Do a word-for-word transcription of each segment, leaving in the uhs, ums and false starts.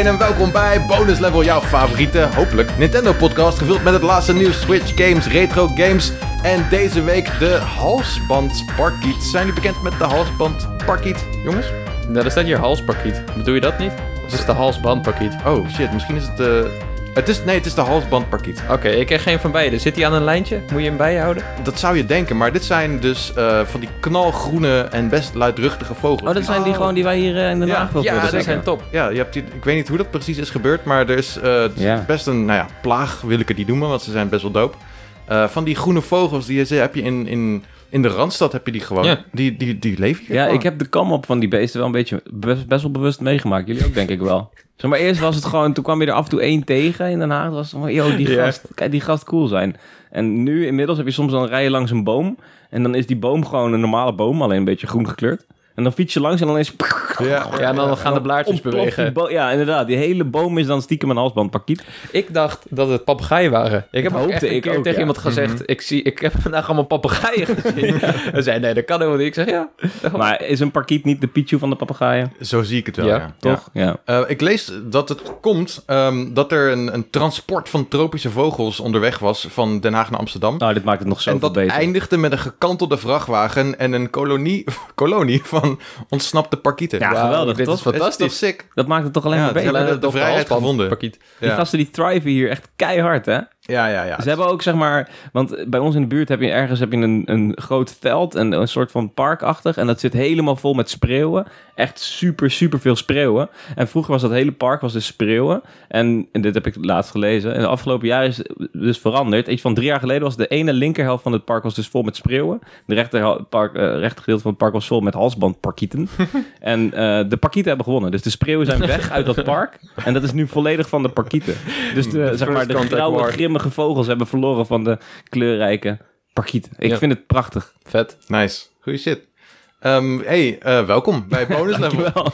iedereen en welkom bij Bonus Level, jouw favoriete, hopelijk, Nintendo-podcast gevuld met het laatste nieuws, Switch games, retro games en deze week de halsbandparkiet. Zijn jullie bekend met de halsbandparkiet, jongens? Nou, daar staat hier halsparkiet. Bedoel je dat niet? Of is het de halsbandparkiet? Oh shit, misschien is het de... Het is, nee, het is de halsbandparkiet. Oké, okay, ik ken geen van beide. Zit hij aan een lijntje? Moet je hem bij je houden? Dat zou je denken, maar dit zijn dus uh, van die knalgroene en best luidruchtige vogels. Oh, dat zijn die oh. gewoon die wij hier uh, in de ja, Haag wilden. Ja, dat die zijn top. Ja, je hebt die, ik weet niet hoe dat precies is gebeurd, maar er is uh, ja. best een nou ja, plaag, wil ik het niet noemen, want ze zijn best wel dope. Uh, van die groene vogels, die je, heb je in... in In de Randstad heb je die gewoon. Ja. Die, die, die leven hier Ja, gewoon. Ik heb de kam op van die beesten wel een beetje best, best wel bewust meegemaakt. Jullie ook, denk ik wel. Zeg maar, eerst was het gewoon... Toen kwam je er af en toe één tegen in Den Haag. Was het van, yo, die gast, ja. kijk, die gast cool zijn. En nu inmiddels heb je soms dan rijden langs een boom. En dan is die boom gewoon een normale boom. Alleen een beetje groen gekleurd. En dan fiets je langs en dan is... Ja, ja, en dan gaan de blaadjes bewegen. Bo- ja, inderdaad. Die hele boom is dan stiekem een halsbandparkiet. Ik dacht dat het papegaaien waren. Ik heb ook echt een keer ook, tegen ja. iemand gezegd... Mm-hmm. Ik, zie, ik heb vandaag allemaal papegaaien gezien. Hij zei, nee, dat kan helemaal niet. Ik zeg, ja. Maar is een parkiet niet de Pichu van de papegaaien? Zo zie ik het wel, ja. ja. Toch? Ja. Uh, ik lees dat het komt um, dat er een, een transport van tropische vogels onderweg was van Den Haag naar Amsterdam. Nou, dit maakt het nog zoveel beter. En dat eindigde met een gekantelde vrachtwagen en een kolonie, kolonie van ontsnapte parkieten. Ja, wow, geweldig, dit toch? is fantastisch. Is sick? Dat maakt het toch alleen ja, maar beter. Ze hebben de, de vrijheid gevonden. Parkiet. Die ja. gasten die thriven hier echt keihard, hè? Ja, ja, ja. Ze hebben ook, zeg maar... Want bij ons in de buurt heb je ergens heb je een, een groot veld... en een soort van parkachtig... en dat zit helemaal vol met spreeuwen. Echt super, super veel spreeuwen. En vroeger was dat hele park was dus spreeuwen. En, en dit heb ik laatst gelezen. En de afgelopen jaren is het dus veranderd. Iets van drie jaar geleden was de ene linkerhelft van het park... was dus vol met spreeuwen. De rechter, park, uh, rechtergedeelte van het park was vol met halsbandparkieten. En uh, de parkieten hebben gewonnen. Dus de parkieten zijn weg uit dat park. En dat is nu volledig van de parkieten. Dus de, zeg maar, de grauwe, grimmige vogels hebben verloren van de kleurrijke parkieten. Ik ja. vind het prachtig. Vet. Nice. Goeie shit. Um, hey, uh, welkom bij Bonus Level.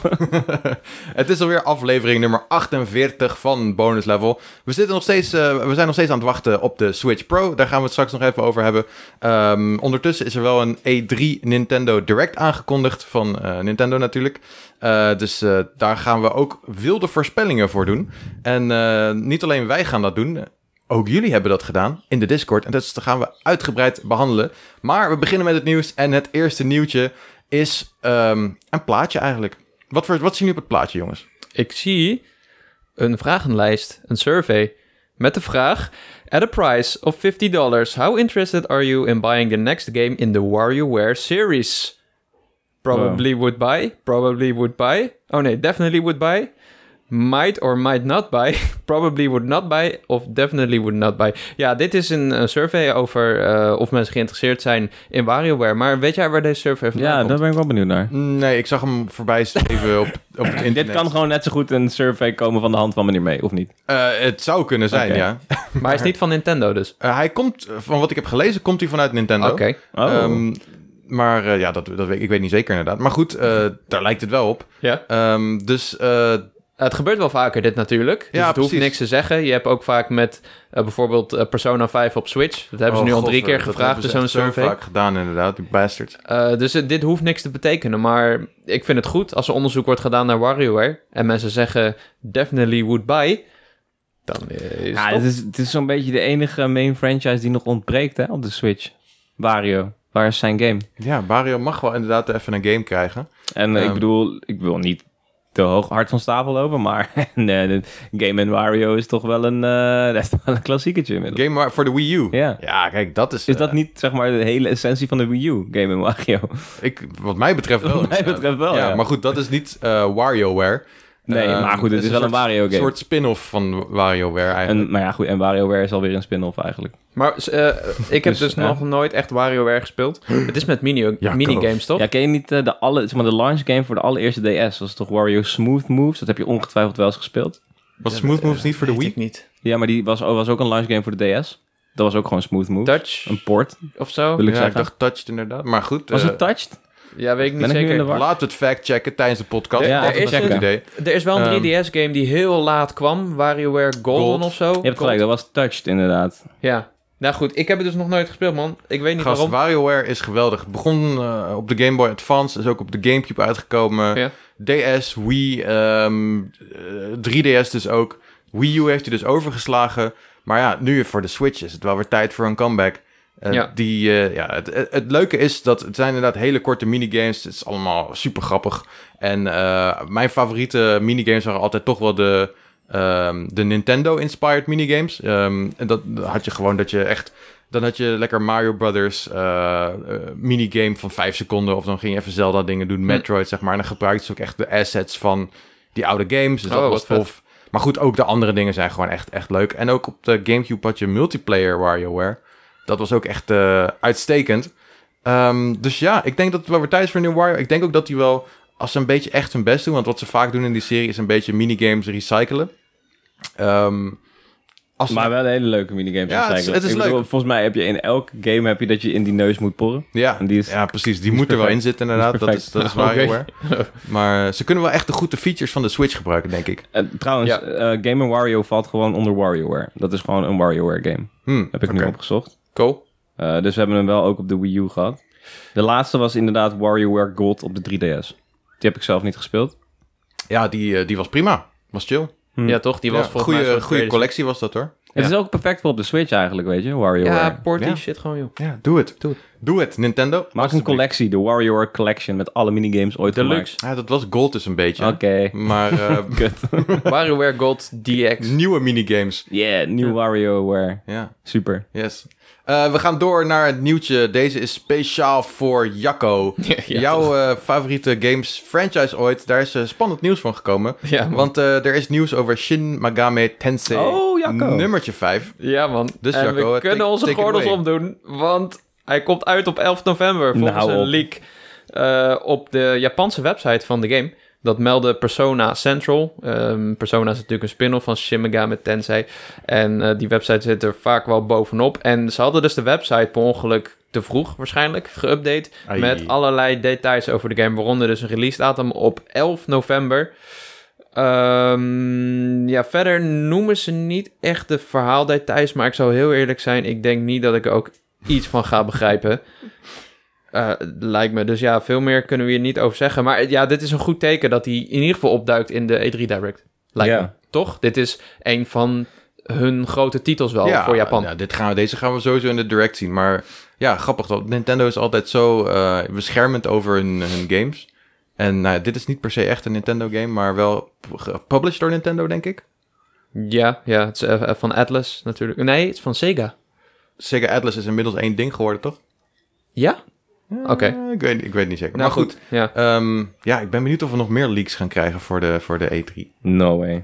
Het is alweer aflevering nummer achtenveertig van Bonus Level. We, zitten nog steeds, uh, we zijn nog steeds aan het wachten op de Switch Pro. Daar gaan we het straks nog even over hebben. Um, ondertussen is er wel een E drie Nintendo Direct aangekondigd van uh, Nintendo natuurlijk. Uh, dus uh, daar gaan we ook wilde voorspellingen voor doen. En uh, niet alleen wij gaan dat doen... Ook jullie hebben dat gedaan in de Discord. En dat gaan we uitgebreid behandelen. Maar we beginnen met het nieuws. En het eerste nieuwtje is um, een plaatje eigenlijk. Wat, voor, wat zien jullie op het plaatje, jongens? Ik zie een vragenlijst, een survey. Met de vraag... At a price of fifty dollars, how interested are you in buying the next game in the WarioWare series? Probably wow. would buy. Probably would buy. Oh nee, definitely would buy. Might or might not buy, probably would not buy, of definitely would not buy. Ja, dit is een, een survey over uh, of mensen geïnteresseerd zijn in WarioWare. Maar weet jij waar deze survey vandaan ja, komt? Ja, daar ben ik wel benieuwd naar. Nee, ik zag hem voorbij even op, op het internet. Dit kan gewoon net zo goed een survey komen van de hand van meneer May, of niet? Uh, het zou kunnen zijn, okay. ja. Maar hij is niet van Nintendo dus? Uh, hij komt, van wat ik heb gelezen, komt hij vanuit Nintendo. Oké. Okay. Oh. Um, maar uh, ja, dat, dat weet, ik weet niet zeker inderdaad. Maar goed, uh, daar lijkt het wel op. Ja. Um, dus... Uh, Het gebeurt wel vaker dit natuurlijk, dus ja, het precies. hoeft niks te zeggen. Je hebt ook vaak met uh, bijvoorbeeld uh, Persona vijf op Switch. Dat hebben oh, ze nu God, al drie keer dat gevraagd in zo'n survey. zo vaak gedaan inderdaad, die bastard. Uh, dus uh, dit hoeft niks te betekenen, maar ik vind het goed als er onderzoek wordt gedaan naar WarioWare en mensen zeggen definitely would buy, dan is ja, het is, het is zo'n beetje de enige main franchise die nog ontbreekt hè, op de Switch. Wario. Waar is zijn game? Ja, Wario mag wel inderdaad even een game krijgen. En um, ik bedoel, ik wil niet te hoog hard van stapel lopen, maar nee, de Game en Wario is toch wel een, uh, dat is toch wel een klassieketje inmiddels. Game voor de Wii U? Ja. Ja, kijk, dat is... Is dat uh, niet, zeg maar, de hele essentie van de Wii U, Game en Wario? Ik, wat mij betreft wel. Wat mij betreft wel, ja. ja. Maar goed, dat is niet uh, WarioWare. Nee, uh, maar goed, het is, is wel een Wario game. Een soort spin-off van WarioWare eigenlijk. En, maar ja, goed, en WarioWare is alweer een spin-off eigenlijk. Maar uh, ik heb dus, dus nog uh, nooit echt WarioWare gespeeld. Het is met mini, ja, minigames, toch? Ja, ken je niet uh, de, alle, zeg maar, de launch game voor de allereerste D S? Dat is toch Wario Smooth Moves? Dat heb je ongetwijfeld wel eens gespeeld. Was Smooth Moves uh, niet voor de Wii? Ik niet. Ja, maar die was, was ook een launch game voor de D S. Dat was ook gewoon Smooth Moves. Touch? Een port. Of zo? Wil ik ja, zeggen. ik dacht Touched inderdaad. Maar goed. Was uh, het Touched? Ja, weet ik niet ben zeker. Ik Laten we het fact-checken tijdens de podcast. Ja, er, is een, idee. er is wel een drie D S-game die heel laat kwam. WarioWare Golden Gold. of zo. Je hebt gelijk, dat was Touched inderdaad. Ja. Nou goed, ik heb het dus nog nooit gespeeld, man. Ik weet niet Gast, waarom. WarioWare is geweldig. Het begon uh, op de Game Boy Advance, is ook op de Gamecube uitgekomen. Ja. D S, Wii, um, uh, drie D S dus ook. Wii U heeft hij dus overgeslagen. Maar ja, nu voor de Switch is het wel weer tijd voor een comeback. Uh, Ja. Die, uh, ja, het, het, het leuke is dat het zijn inderdaad hele korte minigames. Het is allemaal super grappig. En uh, mijn favoriete minigames waren altijd toch wel de, um, de Nintendo-inspired minigames. Um, en dat had je gewoon dat je echt... Dan had je lekker Mario Brothers uh, uh, minigame van vijf seconden. Of dan ging je even Zelda dingen doen, Metroid zeg maar. En dan gebruikte ze ook echt de assets van die oude games. Dus dat Oh, was wat tof. Maar goed, ook de andere dingen zijn gewoon echt, echt leuk. En ook op de Gamecube had je multiplayer WarioWare. Dat was ook echt uh, uitstekend. Um, dus ja, ik denk dat het wel weer tijd is voor een nieuw Wario. Ik denk ook dat die wel, als ze een beetje echt hun best doen... want wat ze vaak doen in die serie is een beetje minigames recyclen. Um, als ze- Maar wel een hele leuke minigames. Ja, het is- het is Ik bedoel, leuk. volgens mij heb je in elke game heb je dat je in die neus moet porren. Ja, En die is, ja, precies. Die, die is moet er wel in perfect. zitten inderdaad. Die Dat is is, dat is perfect. WarioWare. Maar uh, ze kunnen wel echt de goede features van de Switch gebruiken, denk ik. En trouwens, Ja. eh, Game en Wario valt gewoon onder WarioWare. Dat is gewoon een WarioWare game. Hmm, Heb ik oké. nu opgezocht. Cool. Uh, dus we hebben hem wel ook op de Wii U gehad. De laatste was inderdaad WarioWare Gold op de drie D S. Die heb ik zelf niet gespeeld. Ja, die, uh, die was prima. Was chill. Hm. Ja, toch? Die was Ja, volgens mij goede, zo'n goede tweede- collectie was dat hoor. Het Ja. is ook perfect voor op de Switch eigenlijk, weet je, WarioWare. Ja, port die Ja. shit gewoon, joh. Ja, doe het. Doe het. Doe het, Nintendo. Maak een Alsjeblieft. collectie, de WarioWare Collection, met alle minigames ooit Deluxe. Ja, dat was Gold dus een beetje. Oké, Maar uh, kut. WarioWare Gold D X. nieuwe minigames. Yeah, nieuw Ja. WarioWare. Ja, Super. yes. Uh, we gaan door naar het nieuwtje. Deze is speciaal voor Jacco. Ja, ja, Jouw uh, favoriete games franchise ooit. Daar is uh, spannend nieuws van gekomen. Ja, man. Want uh, er is nieuws over Shin Megami Tensei Oh, Jacco. nummertje vijf. Ja, man. Dus, en Jacco, we uh, kunnen take- onze take it gordels away. omdoen, want hij komt uit op elf november volgens Nou, een op. leak uh, op de Japanse website van de game. Dat meldde Persona Central. Um, Persona is natuurlijk een spin-off van Shin Megami Tensei. En uh, die website zit er vaak wel bovenop. En ze hadden dus de website per ongeluk te vroeg waarschijnlijk geüpdate. Ai. Met allerlei details over de game. Waaronder dus een release datum op elf november. Um, ja, verder noemen ze niet echt de verhaaldetails. Maar ik zou heel eerlijk zijn. Ik denk niet dat ik er ook iets van ga begrijpen. Uh, lijkt me. Dus ja, veel meer kunnen we hier niet over zeggen. Maar ja, dit is een goed teken dat hij in ieder geval opduikt in de E drie Direct. Lijkt Ja. me. Toch? Dit is een van hun grote titels wel voor Japan. Ja, dit gaan we, deze gaan we sowieso in de direct zien. Maar ja, grappig dat Nintendo is altijd zo uh, beschermend over hun, hun games. En nou, dit is niet per se echt een Nintendo game, maar wel gepublished door Nintendo, denk ik. Ja, ja, het is uh, van Atlas natuurlijk. Nee, het is van Sega. Sega Atlas is inmiddels één ding geworden, toch? Ja? Oké. Uh, ik, weet, ik weet het niet zeker. Nou maar goed, Ja. um, ja, ik ben benieuwd of we nog meer leaks gaan krijgen voor de, voor de E drie. No way.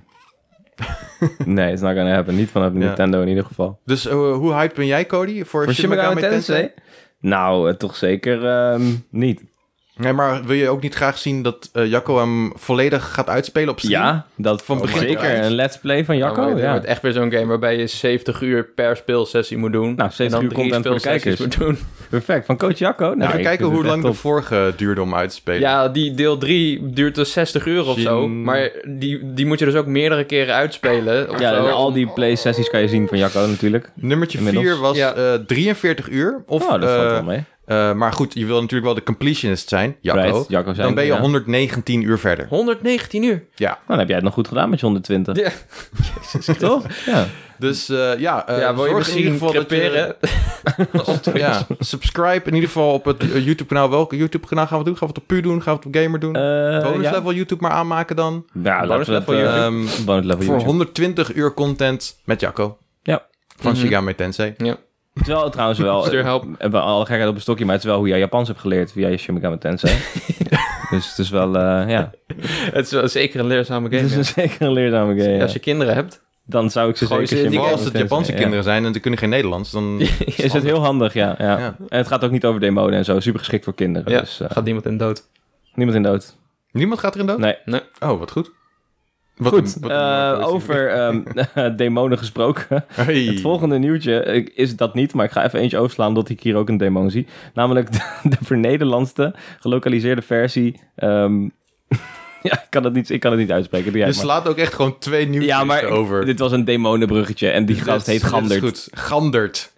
Nee, it's not gonna happen. Niet vanuit Ja. Nintendo in ieder geval. Dus uh, hoe hyped ben jij, Cody, voor, Voor Shin Megami Tensei? Nou, eh, toch zeker ehm, niet. Nee, maar wil je ook niet graag zien dat uh, Jacco hem volledig gaat uitspelen op stream? Ja, dat Van van begin tot zeker. eind. Een let's play van Jacco. Oh, maar dit ja. wordt echt weer zo'n game waarbij je zeventig uur per speelsessie moet doen. Nou, zeventig en uur dan drie content voor de speelsessies kijkers. moet doen. Perfect. Van coach Jacco. Nou, Even ik kijken vind hoe het lang echt de top. vorige duurde om uit te spelen. Ja, die deel drie duurt dus zestig uur of Shin- zo. Maar die, die moet je dus ook meerdere keren uitspelen. Of Ja, zo. en al die play-sessies kan je zien van Jacco natuurlijk. Nummertje Inmiddels. vier was Ja. uh, drieënveertig uur. Of, Oh, dat valt uh, wel mee. uh, maar goed, je wil natuurlijk wel de completionist zijn, Jacco. Right, Jacco zijn, Dan ben je ja. honderdnegentien uur verder. honderdnegentien uur. Ja, Nou, dan heb jij het nog goed gedaan met je honderdtwintig. Ja. Toch? Ja. dus uh, ja, uh, ja, wil je zorg in ieder misschien geval dat je... creperen? Ja, subscribe in ieder geval op het uh, YouTube-kanaal. Welke YouTube-kanaal gaan we doen? Gaan we het op Pu doen? Gaan we het op Gamer doen? Uh, Bonus ja. level YouTube maar aanmaken dan. Ja, Bonus laten we level het, uh, YouTube. bonus level Voor YouTube. honderdtwintig uur content met Jacco. Ja. Van Mhm. Shigami Tensei. Ja. Het is wel trouwens wel... Stuurhelp. We hebben alle gekheid op een stokje, maar het is wel hoe jij Japans hebt geleerd via je Shin Megami Tensei. Dus het is wel, uh, ja. Het is wel zeker een leerzame Het game. is ja. een zeker een leerzame game. ja. Als je kinderen hebt. Dan zou ik ze Gooi zeker ze in Shin die Vooral Megami als het Tensei, Japanse ja. kinderen zijn en ze kunnen geen Nederlands, dan... Is het heel handig, ja, ja. Ja. En het gaat ook niet over demoden en zo. Super geschikt voor kinderen. Ja, Dus uh, gaat niemand in dood. niemand in dood. Niemand gaat erin dood? Nee. Oh, wat goed. Wat Goed, een- wat uh, een, uh, over um, demonen gesproken. Hey. Het volgende nieuwtje ik- is dat niet, maar ik ga even eentje overslaan omdat ik hier ook een demon zie. Namelijk de, de vernederlandste gelokaliseerde versie. Um, ja, ik kan het niet, ik kan het niet uitspreken. Doe jij Je het maar. slaat ook echt gewoon twee nieuwtjes Ja, maar over. dit was een demonenbruggetje en die Dit gast is- heet dit is Gandert. goed. Gandert.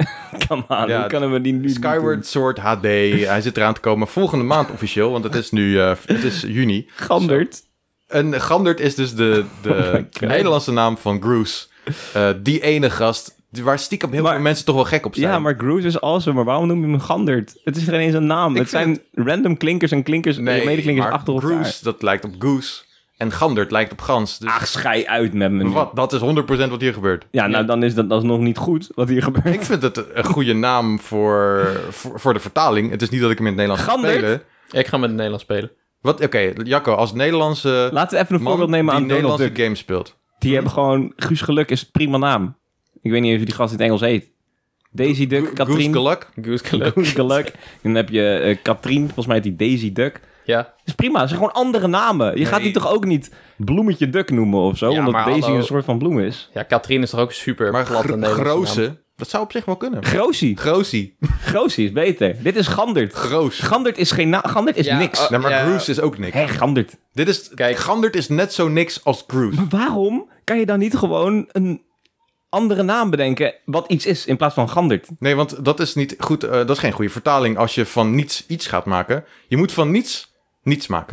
come on. Ja, Hoe kunnen we die nu Skyward Sword H D, hij zit eraan te komen volgende maand officieel, want het is nu uh, het is juni. Gandert. En Gandert is dus de, de God. Nederlandse naam van Groose. Uh, die ene gast, die- waar stiekem heel Maar- veel mensen toch wel gek op zijn. Ja, maar Groose is awesome, maar waarom noem je hem Gandert? Het is geen eens een naam. Ik het zijn vind random klinkers en klinkers, nee, medeklinkers maar achter elkaar. Groose, dat lijkt op Goose. En Gandert lijkt op Gans. Dus Ach, schei uit met me nu. wat, dat is honderd procent wat hier gebeurt. Ja, nou dan is dat alsnog niet goed wat hier gebeurt. Ik vind het een goede naam voor, voor, voor de vertaling. Het is niet dat ik hem in het Nederlands ga Gandert? spelen. Ik ga met het Nederlands spelen. Wat? Oké, Jacco, als Nederlandse Laten we even een man voorbeeld nemen aan die Donald Nederlandse Duck. games speelt. Die hebben gewoon... Guus Geluk is een prima naam. Ik weet niet of je die gast in het Engels heet. Daisy Duck, Goose Katrien. Geluk. Goose geluk. Goose Geluk. Dan heb je uh, Katrien, volgens mij heet die Daisy Duck. Ja. is prima, het zijn gewoon andere namen. Je Nee. gaat die toch ook niet Bloemetje Duck noemen of zo, Ja, omdat maar Daisy hallo. een soort van bloem is. Ja, Katrien is toch ook super Maar plat gro- en Nederlandse naam. Groose, dat zou op zich wel kunnen. Groosie. Groosie. Groosie is beter. Dit is Gandert. Groos. Gandert is geen na- Gandert is Ja, niks. oh, Nee, maar Ja. Groose is ook niks. Hé, Gandert. Dit is, Kijk. Gandert is net zo niks als Groose. Maar waarom kan je dan niet gewoon een andere naam bedenken wat iets is in plaats van Gandert? Nee, want dat is niet goed. eh, dat is geen goede vertaling als je van niets iets gaat maken. Je moet van niets niets maken.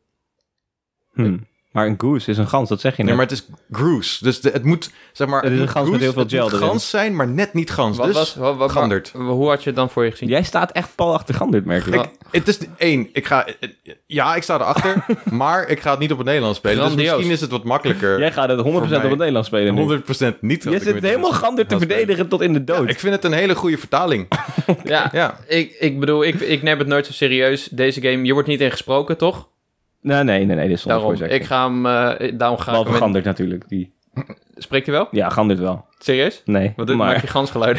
Hm. Maar een goose is een gans, dat zeg je Nee, net. maar het is Groose. Dus de, het moet, zeg maar... Het is een moet gans met heel veel het gel moet erin. gans zijn, maar net niet gans. Wat dus was, wat, wat, Gandert. wat- hoe had je het dan voor je gezien? Jij staat echt pal achter Gandert, merk ik. Ja. Ik, het is één, ik ga... Ja, ik sta erachter, maar ik ga het niet op het Nederlands spelen. Dus Grandioos. misschien is het wat makkelijker. Jij gaat het honderd procent mij op het Nederlands spelen nu. honderd procent niet. Je zit helemaal Gandert te verdedigen tot in de dood. Ik vind het een hele goede vertaling. Ja, Ja. ik, ik bedoel, ik, ik neem het nooit zo serieus. Deze game, je wordt niet ingesproken, toch? Nee, nee, nee, nee, dit is soms Daarom, voor ik ga hem, eh, daarom ga ik Behalve hem in- Gandert natuurlijk. Die... Spreekt hij wel? Ja, Gandert wel. Serieus? Nee, Wat doet, maar... maak je gansgeluiden?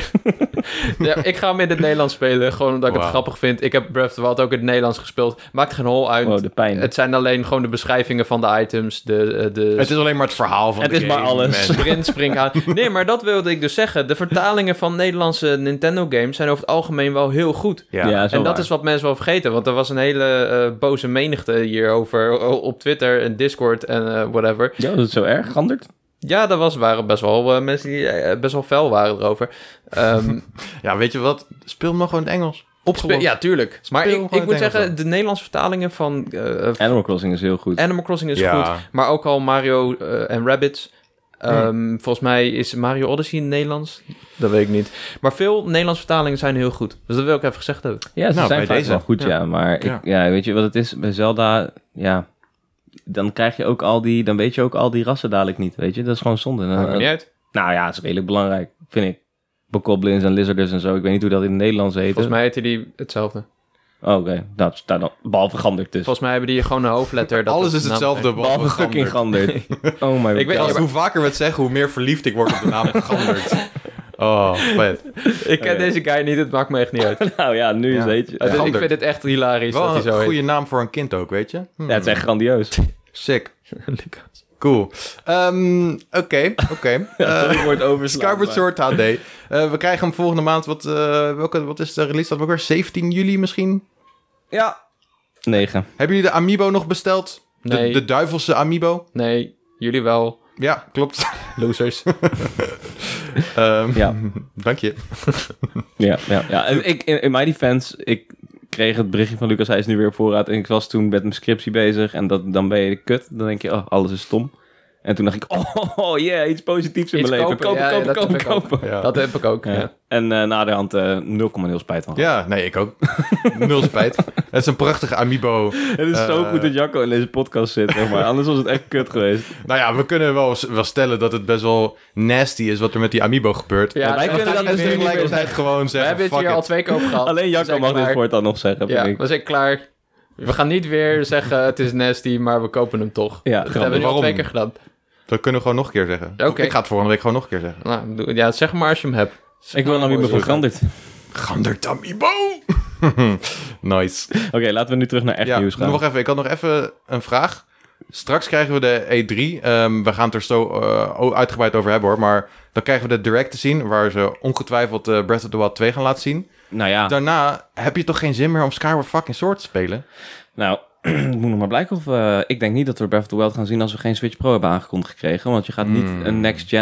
Ja, ik ga hem in het Nederlands spelen, gewoon omdat ik het Wauw. grappig vind. Ik heb Breath of the Wild ook in het Nederlands gespeeld. Maakt geen hol uit. Wow, de pijn. Het zijn alleen gewoon de beschrijvingen van de items, de, eh, de Het is alleen maar het verhaal van Het de is maar game, alles. man. sprint, springhaan. Nee, maar dat wilde ik dus zeggen. De vertalingen van Nederlandse Nintendo games zijn over het algemeen wel heel goed. Ja. Ja, zo En dat waar. is wat mensen wel vergeten. Want er was een hele eh, boze menigte hierover o- op Twitter en Discord en eh, whatever. Ja, dat is zo erg, Gandert? Ja, er was, waren best wel eh, mensen die eh, best wel fel waren erover. Ehm, Ja, weet je wat? Speel hem nog gewoon in het Engels. Opgelost. ja, tuurlijk. Maar Speel ik, gewoon ik het moet Engels zeggen, dan. de Nederlandse vertalingen van eh, Animal Crossing is heel goed. Animal Crossing is Ja. goed. Maar ook al Mario eh, en Rabbids. Ehm, Volgens mij is Mario Odyssey in het Nederlands. Dat weet ik niet. Maar veel Nederlandse vertalingen zijn heel goed. Dus dat wil ik even gezegd hebben. Ja, ze Nou, zijn bij vaak deze. wel goed, ja. Ja. Maar ik, Ja. ja, weet je wat het is? Bij Zelda, ja... Dan krijg je ook al die... Dan weet je ook al die rassen dadelijk niet, weet je? Dat is gewoon zonde. Maakt me niet uit. Nou ja, het is redelijk belangrijk, vind ik. Bokoblins en lizarders en zo. Ik weet niet hoe dat in het Nederlands heet. Volgens mij heette die hetzelfde. Oh, oké. Nou, daar dan. Behalve Gandert dus. Volgens mij hebben die gewoon een hoofdletter. Dat Alles het is naam hetzelfde. Behalve fucking Gandert. Oh my Ik weet god. niet, Hoe vaker we het zeggen, hoe meer verliefd ik word op de naam Gandert. Oh, vet. Ik ken Oké. deze guy niet, het maakt me echt niet uit. Nou ja, nu Ja. is het. Het is- ik Gandert. vind het echt hilarisch dat Wel hij zo een heet. goede naam voor een kind ook, weet je? Hm. Ja, het is echt grandioos. Sick. Lucas. Cool. Ehm, Oké, oké. Eh, Ik word overslaan. Skyward Sword H D. Eh, we krijgen hem volgende maand. Wat, eh, welke, wat is de release? Dat ook weer zeventien juli misschien? Ja. negen. Hebben jullie de Amiibo nog besteld? De, Nee. de duivelse Amiibo? Nee, jullie wel. Ja, klopt. Losers. Ehm, Ja. Dank je. Ja, ja, ja. En ik, in, in my defense, ik kreeg het berichtje van Lucas, hij is nu weer op voorraad. En ik was toen met mijn scriptie bezig. En dat, dan ben je kut. Dan denk je, oh, alles is stom. En toen dacht ik, oh, yeah, iets positiefs in Iets mijn leven. kopen, Kopen, ja, kopen, ja, dat kopen, heb ik ook. kopen. Ja. Dat heb ik ook, Ja. ja. En uh, na de hand uh, nul komma nul spijt van gehad. Ja, nee, ik ook. Nul spijt. Het is een prachtige Amiibo. Het is zo Eh, goed dat Jacco in deze podcast zit, zeg maar. Anders was het echt kut geweest. Nou ja, we kunnen wel, wel stellen dat het best wel nasty is wat er met die Amiibo gebeurt. Ja, wij en kunnen gaan dat niet en meer- tegelijkertijd gewoon We zeggen, hebben het fuck hier al it. twee keer over gehad. Alleen We Jacco zijn mag dit klaar. voortaan nog zeggen, vind Ja, ik. we zijn klaar. We gaan niet weer zeggen het is nasty, maar we kopen hem toch. Ja, dat grappig. hebben we nu al Waarom? twee keer gedaan. Dat kunnen we gewoon nog een keer zeggen. Oké. Ik ga het volgende week gewoon nog een keer zeggen. Nou, doe- ja, zeg maar als je hem hebt. Ik wil nou niet meer van Gandert. Gandert Amiibo! Nice. Oké, laten we nu terug naar echt Ja, nieuws gaan. nog even, ik had nog even een vraag. Straks krijgen we de E drie. Ehm, we gaan het er zo eh, uitgebreid over hebben hoor. Maar dan krijgen we de direct te zien. Waar ze ongetwijfeld eh, Breath of the Wild twee gaan laten zien. Nou ja, Daarna heb je toch geen zin meer om Skyward fucking Sword te spelen? nou, het moet nog maar blijken of... eh, ik denk niet dat we Breath of the Wild gaan zien als we geen Switch Pro hebben aangekondigd gekregen. Want je gaat niet Hmm. een next-gen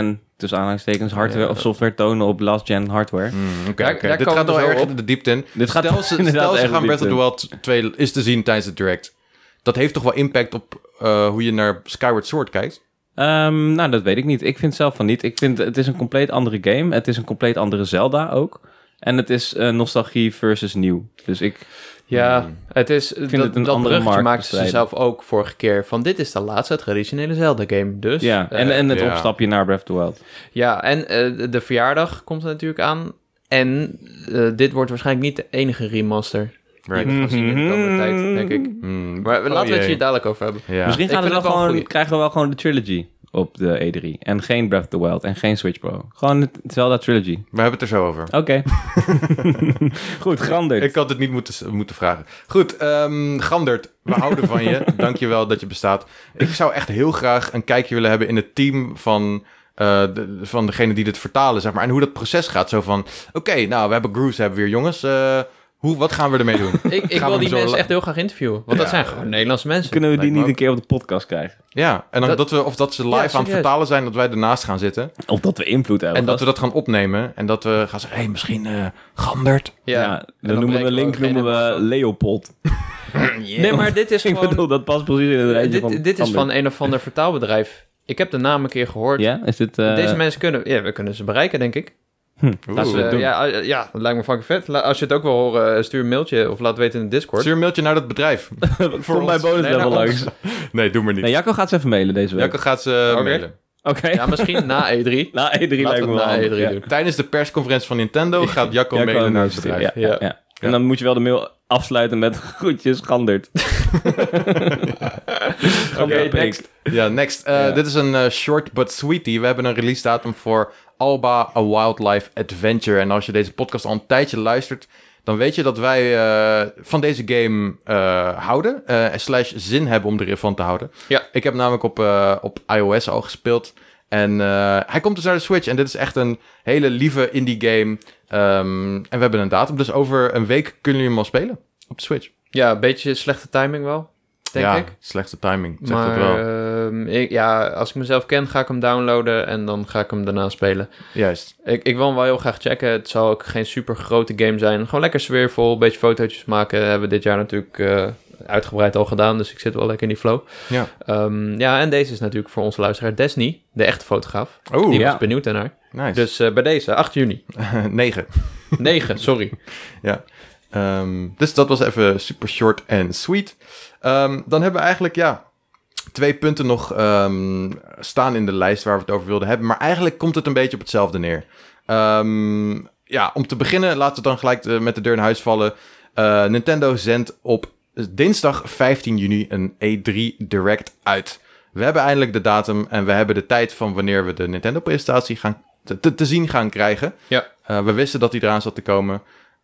tussen aanhalingstekens hardware Ja. of software tonen op last-gen hardware. Mm, Oké, Daar- oké. daar Dit komen gaat we wel zo erg op. in de diepte in. Dit gaat stel ze, inderdaad stel ze echt gaan de Breath of the diepte Wild twee is te zien tijdens de direct. Dat heeft toch wel impact op uh, hoe je naar Skyward Sword kijkt? Um, nou, dat weet ik niet. Ik vind zelf van niet. Ik vind het is een compleet andere game. Het is een compleet andere Zelda ook. En het is uh, nostalgie versus nieuw. Dus ik... Ja, Hmm. het is... Ik vind het een dat andere bruggetje markt maakten ze bestrijden. zelf ook vorige keer. Van dit is de laatste traditionele Zelda-game. Dus... Ja, en, eh, en het ja. opstapje naar Breath of the Wild. Ja, en eh, de verjaardag komt er natuurlijk aan. En eh, dit wordt waarschijnlijk niet de enige remaster Right. die we gaan zien in de komende tijd, denk ik. Mm. Maar Oh, laten we het jee. hier dadelijk over hebben. Ja. Misschien Ik gaan we vind wel het wel een gewoon, goeie. krijgen we wel gewoon de trilogy op de E drie. En geen Breath of the Wild en geen Switch Pro. Gewoon het Zelda trilogy. We hebben het er zo over. Oké. Goed, Grandert. Ik had het niet moeten, moeten vragen. Goed, um, Gandert, we houden van je. Dankjewel dat je bestaat. Ik zou echt heel graag een kijkje willen hebben in het team van, uh, de, van degene die dit vertalen, zeg maar. En hoe dat proces gaat. Zo van, oké, okay, nou, we hebben Groose hebben weer, jongens. Uh, hoe, wat gaan we ermee doen? Ik, ik Gaan wil we die hem zo mensen la- echt heel graag interviewen. Want dat Ja. zijn gewoon Nederlandse mensen. Kunnen we die Lijkt me niet een keer op de podcast krijgen? Ja, en dan dat, Dat- we, of dat ze live Ja, aan het serieus. vertalen zijn, dat wij ernaast gaan zitten. Of dat we invloed hebben. En dat we dat gaan opnemen. En dat we gaan zeggen, hé, hey, misschien uh, Gandert. Ja, Ja, dan, dan noemen we breken de we link ook geen noemen we helemaal. Leopold. Nee, maar dit is Ik gewoon... bedoel, dat past precies in het rijtje van... dit, dit is Grandert. van een of ander vertaalbedrijf. Ik heb de naam een keer gehoord. Ja, is dit... uh, Deze mensen kunnen... Ja, we kunnen ze bereiken, denk ik. Laten we Dus, het eh, doen. ja, uh, ja, dat lijkt me fucking vet. La- als je het ook wil horen, uh, stuur een mailtje of laat weten in de Discord. Stuur een mailtje naar dat bedrijf. Kom bij ons. bonus Nee, level naar langs. Nee, doe maar niet. Nee, Jacco gaat ze even mailen deze week. Jacco gaat ze Oké. mailen. Oké. Ja, misschien na E drie. Na E drie lijkt Laten me we wel het na E handig, drie ja. doen. Tijdens de persconferentie van Nintendo gaat Jacco Jacco mailen naar het sturen, bedrijf. Ja, ja, Ja. ja. En dan moet je wel de mail afsluiten met groetjes, Gandert. Oké, next. Ja, next. Uh, Ja. Dit is een uh, short but sweetie. We hebben een release datum voor Alba A Wildlife Adventure. En als je deze podcast al een tijdje luistert, dan weet je dat wij uh, van deze game uh, houden. Uh, slash zin hebben om erin te houden. Ja. Ik heb namelijk op, uh, op iOS al gespeeld. En uh, hij komt dus naar de Switch. En dit is echt een hele lieve indie game. Um, en we hebben een datum. Dus over een week kunnen jullie hem al spelen. Op de Switch. Ja, een beetje slechte timing wel, denk ja, ik. slechte timing. Zegt Maar het wel. ehm, ik, ja, als ik mezelf ken, ga ik hem downloaden en dan ga ik hem daarna spelen. Juist. Ik, ik wil hem wel heel graag checken. Het zal ook geen super grote game zijn. Gewoon lekker sfeervol, een beetje fotootjes maken. Dat hebben we dit jaar natuurlijk uh, uitgebreid al gedaan, dus ik zit wel lekker in die flow. Ja. Um, ja, en deze is natuurlijk voor onze luisteraar Desni, de echte fotograaf. Oeh, Die ja. was benieuwd daarnaar. nice. Dus uh, bij deze, acht juni. negen. negen, sorry. Ja. Um, dus dat was even super short en sweet. Um, dan hebben we eigenlijk, ja, twee punten nog um, staan in de lijst waar we het over wilden hebben. Maar eigenlijk komt het een beetje op hetzelfde neer. Um, ja, om te beginnen, laten we dan gelijk de, met de deur in huis vallen. Uh, Nintendo zendt op dinsdag vijftien juni een E drie Direct uit. We hebben eindelijk de datum en we hebben de tijd van wanneer we de Nintendo-presentatie gaan te, te, te zien gaan krijgen. Ja. Uh, we wisten dat die eraan zat te komen.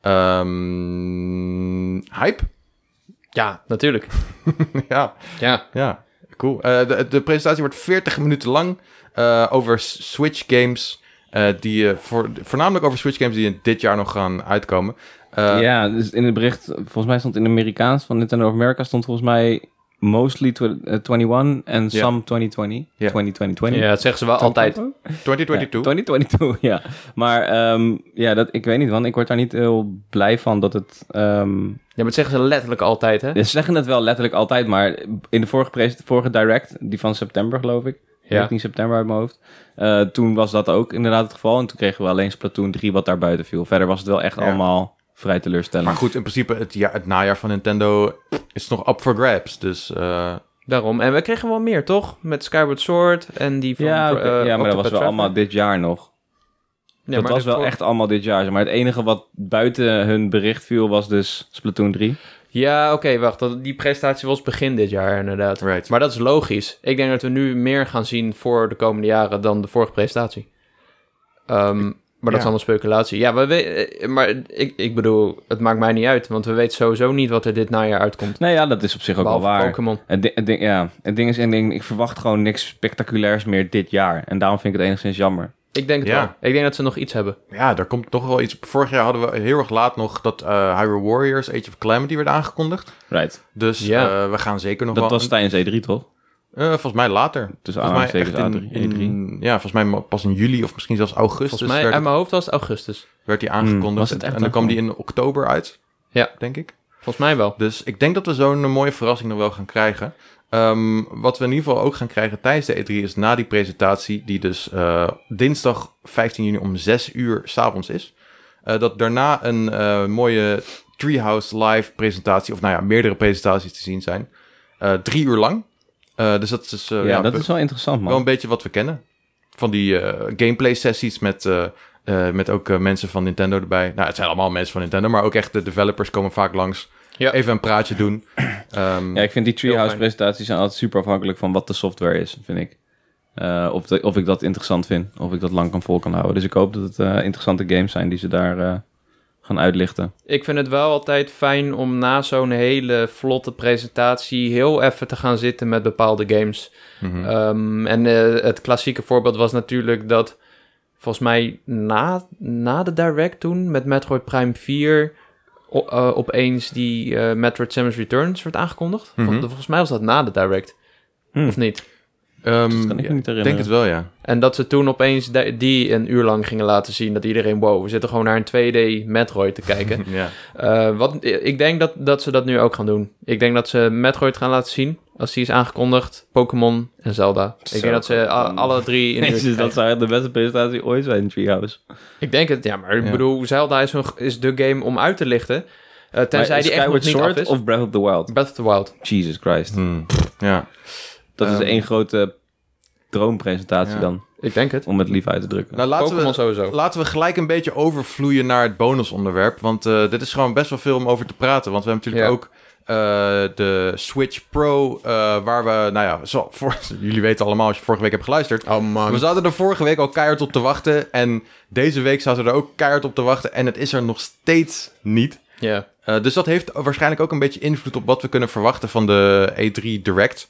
Um, hype? Ja, natuurlijk. ja, Ja. ja, cool. Uh, de, de presentatie wordt veertig minuten lang uh, over Switch games. Uh, die, uh, voor, voornamelijk over Switch games die dit jaar nog gaan uitkomen. Uh, ja, dus in het bericht, volgens mij stond in het Amerikaans van Nintendo of America, stond volgens mij mostly tw- uh, eenentwintig en Ja. some twintig twintig. Ja. twintig twintig twintig. Ja, dat zeggen ze wel altijd. twintig tweeëntwintig. Ja, twintig tweeëntwintig, ja. Maar um, ja, dat, ik weet niet, want ik word daar niet heel blij van dat het... Um, Ja, maar dat zeggen ze letterlijk altijd, hè? ze zeggen het wel letterlijk altijd, maar in de vorige, pres- vorige Direct, die van september geloof ik, Ja. negentien september uit mijn hoofd, uh, toen was dat ook inderdaad het geval. En toen kregen we alleen Splatoon drie wat daar buiten viel. Verder was het wel echt Ja. allemaal vrij teleurstellend. Maar goed, in principe het, ja, het najaar van Nintendo is nog up for grabs. Dus uh, Daarom. En we kregen wel meer, toch? Met Skyward Sword en die van... Ja, oké. uh, ja, maar dat Octopath was wel Traveler. allemaal dit jaar nog. Ja, dat maar was de wel voor- echt allemaal dit jaar. zeg Maar het enige wat buiten hun bericht viel was dus Splatoon drie. Ja, oké, wacht. Dat, die presentatie was begin dit jaar, inderdaad. right. Maar dat is logisch. Ik denk dat we nu meer gaan zien voor de komende jaren dan de vorige presentatie. Um, maar dat ja. is allemaal speculatie. Ja, we we- maar ik, ik bedoel, het maakt mij niet uit. Want we weten sowieso niet wat er dit najaar uitkomt. Nee, ja, dat is op zich ook Behalve wel waar. Pokémon. Het, di- het, ding, ja, het ding is, en ding, ik verwacht gewoon niks spectaculairs meer dit jaar. En daarom vind ik het enigszins jammer. Ik denk het Ja. wel. Ik denk dat ze nog iets hebben. Ja, er komt toch wel iets. Vorig jaar hadden we heel erg laat nog dat uh, Hyrule Warriors Age of Calamity werd aangekondigd. Right. Dus Ja. uh, we gaan zeker nog Dat wel... was tijdens E drie, toch? Uh, volgens mij later. Tussen volgens mij echt A drie, in, E drie. in, ja, volgens mij pas in juli of misschien zelfs augustus. Volgens mij, werd, uit mijn hoofd was het augustus. werd die aangekondigd. Hmm, was het echt en dan kwam die in oktober uit. Ja. Denk ik. Volgens mij wel. Dus ik denk dat we zo'n mooie verrassing nog wel gaan krijgen. Um, wat we in ieder geval ook gaan krijgen tijdens de E drie is na die presentatie, die dus uh, dinsdag vijftien juni om zes uur 's avonds is. Uh, dat daarna een uh, mooie Treehouse live presentatie, of nou ja, meerdere presentaties te zien zijn. Uh, drie uur lang. Uh, dus dat is, uh, ja, ja, dat be- is wel interessant, man. wel een beetje wat we kennen. Van die uh, gameplay sessies met, uh, uh, met ook uh, mensen van Nintendo erbij. Nou, het zijn allemaal mensen van Nintendo, maar ook echt de developers komen vaak langs. Ja. Even een praatje doen. Um, Ja, ik vind die Treehouse fijn. presentaties zijn altijd super afhankelijk van wat de software is, vind ik. Uh, of, de, of ik dat interessant vind, of ik dat lang kan vol kan houden. Dus ik hoop dat het uh, interessante games zijn die ze daar uh, gaan uitlichten. Ik vind het wel altijd fijn om na zo'n hele vlotte presentatie heel even te gaan zitten met bepaalde games. mm-hmm. Um, en uh, het klassieke voorbeeld was natuurlijk dat volgens mij na, na de Direct toen met Metroid Prime vier o- uh, opeens die uh, Metroid Samus Returns werd aangekondigd. Mhm. Vol- volgens mij was dat na de Direct, Hmm. of niet? Um, Dat kan ik ja, me niet ik herinneren. denk het wel, ja. En dat ze toen opeens de- die een uur lang gingen laten zien. Dat iedereen, wow, we zitten gewoon naar een twee D Metroid te kijken. ja. Uh, wat, ik denk dat, dat ze dat nu ook gaan doen. Ik denk dat ze Metroid gaan laten zien. Als die is aangekondigd. Pokémon en Zelda. Zo, ik denk dat ze a- dan- alle drie in een uur Jezus, dat krijgen. zou de beste presentatie ooit zijn in Treehouse. Ik denk het, ja, maar ik Ja. bedoel, Zelda is, een, is de game om uit te lichten. Uh, tenzij Maar die echt nog Skyward niet af Sword is. of Breath of the Wild? Breath of the Wild. Jesus Christ. Hmm. ja. Dat is Um, één grote droompresentatie ja. dan, Ik denk het. om het lief uit te drukken. Nou, laten Pokémon we, sowieso. laten we gelijk een beetje overvloeien naar het bonusonderwerp. Want uh, dit is gewoon best wel veel om over te praten. Want we hebben natuurlijk Ja. ook uh, de Switch Pro, uh, waar we, nou ja, zo, voor, jullie weten allemaal als je vorige week hebt geluisterd. Oh man. We zaten er vorige week al keihard op te wachten. En deze week zaten we er ook keihard op te wachten. En het is er nog steeds niet. Ja. Uh, dus dat heeft waarschijnlijk ook een beetje invloed op wat we kunnen verwachten van de E drie Direct.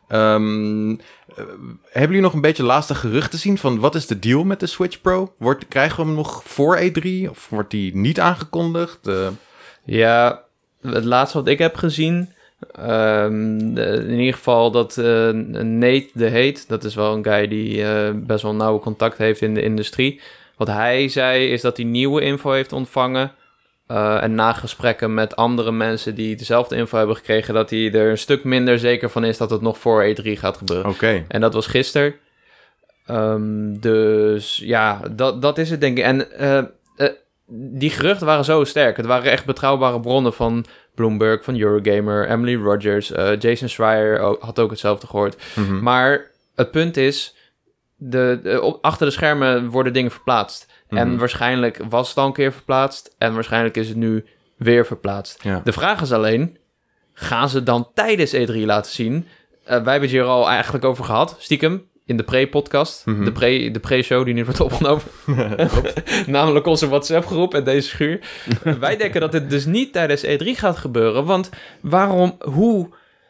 Um, uh, hebben jullie nog een beetje laatste geruchten zien van wat is de deal met de Switch Pro? Wordt, krijgen we hem nog voor E drie of wordt die niet aangekondigd? Uh, Ja, het laatste wat ik heb gezien, um, de- in ieder geval dat uh, Nate de Heet, dat is wel een guy die uh, best wel nauw contact heeft in de industrie. Wat hij zei is dat hij nieuwe info heeft ontvangen. Uh, en na gesprekken met andere mensen die dezelfde info hebben gekregen, dat hij er een stuk minder zeker van is dat het nog voor E drie gaat gebeuren. Oké. Okay. En dat was gisteren. Um, dus ja, dat, dat is het denk ik. En uh, uh, die geruchten waren zo sterk. Het waren echt betrouwbare bronnen van Bloomberg, van Eurogamer, Emily Rogers, uh, Jason Schreier ook, had ook hetzelfde gehoord. Mm-hmm. Maar het punt is, de, de, op, achter de schermen worden dingen verplaatst. Mm-hmm. En waarschijnlijk was het al een keer verplaatst en waarschijnlijk is het nu weer verplaatst. Ja. De vraag is alleen, gaan ze dan tijdens E drie laten zien? Uh, wij hebben het hier al eigenlijk over gehad, stiekem, in de pre-podcast. Mm-hmm. De, pre, de pre-show die nu wordt opgenomen. Namelijk onze WhatsApp-groep en deze schuur. Wij denken dat dit dus niet tijdens E drie gaat gebeuren. Want waarom, hoe...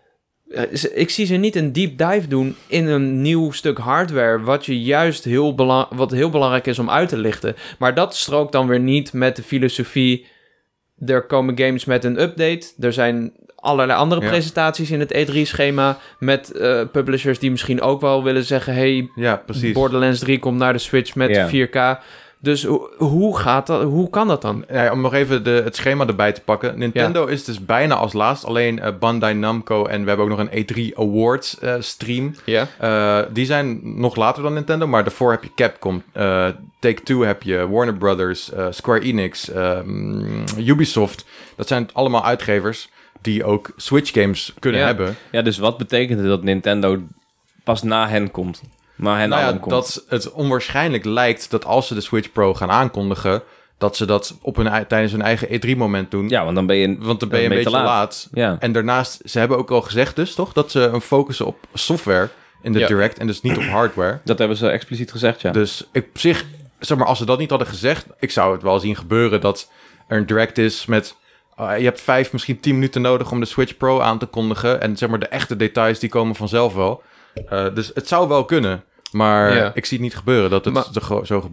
Ik zie ze niet een deep dive doen in een nieuw stuk hardware, wat je juist heel, bela- wat heel belangrijk is om uit te lichten. Maar dat strookt dan weer niet met de filosofie. Er komen games met een update. Er zijn allerlei andere Ja. presentaties in het E drie-schema met uh, publishers die misschien ook wel willen zeggen, hey, Ja, precies. Borderlands drie komt naar de Switch met Ja. vier K. Dus ho- hoe gaat dat? Hoe kan dat dan? Ja, om nog even de, het schema erbij te pakken. Nintendo is dus bijna als laatst. Alleen uh, Bandai Namco en we hebben ook nog een E drie Awards uh, stream. Ja. Uh, die zijn nog later dan Nintendo, maar daarvoor heb je Capcom, uh, Take-Two heb je, Warner Brothers, uh, Square Enix, um, Ubisoft. Dat zijn allemaal uitgevers die ook Switch games kunnen Ja. hebben. Ja, dus wat betekent het dat Nintendo pas na hen komt? Na hen Nou ja, allen komt? dat het onwaarschijnlijk lijkt dat als ze de Switch Pro gaan aankondigen, dat ze dat op hun, ei- tijdens hun eigen E drie moment doen. Ja, want dan ben je, Want dan ben je een te beetje laat. laat. Ja. En daarnaast, ze hebben ook al gezegd dus, toch? Dat ze een focussen op software in de Ja. Direct en dus niet op hardware. Dat hebben ze expliciet gezegd, ja. Dus ik, op zich, zeg maar, als ze dat niet hadden gezegd, ik zou het wel zien gebeuren dat er een Direct is met, uh, je hebt vijf, misschien tien minuten nodig om de Switch Pro aan te kondigen. En zeg maar, de echte details, die komen vanzelf wel. Uh, dus het zou wel kunnen, maar Ja. ik zie het niet gebeuren dat het Maar- zo- zo gebeurt.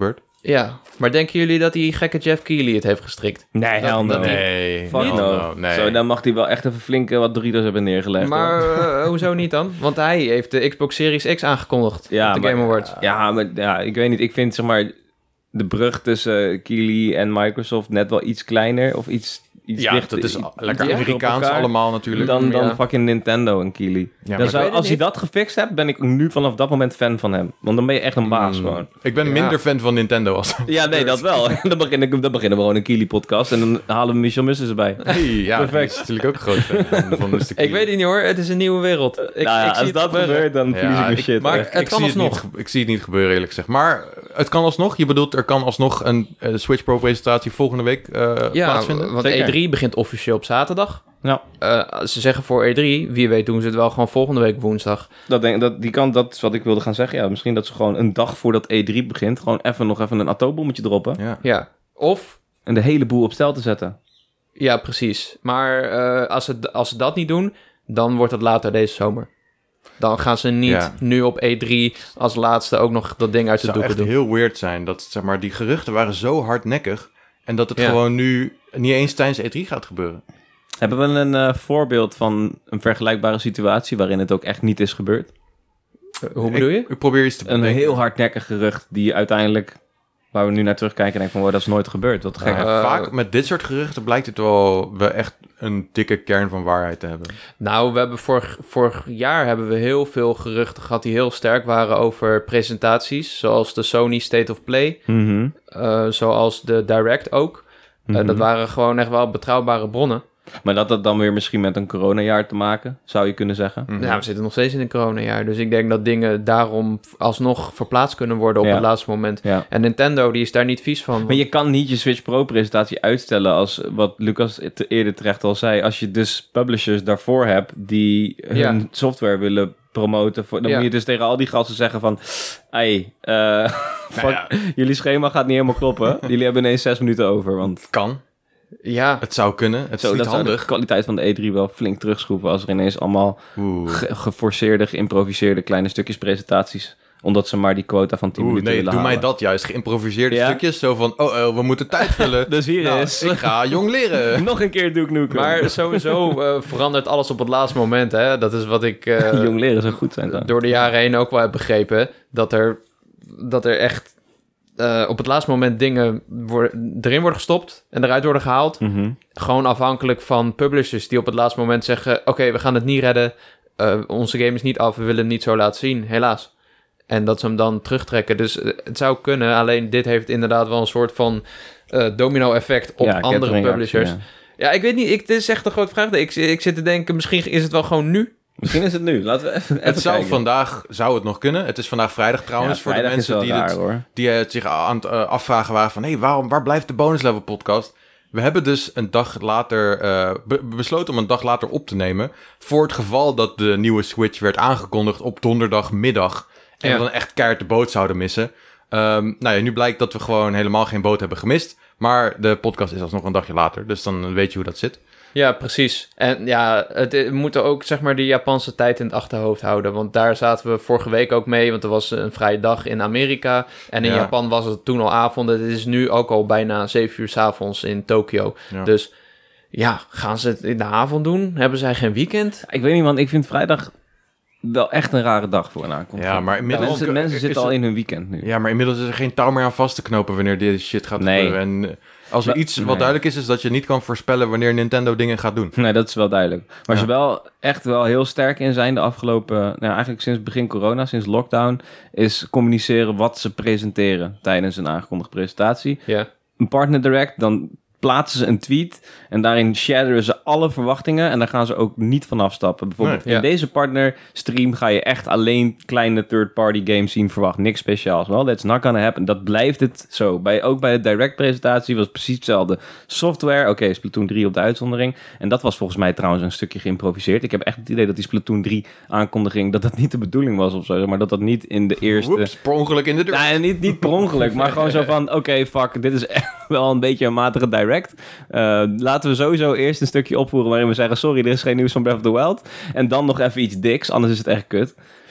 Ja, maar denken jullie dat die gekke Jeff Keighley het heeft gestrikt? Nee, Dat- hell no. dat- Nee. Fuck Niet? no. No, nee. Zo, dan mag hij wel echt even flinke wat Doritos hebben neergelegd. hoor. Maar uh, hoezo niet dan? Want hij heeft de Xbox Series X aangekondigd Ja, op de maar- Game Awards. Ja, maar ja, ik weet niet. Ik vind zeg maar de brug tussen Keighley en Microsoft net wel iets kleiner of iets, iets Ja, dichter. dat is iets lekker dichter op Amerikaans elkaar allemaal natuurlijk. Dan, dan Ja. fucking Nintendo en Keighley. Ja, Dan maar zou, weet het als hij niet. dat gefixt hebt, ben ik nu vanaf dat moment fan van hem. Want dan ben je echt een baas Mm, gewoon. Ik ben Ja. minder fan van Nintendo als... Ja, nee, dat wel. dan, begin ik, dan beginnen we gewoon een Keighley-podcast en dan halen we Michel Mussers erbij. Hey, ja, Perfect. die is natuurlijk ook een groot fan van, van mister Ik Keighley. weet het niet hoor, het is een nieuwe wereld. Ik, nou ja, ik zie als het dat gebeuren. gebeurt, dan Ja, verlies ik mijn ik- shit. maar- echt. het ik kan zie het alsnog. niet, ge- ik zie het niet gebeuren, eerlijk gezegd. Maar het kan alsnog. Je bedoelt, er kan alsnog een eh, Switch Pro-presentatie volgende week eh, Ja, plaatsvinden? want Zeker. E drie begint officieel op zaterdag. Nou, Uh, ze zeggen voor E drie, wie weet doen ze het wel gewoon volgende week woensdag. dat, denk, dat, die kan, dat is wat ik wilde gaan zeggen. Ja, misschien dat ze gewoon een dag voordat E drie begint, gewoon even nog even een atoombommetje droppen. Ja. Ja, of... En de hele boel op stel te zetten. Ja, precies. Maar uh, als, ze, als ze dat niet doen, dan wordt het later deze zomer. Dan gaan ze niet Ja. nu op E drie als laatste ook nog dat ding uit Het de zou doeken echt doen. heel weird zijn dat zeg maar, die geruchten waren zo hardnekkig en dat het Ja. gewoon nu niet eens tijdens E drie gaat gebeuren. Hebben we een eh, voorbeeld van een vergelijkbare situatie waarin het ook echt niet is gebeurd? Uh, hoe bedoel je? Ik, ik probeer iets te Een bedenken. heel hardnekkig gerucht die uiteindelijk, waar we nu naar terugkijken en denken van, wow, dat is nooit gebeurd. Wat gek. Nou, Eh, vaak met dit soort geruchten blijkt het wel, wel echt een dikke kern van waarheid te hebben. Nou, we hebben vorig, vorig jaar hebben we heel veel geruchten gehad die heel sterk waren over presentaties. Zoals de Sony State of Play, Mhm. uh, zoals de Direct ook. Uh, Mhm. Dat waren gewoon echt wel betrouwbare bronnen. Maar dat had dan weer misschien met een coronajaar te maken, zou je kunnen zeggen. Mhm. Ja, we zitten nog steeds in een coronajaar. Dus ik denk dat dingen daarom alsnog verplaatst kunnen worden op Ja. het laatste moment. Ja. En Nintendo, die is daar niet vies van. Maar je kan niet je Switch Pro presentatie uitstellen als wat Lucas te eerder terecht al zei. Als je dus publishers daarvoor hebt die hun Ja. software willen promoten. Voor, dan Ja. moet je dus tegen al die gasten zeggen van... Hey, eh, fuck, ja. jullie schema gaat niet helemaal kloppen. Jullie hebben ineens zes minuten over. Want Het kan, Ja, het zou kunnen, het zo, is niet dat zou de handig. kwaliteit van de E drie wel flink terugschroeven... als er ineens allemaal Oeh, ge- geforceerde, geïmproviseerde kleine stukjes presentaties... omdat ze maar die quota van tien Oeh minuten nee, willen doe mij halen. dat juist. Geïmproviseerde Ja? stukjes, zo van, oh, oh, we moeten tijd vullen. Dus hier Nou, is... ik ga jong leren. Nog een keer Duke Nukem. maar sowieso eh, verandert alles op het laatste moment. Hè? Dat is wat ik eh, Jong leren zou goed zijn dan. door de jaren heen ook wel heb begrepen. Dat er, dat er echt eh, op het laatste moment dingen worden, erin worden gestopt en eruit worden gehaald. Mhm. Gewoon afhankelijk van publishers die op het laatste moment zeggen... Oké, we gaan het niet redden. Uh, onze game is niet af. We willen hem niet zo laten zien. Helaas. En dat ze hem dan terugtrekken. Dus uh, het zou kunnen. Alleen dit heeft inderdaad wel een soort van uh, domino-effect op Ja, andere catering publishers. actie, Ja. ja. ja, ik weet niet. Ik, dit is echt een grote vraag. Ik, ik zit te denken, misschien is het wel gewoon nu. Misschien is het nu. Laten we even, even Het zou kijken. vandaag, zou het nog kunnen. Het is vandaag vrijdag trouwens, Ja, voor de vrijdag is mensen wel die, raar, het, hoor. die het zich aan het uh, afvragen waren van... hé, hey, waarom, waar blijft de bonus level podcast? We hebben dus een dag later uh, be- besloten om een dag later op te nemen... voor het geval dat de nieuwe Switch werd aangekondigd op donderdagmiddag... en Ja. we dan echt keihard de boot zouden missen. Um, nou ja, nu blijkt dat we gewoon helemaal geen boot hebben gemist... maar de podcast is alsnog een dagje later, dus dan weet je hoe dat zit. Ja, precies. En ja, het, we moeten ook zeg maar de Japanse tijd in het achterhoofd houden. Want daar zaten we vorige week ook mee. Want er was een vrije dag in Amerika. En in Ja. Japan was het toen al avond. Het is nu ook al bijna zeven uur 's avonds in Tokio. Ja. Dus ja, gaan ze het in de avond doen? Hebben zij geen weekend? Ik weet niet, man. Ik vind vrijdag wel echt een rare dag voor een aankondiging. Ja, maar inmiddels- mensen, mensen is zitten het- al in hun weekend nu. Ja, maar inmiddels is er geen touw meer aan vast te knopen wanneer dit shit gaat Nee. gebeuren. En uh, als er Maar- iets wat nee. duidelijk is, is dat je niet kan voorspellen wanneer Nintendo dingen gaat doen. Nee, dat is wel duidelijk. Maar Ja. ze wel echt wel heel sterk in zijn de afgelopen... Nou, eigenlijk sinds begin corona, sinds lockdown... is communiceren wat ze presenteren tijdens een aangekondigde presentatie. Ja. Een partner direct, dan plaatsen ze een tweet... en daarin shatteren ze alle verwachtingen... en daar gaan ze ook niet van afstappen. Bijvoorbeeld Nee. in Ja. deze partnerstream... ga je echt alleen kleine third-party games zien verwachten. Niks speciaals. Wel, that's not gonna happen. Dat blijft het zo. Bij, ook bij de direct-presentatie was het precies hetzelfde. Software, oké, Splatoon drie op de uitzondering. En dat was volgens mij trouwens een stukje geïmproviseerd. Ik heb echt het idee dat die Splatoon drie aankondiging... dat dat niet de bedoeling was of zo. Maar dat dat niet in de eerste... Oeps, per ongeluk in de deur. Nee, niet, niet per ongeluk, maar gewoon zo van... Oké, fuck, dit is echt wel een beetje een matige direct. Uh, laten we sowieso eerst een stukje opvoeren... waarin we zeggen... sorry, er is geen nieuws van Breath of the Wild. En dan nog even iets diks, anders is het echt kut.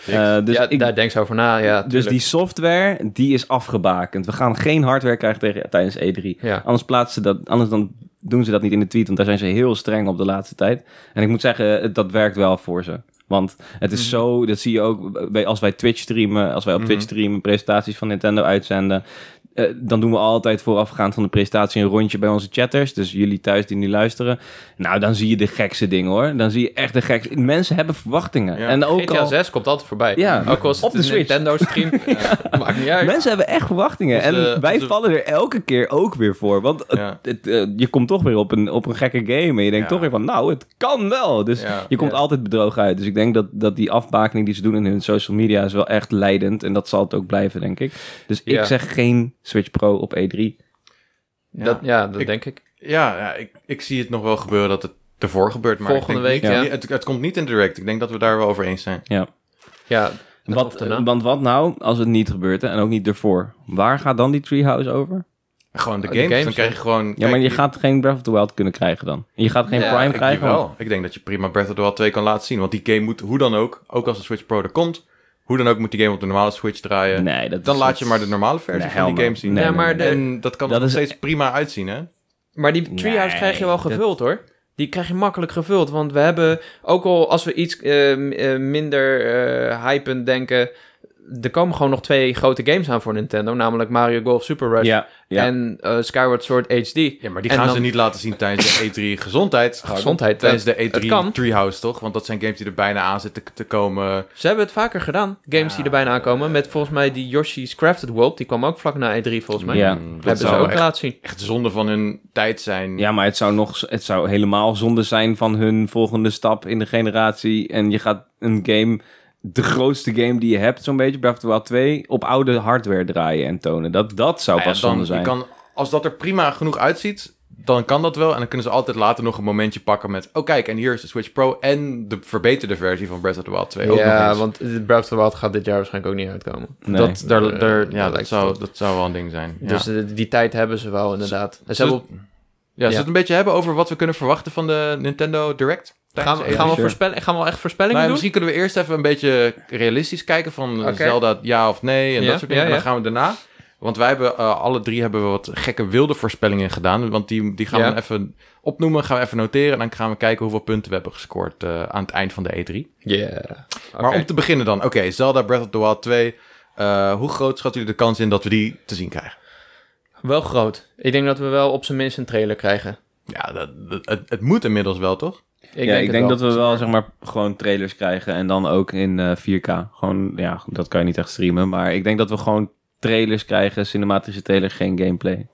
Uh, dus ja, ik, daar denk ze over na, ja. Dus die software, die is afgebakend. We gaan geen hardware krijgen tegen, tijdens E drie. Ja. Anders plaatsen ze dat, anders dan doen ze dat niet in de tweet, want daar zijn ze heel streng op de laatste tijd. En ik moet zeggen, dat werkt wel voor ze. Want het is mm. zo, dat zie je ook bij, als wij Twitch streamen, als wij op mm. Twitch streamen, presentaties van Nintendo uitzenden. Uh, dan doen we altijd voorafgaand van de presentatie een rondje bij onze chatters. Dus jullie thuis die nu luisteren. Nou, dan zie je de gekste dingen hoor. Dan zie je echt de gekste... Mensen hebben verwachtingen. Ja. En ook G T A al... zes komt altijd voorbij. Ja, ook als op de Switch. Nintendo stream. Ja, maakt niet uit. Mensen hebben echt verwachtingen. Dus, uh, en wij dus, vallen er elke keer ook weer voor. Want ja. het, het, uh, je komt toch weer op een, op een gekke game. En je denkt ja. toch weer van, nou, het kan wel. Dus ja. je komt ja. altijd bedrogen uit. Dus ik denk dat, dat die afbakening die ze doen in hun social media is wel echt leidend. En dat zal het ook blijven, denk ik. Dus ik ja. zeg geen Switch Pro op E drie. Ja, dat, ja, dat ik, denk ik. Ja, ja ik, ik zie het nog wel gebeuren dat het ervoor gebeurt. Maar volgende ik denk week, niet, ja. het, het komt niet in Direct. Ik denk dat we daar wel over eens zijn. Ja. Ja. Wat, want wat nou als het niet gebeurt hè, en ook niet ervoor? Waar gaat dan die Treehouse over? Gewoon de games. de games dan krijg je gewoon... Ja, kijk, maar je gaat geen Breath of the Wild kunnen krijgen dan. Je gaat geen ja, Prime ik krijgen. Wel. Ik denk dat je prima Breath of the Wild twee kan laten zien. Want die game moet hoe dan ook, ook als de Switch Pro er komt... Hoe dan ook moet die game op de normale Switch draaien. Nee, dat dan is laat het... je maar de normale versie nee, van die game zien. Nee, ja, maar nee, nee. En dat kan dat er nog steeds prima uitzien, hè? Maar die Treehouse nee, krijg je wel gevuld, dat... hoor. Die krijg je makkelijk gevuld. Want we hebben, ook al als we iets uh, uh, minder uh, hypend denken... Er komen gewoon nog twee grote games aan voor Nintendo. Namelijk Mario Golf Super Rush ja, ja. en uh, Skyward Sword H D. Ja, maar die gaan dan... ze niet laten zien tijdens de E drie gezondheid. Gezondheid. Tijdens de E drie Treehouse, toch? Want dat zijn games die er bijna aan zitten te komen. Ze hebben het vaker gedaan. Games ja, die er bijna aankomen. Met volgens mij die Yoshi's Crafted World. Die kwam ook vlak na E drie volgens mij. Ja, dat hebben ze ook laten zien. Echt zonde van hun tijd zijn. Ja, maar het zou, nog, het zou helemaal zonde zijn van hun volgende stap in de generatie. En je gaat een game... de grootste game die je hebt, zo'n beetje, Breath of the Wild twee, op oude hardware draaien en tonen. Dat, dat zou ah, pas ja, zonde zijn. Je kan, als dat er prima genoeg uitziet, dan kan dat wel. En dan kunnen ze altijd later nog een momentje pakken met... oh kijk, en hier is de Switch Pro en de verbeterde versie van Breath of the Wild twee. Ook ja, nog want Breath of the Wild gaat dit jaar waarschijnlijk ook niet uitkomen. Nee. Dat, daar, uh, daar, ja, dat, dat, zou, dat zou wel een ding zijn. Dus ja. die, die tijd hebben ze wel, inderdaad. Z- ze hebben... Ja, zullen we het een beetje hebben over wat we kunnen verwachten van de Nintendo Direct? Gaan we, gaan, we voorspellen, gaan we wel echt voorspellingen nou, doen? Misschien kunnen we eerst even een beetje realistisch kijken van okay. Zelda ja of nee en ja, dat soort dingen. Ja, ja. En dan gaan we daarna... Want wij hebben, uh, alle drie hebben we wat gekke wilde voorspellingen gedaan. Want die, die gaan ja. we even opnoemen, gaan we even noteren. En dan gaan we kijken hoeveel punten we hebben gescoord uh, aan het eind van de E drie. Ja. Yeah. Okay. Maar om te beginnen dan. Oké, okay, Zelda Breath of the Wild twee. Uh, hoe groot schat jullie de kans in dat we die te zien krijgen? Wel groot. Ik denk dat we wel op zijn minst een trailer krijgen. Ja, dat, dat, het, het moet inmiddels wel, toch? Ik ja, denk, ik denk dat we wel, zeg maar, gewoon trailers krijgen. En dan ook in uh, vier K. Gewoon, ja, dat kan je niet echt streamen. Maar ik denk dat we gewoon trailers krijgen, cinematische trailers, geen gameplay.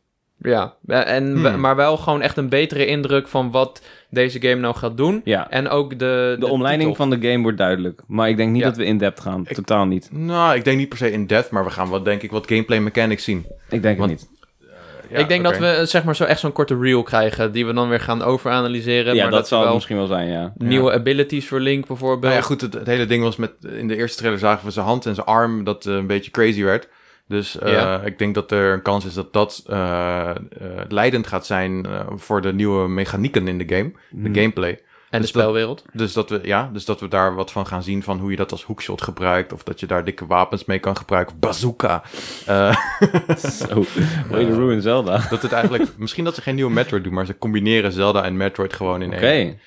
Ja, en hmm. we, maar wel gewoon echt een betere indruk van wat deze game nou gaat doen. Ja. En ook de... De, de omleiding titel. Van de game wordt duidelijk. Maar ik denk niet ja. dat we in-depth gaan. Ik, Totaal niet. Nou, ik denk niet per se in-depth, maar we gaan wel, denk ik, wat gameplay mechanics zien. Ik denk Want, het niet. Ja, ik denk okay. dat we zeg maar zo echt zo'n korte reel krijgen, die we dan weer gaan overanalyseren. Ja, maar dat, dat zal wel misschien wel zijn, ja. Nieuwe ja. abilities voor Link bijvoorbeeld. Nou ja, goed, het, het hele ding was met... In de eerste trailer zagen we zijn hand en zijn arm, dat uh, een beetje crazy werd. Dus uh, ja. ik denk dat er een kans is dat dat uh, uh, leidend gaat zijn uh, voor de nieuwe mechanieken in de game. Mm. De gameplay. En dus de spelwereld. Dat, dus, dat we, ja, dus dat we daar wat van gaan zien van hoe je dat als hookshot gebruikt. Of dat je daar dikke wapens mee kan gebruiken. Of bazooka. Uh, Zo, way to ruin Zelda. Dat het eigenlijk... Misschien dat ze geen nieuwe Metroid doen, maar ze combineren Zelda en Metroid gewoon in okay. één.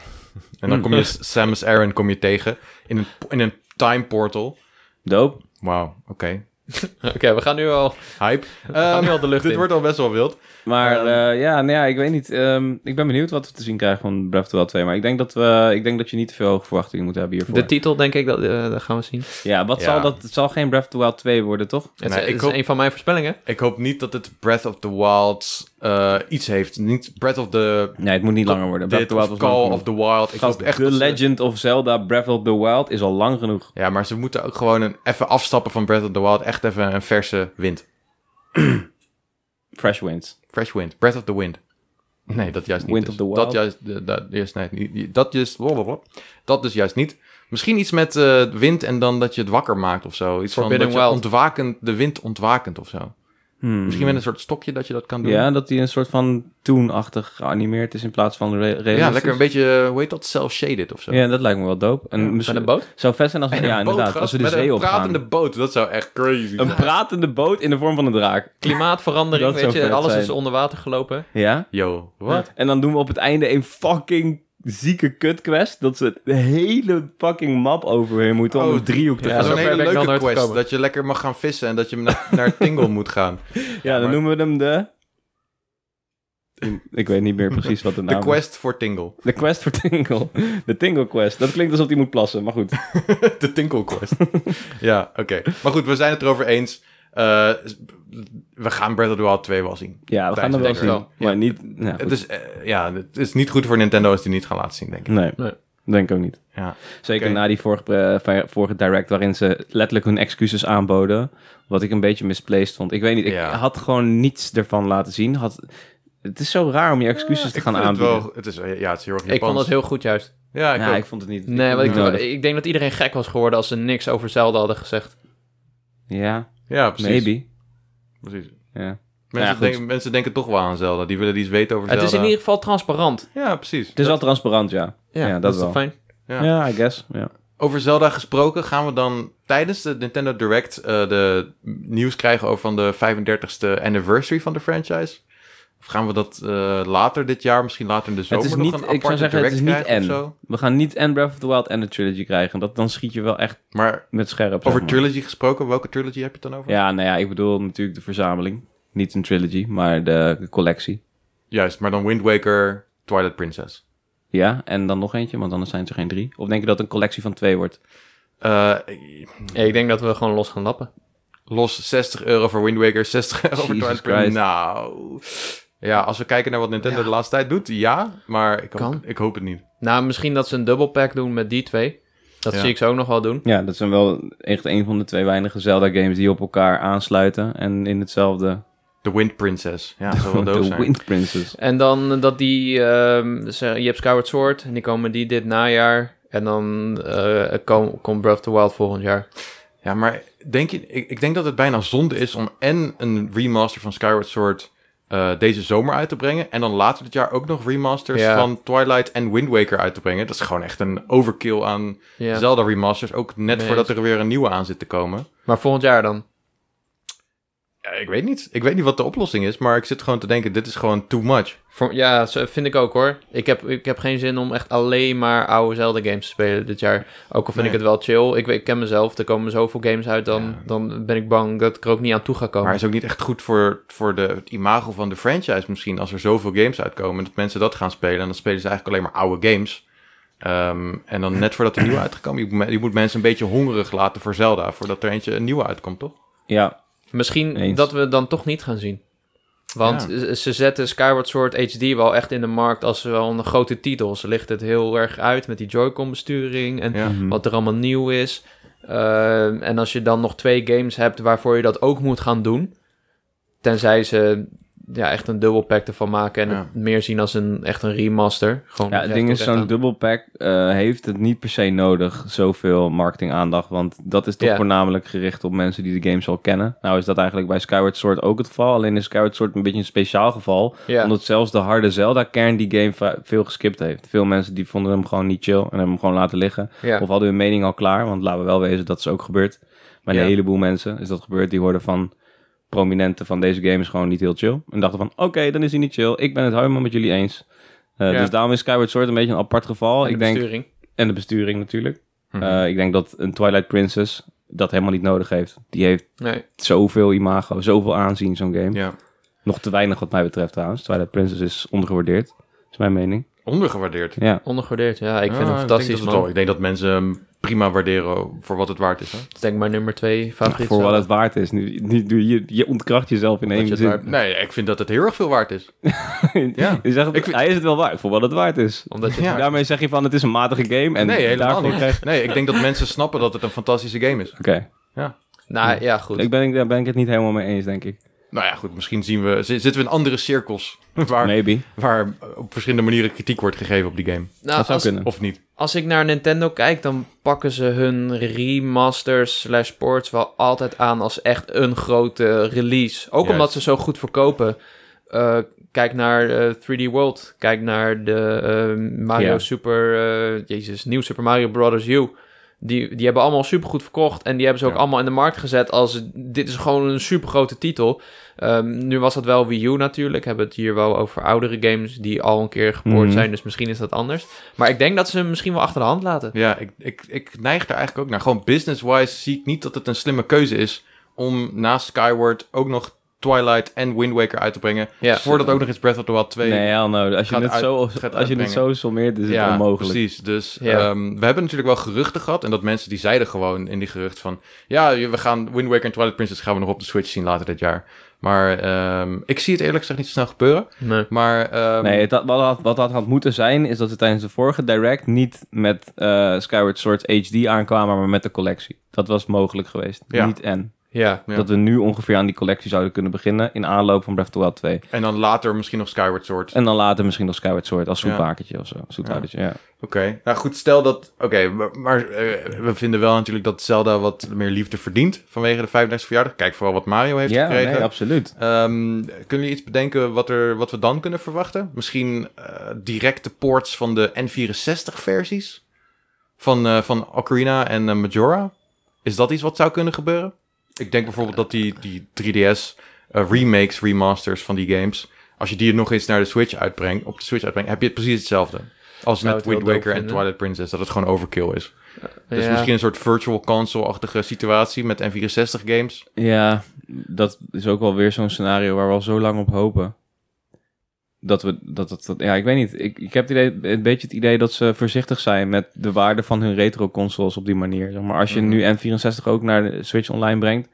En dan kom je Samus Aran kom je tegen in een, in een time portal. Dope. Wauw, oké. Okay. Oké, okay, we gaan nu al... Hype. We gaan um, nu al de lucht dit in. wordt al best wel wild. Maar um, uh, ja, nou ja, ik weet niet. Um, ik ben benieuwd wat we te zien krijgen van Breath of the Wild twee. Maar ik denk dat, we, ik denk dat je niet te veel hoge verwachtingen moet hebben hiervoor. De titel, denk ik, dat, uh, dat gaan we zien. Ja, wat ja. zal dat... Het zal geen Breath of the Wild twee worden, toch? Het, nee, het ik is hoop, een van mijn voorspellingen. Ik hoop niet dat het Breath of the Wild uh, iets heeft. Niet Breath of the... Nee, het moet niet langer worden. Breath of the Wild was Call of the Wild. Ik hoop echt The Legend of Zelda Breath of the Wild is al lang genoeg. Ja, maar ze moeten ook gewoon een, even afstappen van Breath of the Wild. Echt even een verse wind. Fresh winds. Fresh wind. Breath of the wind. Nee, dat juist niet. Wind dus. of the Wild. Dat juist, dat juist, nee, dat juist, dat dus juist niet. Misschien iets met uh, wind en dan dat je het wakker maakt of zo. Iets Forbidden van dat je ontwakend, de wind ontwakend of zo. Hmm. Misschien met een soort stokje dat je dat kan doen. Ja, dat die een soort van toon-achtig geanimeerd is in plaats van re- realistisch. Ja, lekker een beetje, hoe heet dat, self-shaded of zo. Ja, dat lijkt me wel dope. En Ja, misschien- Met een boot? zou vet zijn als we, En een ja, boot, inderdaad, gast, als we de met zee een op gaan. pratende boot, dat zou echt crazy zijn. Een pratende boot in de vorm van een draak. Klimaatverandering, Dat weet zou je, vet alles zijn. is onder water gelopen. Ja? Yo, wat? En dan doen we op het einde een fucking zieke kutquest. Dat ze de hele fucking map overheen moeten om Oh, een driehoek te ja, gaan. Zo'n zover hele ben ik nog leuke nooit quest, gekomen. dat je lekker mag gaan vissen en dat je naar, naar Tingle moet gaan. Ja, dan maar- noemen we hem de... Ik weet niet meer precies wat de naam De is. quest voor Tingle. De quest voor Tingle. De Tingle quest. Dat klinkt alsof hij moet plassen, maar goed. De Tingle quest. Ja, oké. Maar goed, we zijn het erover eens. Uh, we gaan Breath of the Wild twee wel zien. Ja, we gaan Tijdens er wel het zien. wel. Maar Ja. niet... Ja, goed. Het is, uh, ja, het is niet goed voor Nintendo als die niet gaan laten zien, denk ik. Nee, Nee. denk ik ook niet. Ja. Zeker Oké. na die vorige, eh, vorige direct waarin ze letterlijk hun excuses aanboden. Wat ik een beetje misplaced vond. Ik weet niet, ik Ja. had gewoon niets ervan laten zien. Had, het is zo raar om je excuses te Ik gaan vind het aanbieden. wel, het is, ja, het is heel erg Japans. Ik vond dat heel goed juist. Ja, ik ja, ook. ik vond het niet. Nee, ik want vond ik, het niet nodig. ik denk dat iedereen gek was geworden als ze niks over Zelda hadden gezegd. Ja, Ja, precies. maybe. precies. Ja. Mensen, goed. denken, mensen denken toch wel aan Zelda. Die willen iets weten over Het Zelda. is in ieder geval transparant. Ja, precies. Het is wel transparant, ja. Ja, dat, dat is wel. toch fijn? Ja. Ja, I guess. Ja. Over Zelda gesproken, gaan we dan tijdens de Nintendo Direct uh, de nieuws krijgen over van de vijfendertigste anniversary van de franchise? Of gaan we dat uh, later dit jaar, misschien later in de zomer Het is nog niet, een ik zou aparte zeggen, het Direct is niet krijgen of en. zo? We gaan niet en Breath of the Wild en de trilogy krijgen. Dat, dan schiet je wel echt Maar met scherp. zeg over maar. trilogy gesproken, welke trilogy heb je het dan over? Ja, nou ja, ik bedoel natuurlijk de verzameling. Niet een trilogy, maar de, de collectie. Juist, maar dan Wind Waker, Twilight Princess. Ja, en dan nog eentje, want anders zijn het er geen drie. Of denk je dat het een collectie van twee wordt? Uh, Ja, ik denk dat we gewoon los gaan lappen. los zestig euro voor Wind Waker, zestig euro voor Jesus Twilight Princess. Christ. Nou, ja, als we kijken naar wat Nintendo Ja. de laatste tijd doet, ja, maar ik hoop, Kan. ik hoop het niet. Nou, misschien dat ze een double pack doen met die twee. Dat Ja. zie ik zo ook nog wel doen. Ja, dat zijn wel echt een van de twee weinige Zelda-games die op elkaar aansluiten. En in hetzelfde... De Wind Princess, ja, dat zou wel doof de zijn. Wind Princess. En dan dat die... ehm, dus, eh, je hebt Skyward Sword en die komen die dit najaar. En dan eh, kom- komt Breath of the Wild volgend jaar. Ja, maar denk je, ik, ik denk dat het bijna zonde is om en een remaster van Skyward Sword uh, deze zomer uit te brengen. En dan later dit jaar ook nog remasters Ja. van Twilight en Wind Waker uit te brengen. Dat is gewoon echt een overkill aan Ja. Zelda remasters. Ook net Nee, voordat eens. er weer een nieuwe aan zit te komen. Maar volgend jaar dan? Ja, ik weet niet. Ik weet niet wat de oplossing is, maar ik zit gewoon te denken, dit is gewoon too much. Voor, ja, zo vind ik ook hoor. Ik heb, ik heb geen zin om echt alleen maar oude Zelda games te spelen dit jaar. Ook al vind Nee. ik het wel chill. Ik, weet- ik ken mezelf, er komen zoveel games uit. Dan, Ja. dan ben ik bang dat ik er ook niet aan toe ga komen. Maar het is ook niet echt goed voor, voor de, het imago van de franchise misschien, als er zoveel games uitkomen, dat mensen dat gaan spelen. En dan spelen ze eigenlijk alleen maar oude games. Um, en dan net voordat er nieuwe uitgekomen, je moet, je moet mensen een beetje hongerig laten voor Zelda, voordat er eentje een nieuwe uitkomt, toch? Ja, Misschien Eens. dat we het dan toch niet gaan zien. Want Ja. ze- ze zetten Skyward Sword H D wel echt in de markt als wel een grote titel. Ze lichten het heel erg uit met die Joy-Con besturing en Ja. Mhm. wat er allemaal nieuw is. Uh, en als je dan nog twee games hebt waarvoor je dat ook moet gaan doen, tenzij ze ja, echt een double pack ervan maken en Ja. het meer zien als een, echt een remaster. Gewoon ja, het het ding recht is, op recht zo'n aan. double pack eh, heeft het niet per se nodig, zoveel marketingaandacht. Want dat is toch Ja. voornamelijk gericht op mensen die de games al kennen. Nou is dat eigenlijk bij Skyward Sword ook het geval. Alleen is Skyward Sword een beetje een speciaal geval. Ja. Omdat zelfs de harde Zelda-kern die game va- veel geskipt heeft. Veel mensen die vonden hem gewoon niet chill en hebben hem gewoon laten liggen. Ja. Of hadden hun mening al klaar, want laten we wel wezen, dat is ook gebeurd. Bij Ja. een heleboel mensen is dat gebeurd. Die hoorden van prominenten van deze game is gewoon niet heel chill. En dachten van, oké, dan is hij niet chill. Ik ben het helemaal met jullie eens. Uh, Ja. Dus daarom is Skyward Sword een beetje een apart geval. En de ik denk, besturing. en de besturing natuurlijk. Mhm. Uh, ik denk dat een Twilight Princess dat helemaal niet nodig heeft. Die heeft Nee. zoveel imago, zoveel aanzien, zo'n game. Ja. Nog te weinig wat mij betreft trouwens. Twilight Princess is ondergewaardeerd. is mijn mening. Ondergewaardeerd. Ja. Ondergewaardeerd, ja. Ik vind Ja, hem fantastisch, ik denk dat het man. wel- Ik denk dat mensen hem prima waarderen voor wat het waard is. Hè? Dat is denk ik mijn nummer twee favoriet. Voor wat Zelda. het waard is. Nu, nu doe je, je ontkracht jezelf in Dat één je het zin. waard- Nee, ik vind dat het heel erg veel waard is. Ja. Je zegt het, Ik vind- hij is het wel waard, voor wat het waard is. Omdat je het Ja. waard- Daarmee zeg je van, het is een matige game. En nee, helemaal daarvoor niet. krijg- Nee, ik denk dat mensen snappen dat het een fantastische game is. Oké, Nou ja, goed. ik ben, daar ben ik het niet helemaal mee eens, denk ik. Nou ja, goed, misschien zien we, z- zitten we in andere cirkels waar, Maybe. waar op verschillende manieren kritiek wordt gegeven op die game. Nou, dat zou als, kunnen. Of niet. als ik naar Nintendo kijk, dan pakken ze hun remasters slash ports wel altijd aan als echt een grote release. Ook Juist. omdat ze zo goed verkopen. Uh, kijk naar uh, drie D World. Kijk naar de uh, Mario Ja. Super... Uh, jezus, nieuw Super Mario Bros. U. Die, die hebben allemaal supergoed verkocht. En die hebben ze ook Ja. allemaal in de markt gezet als... Dit is gewoon een supergrote titel. Um, nu was dat wel Wii U natuurlijk. We hebben het hier wel over oudere games die al een keer gepoord Mhm. zijn. Dus misschien is dat anders. Maar ik denk dat ze hem misschien wel achter de hand laten. Ja, ik, ik, ik neig er eigenlijk ook naar. Gewoon business-wise zie ik niet dat het een slimme keuze is om naast Skyward ook nog Twilight en Wind Waker uit te brengen. Ja. Voordat ook nog eens Breath of the Wild twee... Nee, hell no. Als je gaat het uit- zo, gaat als je het uitbrengen. zo sommeert, is het ja, onmogelijk. precies. Dus Ja. ehm, we hebben natuurlijk wel geruchten gehad. En dat mensen die zeiden gewoon in die gerucht van... Ja, we gaan Wind Waker en Twilight Princess gaan we nog op de Switch zien later dit jaar. Maar ehm, ik zie het eerlijk gezegd niet zo snel gebeuren. Nee. Maar ehm, Nee, het had, wat, had, wat dat had moeten zijn, is dat ze tijdens de vorige Direct niet met eh, Skyward Sword H D aankwamen, maar met de collectie. Dat was mogelijk geweest. Ja. Niet en. Ja. Ja. Dat we nu ongeveer aan die collectie zouden kunnen beginnen in aanloop van Breath of the Wild twee. En dan later misschien nog Skyward Sword. En dan later misschien nog Skyward Sword als Ja. zoetbakertje of zo. Zoethoudertje, ja. Oké, nou goed, stel dat... Oké, maar, maar eh, we vinden wel natuurlijk dat Zelda wat meer liefde verdient vanwege de vijfendertigste verjaardag. Kijk vooral wat Mario heeft Ja, gekregen. nee, absoluut. Ehm, kunnen jullie iets bedenken wat, er, wat we dan kunnen verwachten? Misschien eh, directe ports van de N vierenzestig-versies van, eh, van Ocarina en eh, Majora? Is dat iets wat zou kunnen gebeuren? Ik denk bijvoorbeeld dat die, die drie D S eh, remakes, remasters van die games... als je die nog eens naar de Switch uitbrengt, op de Switch uitbrengt... heb je het precies hetzelfde als Zou met het heel Wind Waker dope en vinden. Twilight Princess. Dat het gewoon overkill is. Dus Ja. misschien een soort virtual console-achtige situatie met N vierenzestig games. Ja, dat is ook wel weer zo'n scenario waar we al zo lang op hopen. Dat we, dat, dat, dat ja, ik weet niet. Ik, ik heb het idee, een beetje het idee dat ze voorzichtig zijn met de waarde van hun retro-consoles op die manier. Zeg maar als je Mhm. nu N vierenzestig ook naar de Switch Online brengt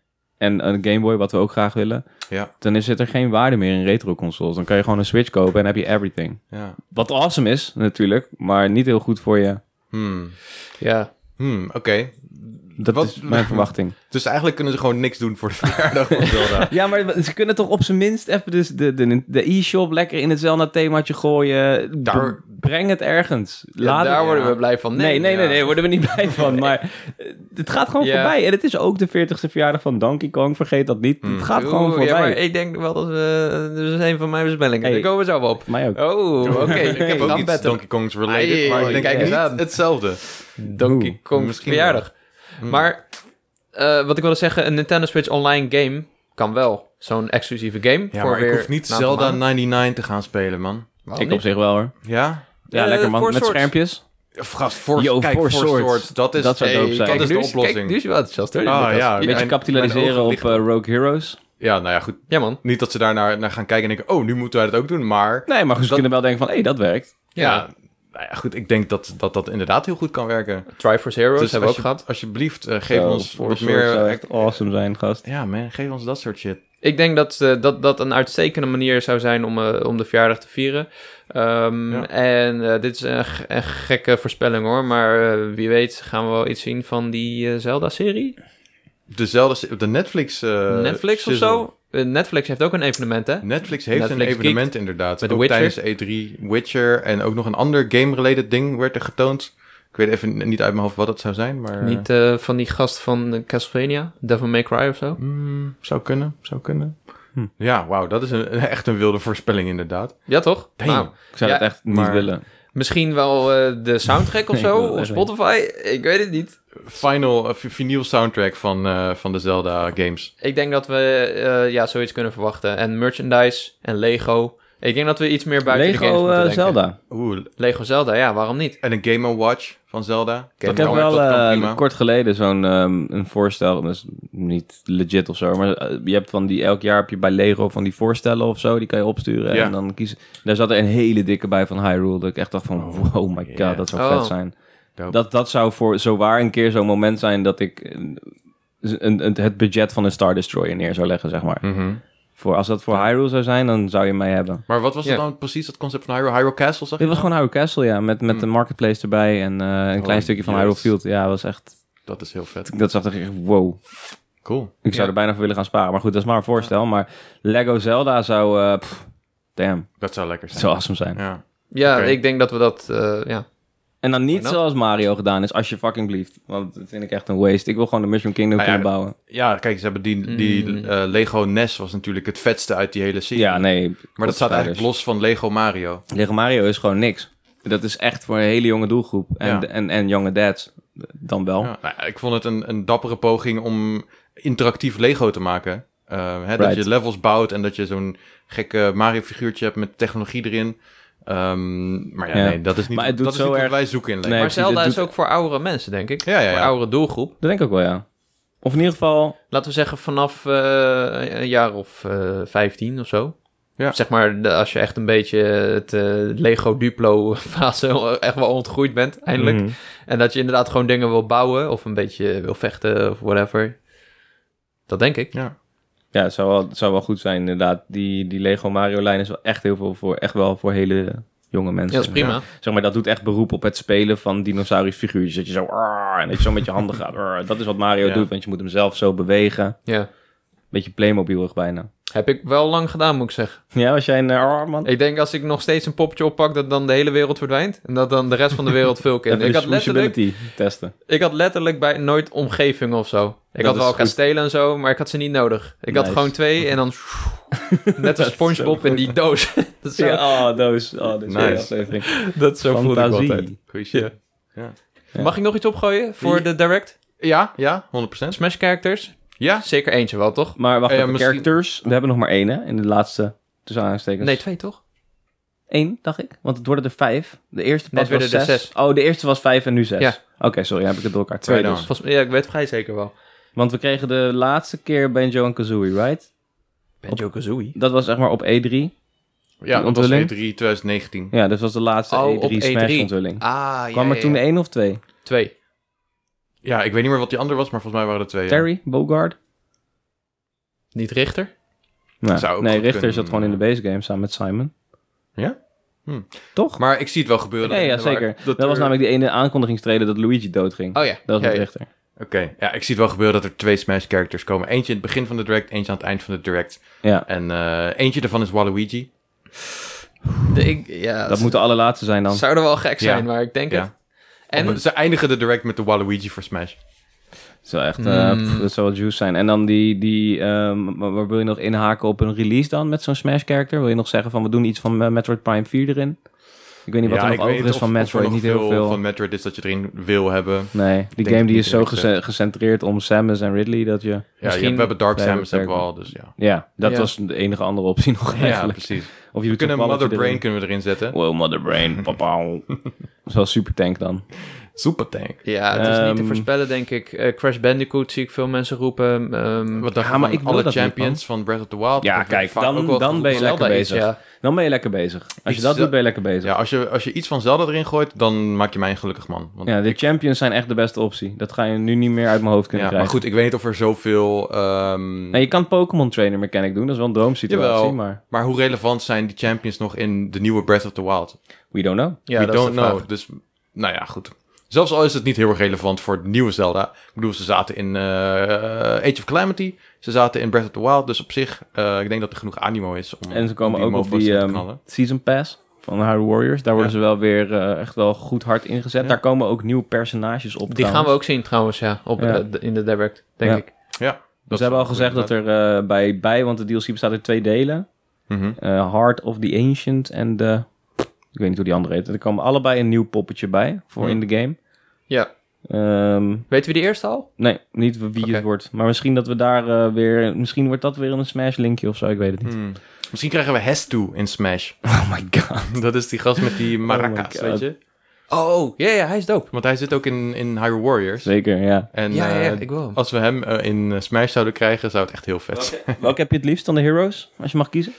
en een Game Boy, wat we ook graag willen, Ja, dan is er geen waarde meer in retro-consoles. Dan kan je gewoon een Switch kopen en heb je everything. ja. Wat awesome is, natuurlijk, maar niet heel goed voor je. Hmm. Ja. Hmm, oké. Dat Wat- is mijn verwachting. Dus eigenlijk kunnen ze gewoon niks doen voor de verjaardag van Zelda. Ja, maar ze kunnen toch op zijn minst even dus de, de, de e-shop lekker in het Zelda-themaatje gooien. Daar- B- Breng het ergens. Ja, Laat daar het- worden ja. we blij van. Nee, nee, nee, ja. nee, daar worden we niet blij van. Maar eh, het gaat gewoon Ja. voorbij. En het is ook de veertigste verjaardag van Donkey Kong. Vergeet dat niet. Hmm. Het gaat Oeh, gewoon voorbij. Ja, maar ik denk wel dat we... Dat is een van mijn bespellingen. Hey. Daar komen we zo op. Mij ook. Oh, oké. Ik heb ook Dan iets betten. Donkey Kongs related, Ai, maar ik denk kijk eens niet aan. hetzelfde. Donkey Oeh, Kong misschien verjaardag. Hmm. Maar uh, wat ik wilde zeggen, een Nintendo Switch Online game kan wel. Zo'n exclusieve game. Ja, voor maar ik weer hoef niet een aantal Zelda maanden. negenennegentig te gaan spelen, man. Waarom Ik niet? op zich wel hoor. Ja? Ja, Eh, lekker man. Four Met Swords. schermpjes. Of gast, Force, Yo, kijk, Force Force Swords. Swords. Dat is, Dat zou dope hey, zijn. dat is nu de is- oplossing. Kijk, nu is je wel enthousiast hoor. Ah, Lucas. ja. Een beetje mijn- kapitaliseren mijn ogen op lichten. eh, Rogue Heroes. Ja, nou ja, goed. Ja man. Niet dat ze daar naar, naar gaan kijken en denken... oh, nu moeten wij dat ook doen, maar... Nee, maar goed, ze Dat- kunnen wel denken van, hé, hey, dat werkt. Ja, Ja. nou ja, goed. Ik denk dat dat, dat inderdaad heel goed kan werken. Triforce Heroes Dus hebben we als ook je, gehad. alsjeblieft, eh, geef Zo, ons Force wat Swords meer... zou echt awesome zijn, gast. Ja, man, geef ons dat soort shit. Ik denk dat, uh, dat dat een uitstekende manier zou zijn om, uh, om de verjaardag te vieren. Um, Ja. En uh, dit is een, g- een gekke voorspelling hoor. Maar uh, wie weet gaan we wel iets zien van die uh, Zelda-serie. De Zelda... De Netflix... eh, Netflix of shizzle. zo? Uh, Netflix heeft ook een evenement hè? Netflix heeft Netflix een evenement inderdaad. Met ook The Witcher. tijdens E drie. Witcher en ook nog een ander game-related ding werd er getoond. Ik weet even niet uit mijn hoofd wat het zou zijn, maar... Niet uh, van die gast van uh, Castlevania? Devil May Cry of zo? Mm, zou kunnen, zou kunnen. Hm. Ja, wauw, dat is een, echt een wilde voorspelling inderdaad. Ja toch? Damn. Nou, Ik zou Ja, het echt niet maar- willen. misschien wel uh, de soundtrack of Ik zo wil het op echt Spotify. Ik weet het niet. Final, uh, vinyl soundtrack van, uh, van de Zelda games. Ik denk dat we uh, ja, zoiets kunnen verwachten. En merchandise en Lego. Ik denk dat we iets meer buiten de games Lego moeten eh, denken. Zelda. Oeh, Lego Zelda, ja, waarom niet? en een Game and Watch van Zelda. Game Dat Ik heb kan- wel dat kan eh, prima. kort geleden zo'n um, een voorstel, dat is niet legit of zo, maar uh, je hebt van die, elk jaar heb je bij Lego van die voorstellen of zo, die kan je opsturen Ja. en dan kiezen. Daar zat er een hele dikke bij van Hyrule, dat ik echt dacht van, Oh, wow my god, yeah. dat zou Oh. vet zijn. Dope. Dat, dat zou voor zo waar een keer zo'n moment zijn dat ik een, een, een- het budget van een Star Destroyer neer zou leggen, zeg maar. Mhm. Voor, als dat voor Hyrule zou zijn, dan zou je mij hebben. Maar wat was Ja. dat dan precies, het concept van Hyrule? Hyrule Castle, zag je? Dit was gewoon Hyrule Castle, ja, met, met Hmm. de marketplace erbij en uh, een Oh, klein stukje van yes. Hyrule Field. Ja, dat was echt, Dat is heel vet. dat zag er echt, wow. Cool. Ik zou Ja. er bijna voor willen gaan sparen. Maar goed, dat is maar een voorstel. Maar Lego Zelda zou... Uh, pff, damn, Dat zou lekker het zijn. zou awesome zijn. Ja. Ja, Oké. ik denk dat we dat... Uh, ja. En dan niet Why not? zoals Mario gedaan is, als je fucking blieft. Want dat vind ik echt een waste. Ik wil gewoon de Mushroom Kingdom Ah, ja, kunnen bouwen. ja, kijk, ze hebben die, die Mm. eh, Lego N E S was natuurlijk het vetste uit die hele serie. Ja, nee. Maar dat staat eigenlijk los van Lego Mario. Lego Mario is gewoon niks. Dat is echt voor een hele jonge doelgroep. En, Ja. en, en jonge dads dan wel. Ja, nou, ik vond het een, een dappere poging om interactief Lego te maken. Uh, hè, dat Right. je levels bouwt en dat je zo'n gekke Mario-figuurtje hebt met technologie erin. Um, maar ja, Ja. nee, dat is niet, Maar het doet dat is zo niet wat erg- wij zoeken in Lego. Nee, Maar precies, Zelda het is doet- ook voor oudere mensen, denk ik. Ja, ja, ja. Voor oudere doelgroep. Dat denk ik ook wel, ja. Of in ieder geval... Laten we zeggen vanaf uh, een jaar of uh, vijftien of zo. Ja. Zeg maar, de, als je echt een beetje het uh, Lego Duplo fase echt wel ontgroeid bent, eindelijk. Mhm. En dat je inderdaad gewoon dingen wil bouwen of een beetje wil vechten of whatever. Dat denk ik. Ja. Ja, het zou wel, het zou wel goed zijn, inderdaad. Die, die Lego Mario-lijn is wel echt heel veel voor... Echt wel voor hele jonge mensen. Ja, dat is prima. Ja. Zeg maar, dat doet echt beroep op het spelen van dinosaurisch figuurtjes. Dat je zo... "Arr", en dat je zo met je handen gaat. "Arr". Dat is wat Mario Ja. doet, want je moet hem zelf zo bewegen. Ja. Beetje Playmobilig bijna. Heb ik wel lang gedaan, moet ik zeggen. Ja, was jij een uh, "Arr", man? Ik denk als ik nog steeds een poppetje oppak, dat dan de hele wereld verdwijnt. En dat dan de rest van de wereld veel kind. Even Ik de had letterlijk, switchability testen. ik had letterlijk bij nooit omgevingen of zo. Ik Dat had is wel goed. kastelen en zo, maar ik had ze niet nodig. Ik had Nice. gewoon twee en dan net als is SpongeBob zo in die doos. dat is zo, Ja, oh, doos. Oh, dat is Nice. een aflevering. dat zo voelde ik Fantasie. altijd. Goeie shit. Ja. Ja. Mag ik nog iets opgooien voor Wie- de direct? Ja, ja, honderd procent. Smash characters? Ja, Zeker eentje wel, toch? Maar wacht Eh, even, misschien- characters. We hebben nog maar één, hè? In de laatste tussen aanstekens. Nee, twee toch? Eén, dacht ik. Want het worden er vijf. De eerste Nee, pas het was werden er zes. zes. Oh, de eerste was vijf en nu zes. Ja. Oké, sorry, dan heb ik het door elkaar. Twee Right dus. on. Volgens, ja, ik weet vrij zeker wel. Want we kregen de laatste keer Banjo en Kazooie, right? Banjo-Kazooie? Dat was zeg maar op E drie. ja dat was E onthulling? drie twintig negentien. Ja, dat was de laatste Oh, E op drie E drie. Smash-onthulling. Ah, ja, Kwam ja, er toen ja. één of twee? Twee. Ja, ik weet niet meer wat die andere was, maar volgens mij waren er twee. ja. Terry, Bogard? Niet Richter? Nou, Zou ook nee, goed Richter kunnen, zat gewoon in de base game samen met Simon. Ja? Hm. Toch? Maar ik zie het wel gebeuren. Ja, ja, Maar zeker. Dat, er- was namelijk die ene aankondigingstrailer dat Luigi doodging. Oh ja. Dat was ja, met ja. Richter. Oké, ja, ik zie het wel gebeuren dat er twee Smash characters komen. Eentje in het begin van de direct, eentje aan het eind van de direct. Ja, En eh, eentje daarvan is Waluigi. De, ik, ja, dat moet de allerlaatste zijn dan. zou er wel gek zijn, Ja. maar ik denk Ja. het. En En ze eindigen de direct met de Waluigi voor Smash. Dat zou echt, eh, Mm. pff, dat zou wel juice zijn. En dan die, die ehm, maar waar wil je nog inhaken op een release dan met zo'n Smash character? Wil je nog zeggen van we doen iets van eh, Metroid Prime vier erin? Ik weet niet wat Ja, er ik nog weet over niet is of- van of er Metroid, nog niet heel veel. van Metroid is dat je erin wil hebben. Nee, die denk game het die niet, is zo eerlijk gece- gezegd. gecentreerd om Samus en Ridley dat je... Ja, Misschien- je, we hebben Dark Ja, Samus dat hebben we werkt al, dus ja. Ja, dat Ja. was de enige andere optie nog Ja, eigenlijk. precies. Of je We doet kunnen een Mother balletje Brain erin. kunnen we erin zetten. Well, Mother Brain, papa. Zoals Super Tank dan. Super Tank. ja, het is niet te Ehm, voorspellen, denk ik. Eh, Crash Bandicoot zie ik veel mensen roepen. Ehm, Wat dacht Ja, je maar van ik wil alle dat niet, champions van Breath of the Wild? Ja, Dat kijk, wordt vaak dan- ook wel dan goed ben je gevoeld. lekker Zelda bezig. iets, ja. Dan ben je lekker bezig. Als je Iets dat ze- doet, ben je lekker bezig. Ja, als je, als je iets van Zelda erin gooit, dan maak je mij een gelukkig man. Want Ja, de ik- champions zijn echt de beste optie. Dat ga je nu niet meer uit mijn hoofd kunnen ja, krijgen. maar goed, ik weet niet of er zoveel... ehm, Nee, je kan Pokémon Trainer Mechanic doen. Dat is wel een droomsituatie, Jawel. maar Maar hoe relevant zijn die champions nog in de nieuwe Breath of the Wild? we don't know. ja, We dat is don't de vraag. know. Dus, nou ja, goed. Zelfs al is het niet heel erg relevant voor het nieuwe Zelda. Ik bedoel, ze zaten in eh, Age of Calamity. Ze zaten in Breath of the Wild. Dus op zich, eh, ik denk dat er genoeg animo is om En ze komen om ook op mofo's die in te ehm, knallen. Season Pass van Hyrule Warriors. Daar worden Ja. ze wel weer eh, echt wel goed hard ingezet. Ja. Daar komen ook nieuwe personages op. Die gaan we ook zien trouwens, ja, op, Ja. eh, de- in de direct, denk Ja. ik. Ja. Dus ze hebben al gezegd dat er eh, bij, bij, want de D L C bestaat uit twee delen. Mhm. eh, Heart of the Ancient en de... Ik weet niet hoe die andere heet. Er komen allebei een nieuw poppetje bij voor Hmm. in de game. Ja. Ehm, Weten we die eerste al? nee, niet wie Oké. het wordt. Maar misschien dat we daar eh, weer... Misschien wordt dat weer een Smash linkje of zo. Ik weet het niet. Hmm. Misschien krijgen we Hestu in Smash. Oh my god. Dat is die gast met die maracas, Oh my weet God. je? Oh, ja, ja, hij is dope. Want hij zit ook in, in Hyrule Warriors. Zeker, ja. En Ja, ja, ja, eh, ik wil hem. als we hem eh, in eh, Smash zouden krijgen, zou het echt heel vet zijn. Welke heb je het liefst dan de Heroes? Als je mag kiezen.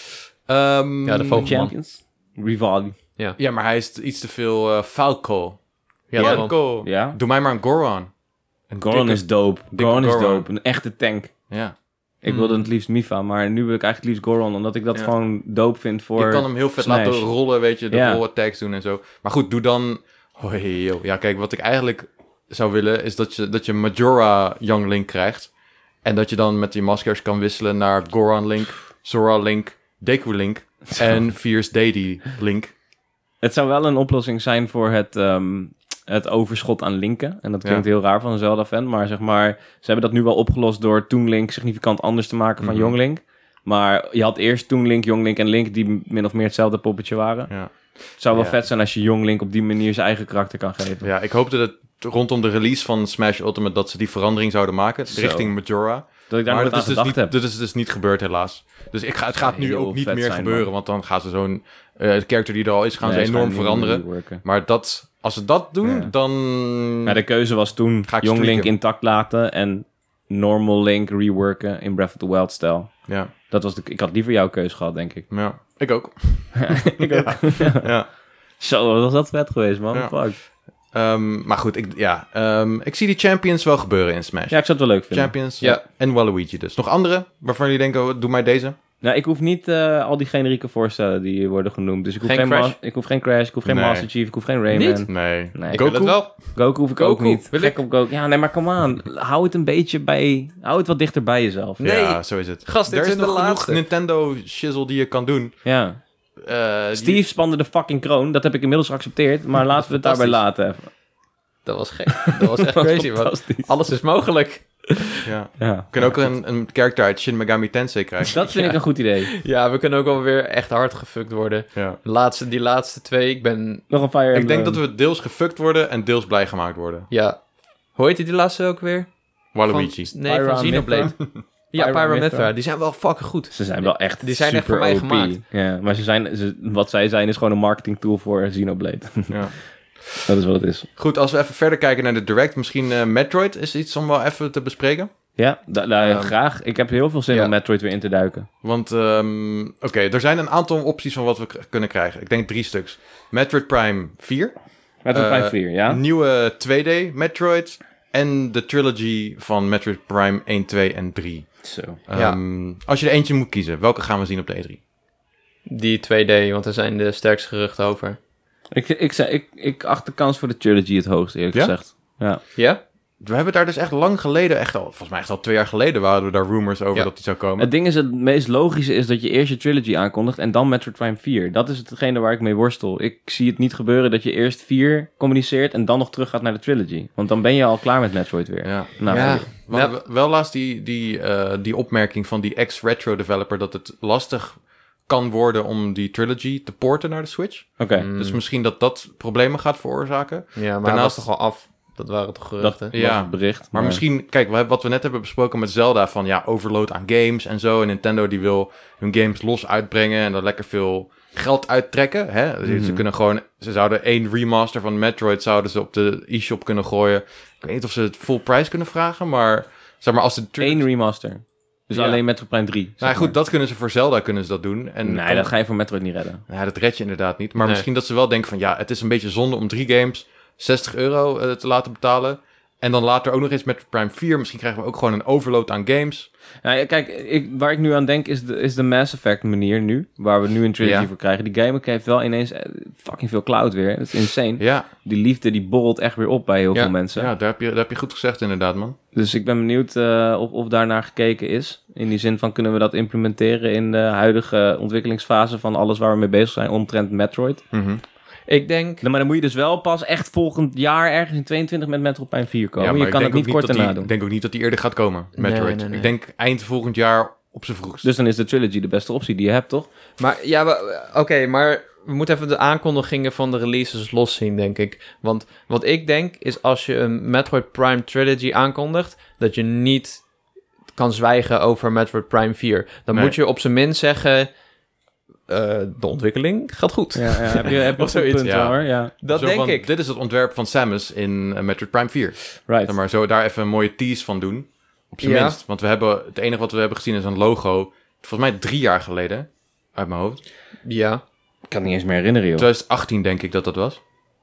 Ehm, Ja, de Vogelman. Champions. Rivali. Ja, maar hij is iets te veel eh, Falco. Ja, daarom. Falco. Ja. Doe mij maar een Goron. Een Goron dikke- is dope. dikke Goron is Goron. dope. Een echte tank. Ja. Ik Hmm. wilde het liefst Mifa, maar nu wil ik eigenlijk het liefst Goron, omdat ik dat Ja. gewoon dope vind voor... Je kan hem heel vet Smash. laten rollen, weet je, de Ja. roll attacks doen en zo. Maar goed, doe dan... Oh, hey, yo. Ja, kijk, wat ik eigenlijk zou willen, is dat je, dat je Majora Young Link krijgt. En dat je dan met die maskers kan wisselen naar Goron Link, Zora Link, Deku Link en Fierce Deity Link. Het zou wel een oplossing zijn voor het, um, het overschot aan linken. En dat klinkt Ja. heel raar van een Zelda-fan. Maar zeg maar, ze hebben dat nu wel opgelost door Toon Link significant anders te maken van Mhm. Young Link. Maar je had eerst Toon Link, Young Link en Link die min of meer hetzelfde poppetje waren. Ja. Het zou wel Ja. vet zijn als je Young Link op die manier zijn eigen karakter kan geven. Ja, ik hoopte dat rondom de release van Smash Ultimate dat ze die verandering zouden maken Zo. richting Majora. Dat ik daar Maar nooit dat aan is, dus gedacht niet, heb. dat is dus niet gebeurd helaas. Dus ik ga, het zou gaat nu heel ook niet vet meer zijn, gebeuren, man. want dan gaan ze zo'n uh, character die er al is, gaan Nee, ze enorm gaan niet veranderen. reworken. Maar dat, als ze dat doen, Ja. dan... Maar de keuze was toen Ga ik Young Link streaken. intact laten en normal Link reworken in Breath of the Wild stijl. Ja, Dat was de, ik had liever jouw keuze gehad, denk ik. ja, ik ook. ik ook. Ja. Zo, wat was dat vet geweest, man. Ja. Fuck. Um, maar goed, ik, ja, um, ik zie die champions wel gebeuren in Smash. Ja, ik zou het wel leuk vinden. Champions Ja. en Waluigi dus. Nog andere waarvan jullie denken, oh, doe mij deze? Nou, ik hoef niet uh, al die generieke voorstellen die worden genoemd. Dus ik hoef Geen geen, Crash? Ma- ik hoef geen Crash, ik hoef geen Nee. Master Chief, ik hoef geen Rayman. Niet? Nee. Nee. Ik wil het wel. Goku hoef ik ook Goku, niet. wil Gek ik. op Goku. Ja, nee, maar kom aan. Hou het een beetje bij... Hou het wat dichter bij jezelf. Nee. Ja, zo is het. Gast, dit er is is de nog genoeg laatste. Nintendo shizzle die je kan doen. Ja. Uh, die- Steve spande de fucking kroon. Dat heb ik inmiddels geaccepteerd. Maar laten we het daarbij laten even. Dat was gek. Dat was echt crazy, man. Fantastisch. Alles is mogelijk. Ja. Ja. We kunnen ook een, een character uit Shin Megami Tensei krijgen. Dat vind Ja. ik een goed idee. Ja, we kunnen ook wel weer echt hard gefuckt worden. Ja. Laatste, die laatste twee, ik ben... Nog een Fire Ik denk Emblem. dat we deels gefuckt worden en deels blij gemaakt worden. Ja. Hoe heet die, die laatste ook weer? Waluigi. Van, nee, van Pyra Xenoblade. Mythra. Ja, Pyra Pyra Mythra. Mythra. Die zijn wel fucking goed. Ze zijn wel echt Die zijn echt super voor mij O P. gemaakt. Ja, maar ze zijn, ze, wat zij zijn is gewoon een marketing tool voor Xenoblade. Ja. Dat is wat het is. Goed, als we even verder kijken naar de Direct. Misschien uh, Metroid is iets om wel even te bespreken. Ja, da, da- Ehm, graag. Ik heb heel veel zin ja. om Metroid weer in te duiken. Want, um, oké, okay, er zijn een aantal opties van wat we k- kunnen krijgen. Ik denk drie stuks. Metroid Prime vier. Metroid Eh, Prime vier, ja? Nieuwe twee D Metroid. En de trilogy van Metroid Prime één, twee en drie. Zo. Ja. Um, als je er eentje moet kiezen, welke gaan we zien op de E drie? Die twee D, want er zijn de sterkste geruchten over. Ik, ik, zei, ik, ik acht de kans voor de trilogy het hoogst, eerlijk Ja? gezegd. Ja. Ja? We hebben daar dus echt lang geleden, echt al, volgens mij echt al twee jaar geleden, waren er daar rumors over Ja. dat die zou komen. Het ding is, het meest logische is dat je eerst je trilogy aankondigt en dan Metroid Prime vier. Dat is hetgene waar ik mee worstel. Ik zie het niet gebeuren dat je eerst vier communiceert en dan nog terug gaat naar de trilogy. Want dan ben je al klaar met Metroid weer. Ja. Nou, Ja. vier. We hadden wel laatst die, die, uh, die opmerking van die ex-retro developer dat het lastig kan worden om die trilogy te porten naar de Switch. Oké. Mm. Dus misschien dat dat problemen gaat veroorzaken. Ja, maar Daarnaast- dat was toch al af? Dat waren toch Dat geruchten? was Ja. het bericht. Maar misschien, kijk, we hebben wat we net hebben besproken met Zelda, van ja, overload aan games en zo. En Nintendo die wil hun games los uitbrengen en er lekker veel geld uittrekken. Hè? Dus Mhm. Ze kunnen gewoon, ze zouden één remaster van Metroid zouden ze op de e-shop kunnen gooien. Ik weet niet of ze het full price kunnen vragen, maar zeg maar als de tri- Eén remaster. Dus Ja. alleen Metroid Prime drie. zeg Nou goed, maar. dat kunnen ze voor Zelda kunnen ze dat doen. En Nee, dan- dat ga je voor Metroid niet redden. Ja, dat red je inderdaad niet. Maar Nee. misschien dat ze wel denken van ja, het is een beetje zonde om drie games zestig euro eh, te laten betalen. En dan later ook nog eens met Prime vier. Misschien krijgen we ook gewoon een overload aan games. Nou, ja, kijk, ik, waar ik nu aan denk is de, is de Mass Effect manier nu. Waar we nu een trilogy Ja. voor krijgen. Die game heeft wel ineens eh, fucking veel cloud weer. Dat is insane. Ja, Die liefde die borrelt echt weer op bij heel Ja. veel mensen. ja daar, heb je, daar heb je goed gezegd inderdaad, man. Dus ik ben benieuwd uh, of, of daarnaar gekeken is. In die zin van kunnen we dat implementeren in de huidige ontwikkelingsfase van alles waar we mee bezig zijn omtrent Metroid. Mhm. Ik denk... Maar dan moet je dus wel pas echt volgend jaar ergens in tweeëntwintig met Metroid Prime vier komen. Ja, maar je ik kan denk het niet ook kort dat daarna die, doen. Ik denk ook niet dat die eerder gaat komen, Nee, Metroid. nee, nee. Ik denk eind volgend jaar op zijn vroegst. Dus dan is de trilogy de beste optie die je hebt, toch? Maar ja, we- oké, maar we moeten even de aankondigingen van de releases los zien, denk ik. Want wat ik denk is als je een Metroid Prime Trilogy aankondigt, dat je niet kan zwijgen over Metroid Prime vier. Dan Nee. moet je op zijn minst zeggen, eh, de ontwikkeling gaat goed. Ja, ja, heb je, heb je Of zoiets, punt, ja. hoor. Ja, Dat Zo denk van, ik. Dit is het ontwerp van Samus in uh, Metroid Prime vier. right. Zeg maar zo daar even een mooie tease van doen. Op zijn Ja. minst. Want we hebben, het enige wat we hebben gezien is een logo. Volgens mij drie jaar geleden. Uit mijn hoofd. Ja, Ik kan het niet eens meer herinneren, joh. twintig achttien denk ik dat dat was.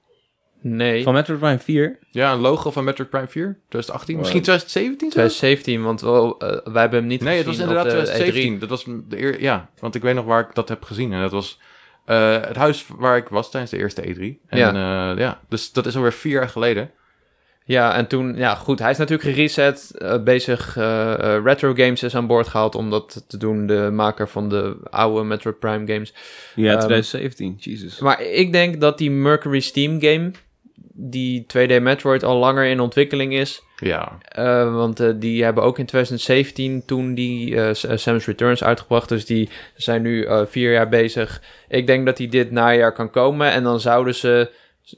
nee. Van Metroid Prime vier? Ja, een logo van Metroid Prime vier. twintig achttien. Wow. Misschien twintig zeventien? zelfs? twintig zeventien, want we, eh, wij hebben hem niet Nee, het was gezien inderdaad op de twintig zeventien. E drie. Dat was de eer, ja, want ik weet nog waar ik dat heb gezien. En dat was eh, het huis waar ik was tijdens de eerste E drie. En Ja. ja, ja dus dat is alweer vier jaar geleden. Ja, en toen, ja goed, hij is natuurlijk gereset, uh, bezig, uh, uh, Retro Games is aan boord gehaald om dat te doen, de maker van de oude Metroid Prime games. Ja, Um, twintig zeventien, Jesus. Maar ik denk dat die Mercury Steam game, die twee D Metroid al langer in ontwikkeling is, Ja. uh, want uh, die hebben ook in twintig zeventien toen die uh, Samus Returns uitgebracht, dus die zijn nu uh, vier jaar bezig. Ik denk dat die dit najaar kan komen en dan zouden ze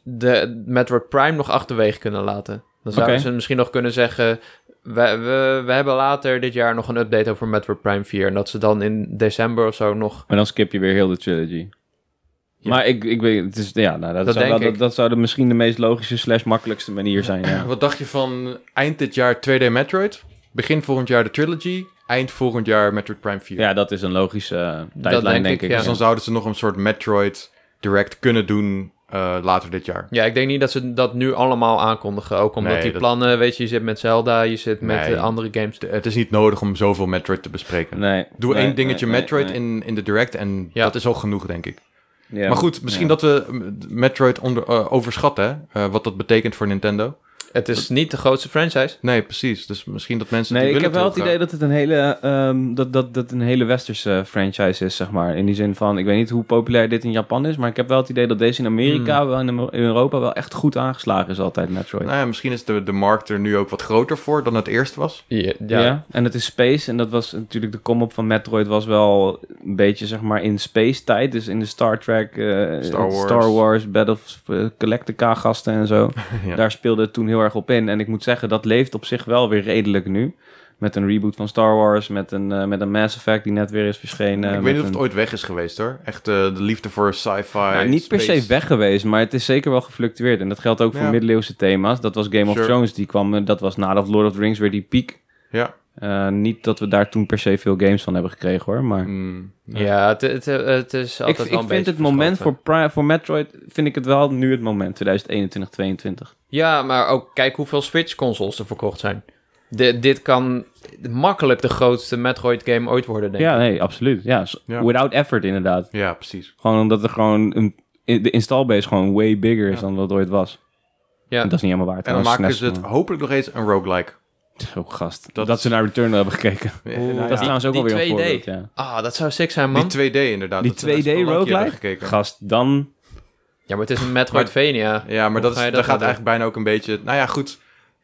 de Metroid Prime nog achterwege kunnen laten. Dan zouden Okay. ze misschien nog kunnen zeggen, we, we, we hebben later dit jaar nog een update over Metroid Prime vier. En dat ze dan in december of zo nog... Maar dan skip je weer heel de trilogy. Ja. Maar ik, ik weet, het is, ja, nou, dat, Dat zou, denk dat, ik. dat zou de, misschien de meest logische slash makkelijkste manier zijn. Ja. Wat dacht je van eind dit jaar twee D Metroid? Begin volgend jaar de trilogy. Eind volgend jaar Metroid Prime vier. Ja, dat is een logische uh, tijdlijn, denk denk ik, ik. ja. Dus dan zouden ze nog een soort Metroid Direct kunnen doen uh, later dit jaar. Ja, ik denk niet dat ze dat nu allemaal aankondigen. Ook omdat Nee, die dat- plannen, weet je, je zit met Zelda, je zit met Nee. uh, andere games. De- het is niet nodig om zoveel Metroid te bespreken. Nee, Doe nee, één dingetje nee, nee, Metroid nee. In, in de Direct en Ja. dat is al genoeg, denk ik. Ja. Maar goed, misschien Ja. dat we mm, Metroid onder, uh, overschatten, hè? Uh, wat dat betekent voor Nintendo. Het is niet de grootste franchise. Nee, precies. Dus misschien dat mensen Nee, die ik heb willen wel het idee dat het een hele, um, dat, dat, dat een hele westerse franchise is, zeg maar. In die zin van, ik weet niet hoe populair dit in Japan is, maar ik heb wel het idee dat deze in Amerika, Hmm. wel in, in Europa wel echt goed aangeslagen is altijd, Metroid. Nou ja, misschien is de, de markt er nu ook wat groter voor dan het eerst was. Ja, Ja. en het is space en dat was natuurlijk de kom-op van Metroid was wel een beetje, zeg maar, in space tijd. Dus in de Star Trek, uh, Star Wars. Star Wars, Battle of uh, Galactica-gasten en zo. Ja. Daar speelde het toen heel erg op in. En ik moet zeggen, dat leeft op zich wel weer redelijk nu. Met een reboot van Star Wars, met een, uh, met een Mass Effect die net weer is verschenen. ik met weet niet of een... het ooit weg is geweest, hoor. Echt uh, de liefde voor sci-fi. Nou, niet per se space. weg geweest, maar het is zeker wel gefluctueerd. En dat geldt ook voor Ja. middeleeuwse thema's. Dat was Game of Sure. Thrones, die kwam, uh, dat was nadat Lord of the Rings weer die piek. Ja. Uh, niet dat we daar toen per se veel games van hebben gekregen, hoor. Maar Mm, nee. Ja, het, het, het is ik, altijd wel ik een vind beetje het moment verschoven. voor, Pri- voor Metroid, vind ik het wel nu het moment, twintig eenentwintig, tweeëntwintig. Ja, maar ook kijk hoeveel Switch-consoles er verkocht zijn. De, dit kan makkelijk de grootste Metroid-game ooit worden, denk ik. Ja, nee, absoluut. Ja, s- Ja. without effort inderdaad. Ja, precies. Gewoon omdat er gewoon een, de installbase gewoon way bigger is Ja. dan wat het ooit was. Ja. En dat is niet helemaal waar. En dan trouwens, maken ze S N E S, het maar- hopelijk nog eens een roguelike. Oh, gast. Dat Dat, is- ze naar Returnal hebben gekeken. Ja, Oeh, nou Dat ja, is trouwens ook die alweer een twee D. voorbeeld, ja. Ah, dat zou sick zijn, man. die twee D inderdaad. Die dat ze naar twee D Spelunky roguelike? hebben gekeken. Gast, dan... Ja, maar het is een Metroidvania. Ja, maar Hoe dat, ga is, je dat dat gaat nou eigenlijk bijna ook een beetje... Nou ja, goed.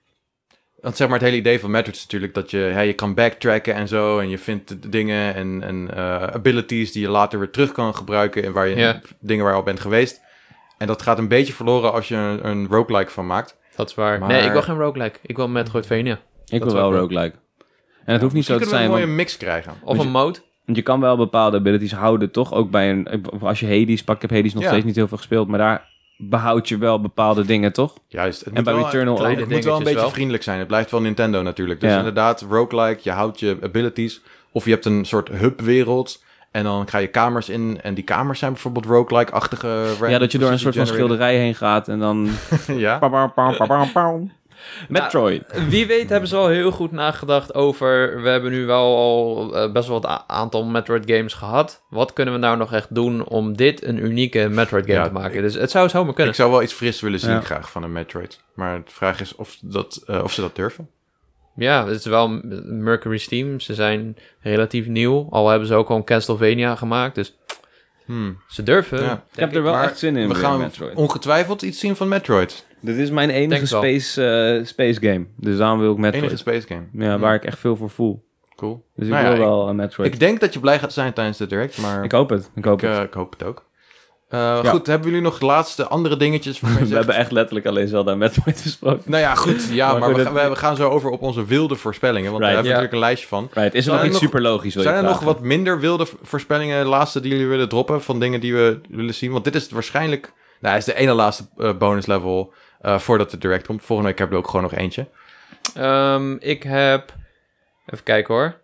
Want zeg maar, het hele idee van Metroid is natuurlijk dat je, ja, je kan backtracken en zo. En je vindt de dingen en, en uh, abilities die je later weer terug kan gebruiken. En waar je, Ja. dingen waar je al bent geweest. En dat gaat een beetje verloren als je een, een roguelike van maakt. Dat is waar. Maar- Nee, ik wil geen roguelike. Ik wil Metroidvania. Ik Dat wil zou wel ik roguelike. En het hoeft niet zo te Misschien kunnen we zijn, een want, mooie mix krijgen. Of je- een mode. want je kan wel bepaalde abilities houden, toch? Ook bij een... Als je Hades pakt, ik heb Hades nog Ja. steeds niet heel veel gespeeld, maar daar behoud je wel bepaalde dingen, toch? Juist. Het En moet bij wel, Returnal kleine het moet wel een dingetjes beetje wel. vriendelijk zijn. Het blijft wel Nintendo natuurlijk. Dus Ja. inderdaad, roguelike, je houdt je abilities. Of je hebt een soort hubwereld. En dan ga je kamers in. En die kamers zijn bijvoorbeeld roguelike-achtige... random Ja, dat je door een soort van procedure schilderij heen gaat en dan... generated. Ja. Pam, pam, pam, pam, pam, pam. Metroid. Wie weet hebben ze al heel goed nagedacht over... We hebben nu wel al uh, best wel wat a- aantal Metroid games gehad. Wat kunnen we nou nog echt doen om dit een unieke Metroid game Ja, te maken? ik- Dus het zou zomaar kunnen. Ik zou wel iets fris willen zien Ja. graag van een Metroid. Maar de vraag is of, dat, uh, of ze dat durven. Ja, het is wel Mercury Steam. Ze zijn relatief nieuw. Al hebben ze ook al een Castlevania gemaakt. Dus Hmm. ze durven. Ja. denk Ik heb er wel Maar echt zin in We weer, gaan Metroid. ongetwijfeld iets zien van Metroid. Dit is mijn enige Denk wel. space, uh, space game. Dus daarom wil ik Metroid. Enige space game. Ja, Hmm. waar ik echt veel voor voel. Cool. Dus ik Nou ja, wil ik- wel een Metroid. Ik denk dat je blij gaat zijn tijdens de direct, maar Ik hoop het. Ik hoop ik, het. uh, ik hoop het ook. Uh, Ja. Goed, hebben jullie nog laatste andere dingetjes? Voor We hebben echt letterlijk alleen Zelda en Metroid besproken. Nou ja, goed. Ja, Maar maar, goed, we, dat- gaan, we gaan zo over op onze wilde voorspellingen. Want Right. daar hebben we Ja. natuurlijk een lijstje van. Right. Is er Zijn nog er iets nog- super logisch? Zijn er nog wat minder wilde v- voorspellingen, laatste die jullie willen droppen? Van dingen die we willen zien? Want dit is het waarschijnlijk... Nou, het is de ene laatste uh, bonus level uh, voordat de direct komt. Volgende week hebben we ook gewoon nog eentje. Ehm, ik heb... Even kijken hoor.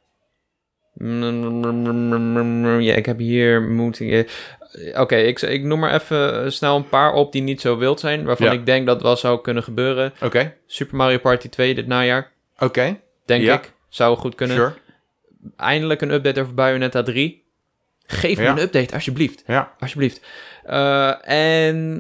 Ja, ik heb hier moeten... Oké, okay, ik, ik noem maar even snel een paar op die niet zo wild zijn. Waarvan Ja. ik denk dat wel zou kunnen gebeuren. Oké, okay. Super Mario Party twee dit najaar. oké. Okay. Denk Ja. ik. Zou goed kunnen. Sure. Eindelijk een update over Bayonetta drie. Geef Ja. me een update, alsjeblieft. Ja. Alsjeblieft. Uh, en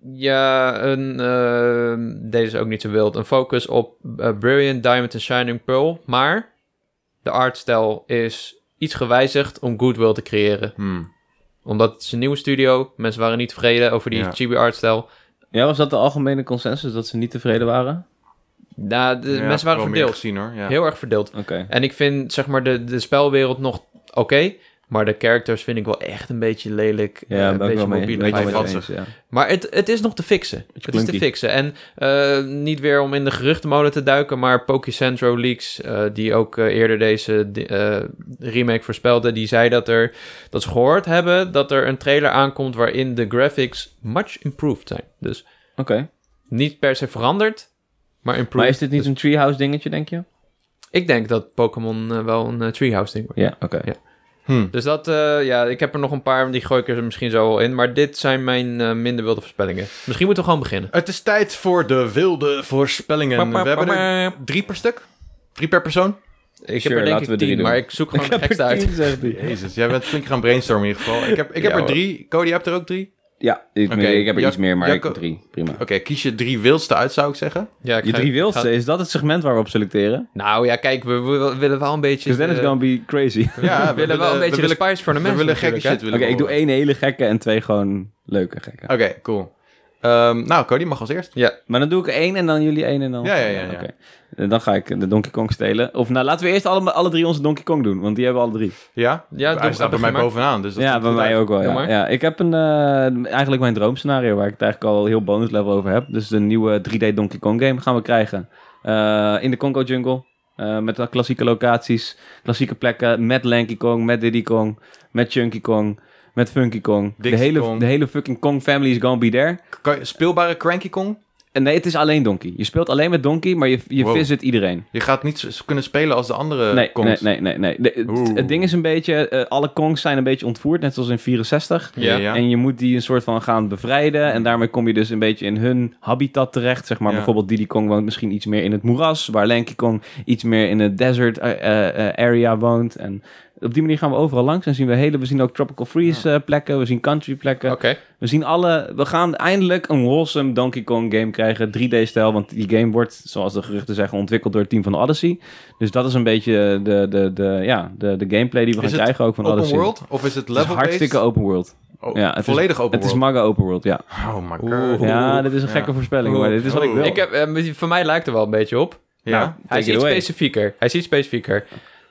Ja, een, uh, deze is ook niet zo wild. Een focus op uh, Brilliant Diamond en Shining Pearl. Maar de artstijl is iets gewijzigd om goodwill te creëren. Hmm. Omdat het is een nieuwe studio. Mensen waren niet tevreden over die Ja. chibi artstijl. Ja, was dat de algemene consensus, dat ze niet tevreden waren? Nou, de Ja, mensen waren wel meer verdeeld. gezien, hoor. Ja. Heel erg verdeeld. Oké. Okay. En ik vind, zeg maar, de, de spelwereld nog oké. Okay, maar de characters vind ik wel echt een beetje lelijk. Ja, uh, een ben ik beetje wel mee, mobiele weet je vijf. wel vijf. eens, ja. Maar het, het is nog te fixen. Het clunky. is te fixen. En uh, niet weer om in de geruchtenmolen te duiken, maar Pokicentro Leaks, uh, die ook uh, eerder deze uh, remake voorspelde, die zei dat, er, dat ze gehoord hebben dat er een trailer aankomt waarin de graphics much improved zijn. Dus Oké. Okay. niet per se veranderd, maar improved. Maar is dit niet dus een treehouse dingetje, denk je? ik denk dat Pokémon uh, wel een uh, treehouse ding wordt. Ja, oké. Okay. Ja. Hmm. Dus dat, uh, ja, ik heb er nog een paar, die gooi ik er misschien zo wel in. Maar dit zijn mijn uh, minder wilde voorspellingen. Misschien moeten we gewoon beginnen. Het is tijd voor de wilde voorspellingen. We hebben er drie per stuk. Drie per persoon. Ik Sure, heb er denk laten we ik drie tien, doen. maar ik zoek gewoon de gekste uit. Zegt hij. Jezus, jij bent flink gaan brainstormen in ieder geval. Ik heb, ik heb Ja, er hoor. drie. Cody, je hebt er ook drie? Ja, ik, Oké, ik heb er Jak- iets meer, maar Jacco- ik heb drie. Prima. Oké, okay, kies je drie wildste uit, zou ik zeggen. Ja, ik Je ga- drie wildste, ga- is dat het segment waar we op selecteren? Nou ja, kijk, we, we- we willen wel een beetje... Because then it's uh, gonna be crazy. Ja, we willen wel een beetje we de willen, spice voor de we mensen willen gekke shit. natuurlijk, willen Oké, we ik doe horen. één hele gekke en twee gewoon leuke gekke. Oké, cool. Um, nou, Cody mag als eerst. hè. Ja, Maar dan doe ik één en dan jullie één en dan... Ja, ja, ja, ja. Oké. En dan ga ik de Donkey Kong stelen. Of nou, laten we eerst alle, alle drie onze Donkey Kong doen, want die hebben we alle drie. Ja? Ja, Hij doe- staat bij begin mij maar. bovenaan. Dus dat Ja, komt bij goed mij uit. ook wel, Doe ja. maar. ja. Ik heb een, uh, eigenlijk mijn droomscenario waar ik het eigenlijk al heel bonus level over heb. Dus de nieuwe drie D Donkey Kong game gaan we krijgen. Uh, in de Congo Jungle. Uh, met de klassieke locaties, klassieke plekken. Met Lanky Kong, met Diddy Kong, met Chunky Kong, met Funky Kong. De Dixie hele, Kong. de hele fucking Kong family is gonna be there. Kan je- Speelbare Cranky Kong? En nee, het is alleen Donkey. Je speelt alleen met Donkey, maar je, je Wow. visit iedereen. Je gaat niet s- kunnen spelen als de andere Nee, Kongs. nee, nee, nee. nee. De- Oeh. het, het ding is een beetje, uh, alle Kongs zijn een beetje ontvoerd, net zoals in vierenzestig. Ja. Ja. En je moet die een soort van gaan bevrijden. En daarmee kom je dus een beetje in hun habitat terecht. Zeg maar Ja. bijvoorbeeld Diddy Kong woont misschien iets meer in het moeras. Waar Lanky Kong iets meer in het desert uh, uh, area woont. En op die manier gaan we overal langs. En zien we hele, we zien ook tropical freeze uh, plekken. We zien country plekken. oké. We zien alle, we gaan eindelijk een wholesome Donkey Kong game krijgen. drie D-stijl, want die game wordt, zoals de geruchten zeggen, ontwikkeld door het team van de Odyssey. Dus dat is een beetje de, de, de, ja, de, de gameplay die we Is gaan het krijgen ook van Open Odyssey. world? Of is het Het is level-based? hartstikke open world. Oh, Ja, het is- volledig open Het is world? mega open world, ja. Oh my god. Oeh. Ja, dit is een Ja. gekke voorspelling, Oeh. maar dit is wat ik Oeh. wil. Ik heb, uh, voor mij lijkt er wel een beetje op. Ja? Nou, Hij is take it iets away. specifieker. Hij is iets specifieker.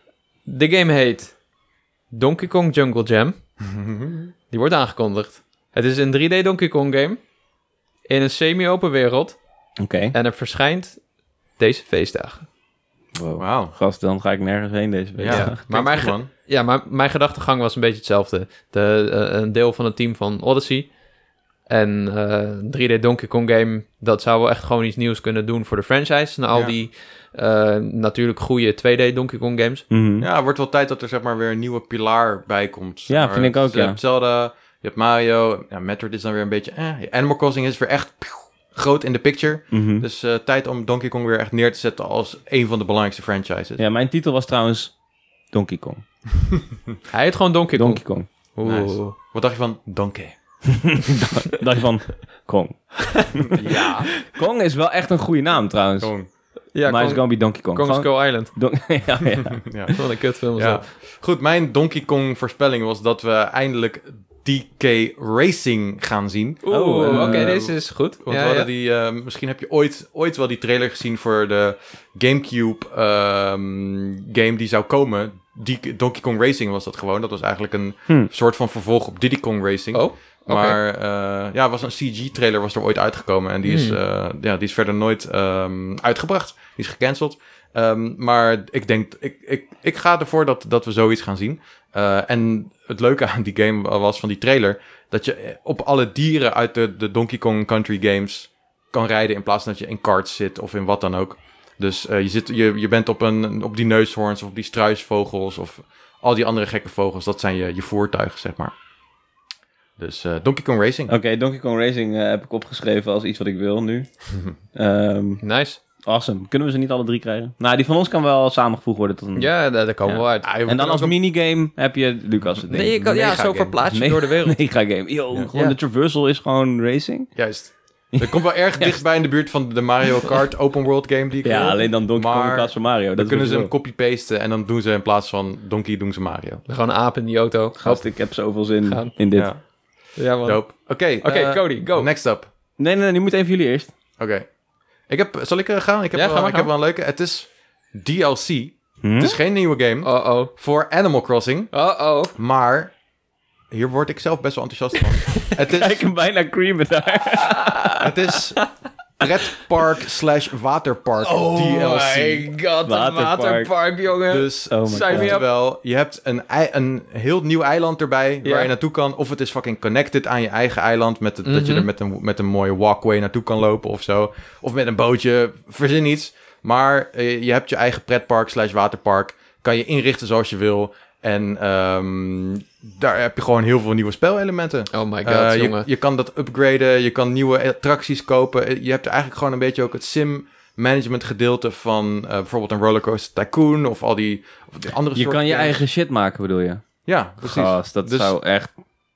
De game heet Donkey Kong Jungle Jam. Die wordt aangekondigd. Het is een drie D Donkey Kong game. In een semi-open wereld. Oké. En het verschijnt deze feestdagen. Wow. Wauw. Gast, dan ga ik nergens heen deze week. Ja, Ja. klinkt Maar mijn goed, ge- man. Ja, maar mijn gedachtegang was een beetje hetzelfde. De, uh, een deel van het team van Odyssey. En uh, een drie D Donkey Kong game, dat zou wel echt gewoon iets nieuws kunnen doen voor de franchise. Na al Ja. die uh, natuurlijk goede twee D Donkey Kong games. Mhm. Ja, het wordt wel tijd dat er zeg maar weer een nieuwe pilaar bij komt. Ja, Maar vind ik ook, Je ja. hebt Zelda, je hebt Mario, ja, Metroid is dan weer een beetje... Eh. Animal Crossing is weer echt pieuw, groot in de picture. Mhm. Dus uh, tijd om Donkey Kong weer echt neer te zetten als een van de belangrijkste franchises. Ja, mijn titel was trouwens Donkey Kong. Hij heet gewoon Donkey Kong. Donkey Kong. Oeh. Nice. Wat dacht je van Donkey? dacht je van Kong. Ja. Kong is wel echt een goede naam trouwens. Kong. Ja, maar Kong, it's gonna be Donkey Kong. Kong Gewoon- Skull Island. Don- ja, ja. Ja. Wat een kutfilm is Ja. dat. Goed, mijn Donkey Kong voorspelling was dat we eindelijk D K Racing gaan zien. Oeh, Oh, uh, oké, deze is goed. Want Ja, we hadden ja. die, eh, misschien heb je ooit, ooit wel die trailer gezien voor de Gamecube ehm, game die zou komen. Die, Donkey Kong Racing was dat gewoon. Dat was eigenlijk een Hm. soort van vervolg op Diddy Kong Racing. Oh, oké. Maar eh, ja, was een C G-trailer was er ooit uitgekomen. En die is, Hmm. eh, ja, die is verder nooit ehm, uitgebracht. Die is gecanceld. Ehm, maar ik denk, ik, ik, ik ga ervoor dat, dat we zoiets gaan zien. Eh, en het leuke aan die game was van die trailer... dat je op alle dieren uit de, de Donkey Kong Country games kan rijden... in plaats van dat je in karts zit of in wat dan ook. Dus uh, je, zit, je, je bent op, een, op die neushoorns of die struisvogels... of al die andere gekke vogels. Dat zijn je, je voertuigen, zeg maar. Dus uh, Donkey Kong Racing. Oké, Donkey Kong Racing uh, heb ik opgeschreven als iets wat ik wil nu. um, Nice. awesome. Kunnen we ze niet alle drie krijgen? Nou, die van ons kan wel samengevoegd worden tot een... Ja, daar, daar komen Ja. we uit. Ah, je En moet dan ook als op- minigame heb je Lucas het ding. Nee, je kan, ja, mega zo game. verplaats je Me- door de wereld. Mega game. Yo, Ja. gewoon Ja. de traversal is gewoon racing. Juist. Het komt wel erg dichtbij in de buurt van de Mario Kart open world game die ik Ja, wil. alleen dan Donkey Kong Maar in plaats van Mario. Dat Dan is kunnen wat ze je hem wil. copy-pasten en dan doen ze in plaats van Donkey doen ze Mario. Gewoon een aap in die auto. Gast, ik heb zoveel zin Gaan. in dit. Ja, Ja, man. dope. Oké, Oké, eh, Cody, go. Next up. Nee, nee, nee, nu moeten even jullie eerst. Oké. Ik heb, zal ik eh, gaan? Ik heb, Ja, wel, ga maar, ik ga heb wel een leuke. Het is D L C. Hm? Het is geen nieuwe game Oh-oh. voor Animal Crossing. Oh-oh. Maar hier word ik zelf best wel enthousiast van. het is, Kijk hem bijna creamen daar. het is pretpark slash waterpark D L C. Oh my god, een Waterpark. waterpark, jongen. Dus Oh my Sign god. me up. oftewel, je hebt een, ei- een heel nieuw eiland erbij Ja. waar je naartoe kan. Of het is fucking connected aan je eigen eiland. Met het, Dat je Mhm. er met een, met een mooie walkway naartoe kan lopen of zo. Of met een bootje, verzin iets. Maar eh, je hebt je eigen pretpark slash waterpark. Kan je inrichten zoals je wil. En ehm, daar heb je gewoon heel veel nieuwe spelelementen. Oh my god, Eh, je, jongen. je kan dat upgraden, je kan nieuwe attracties kopen. Je hebt er eigenlijk gewoon een beetje ook het sim management gedeelte van uh, bijvoorbeeld een Rollercoaster Tycoon of al die, of die andere Je soort kan je games. eigen shit maken, bedoel je? Ja, precies. Gast, dat Dus- zou echt...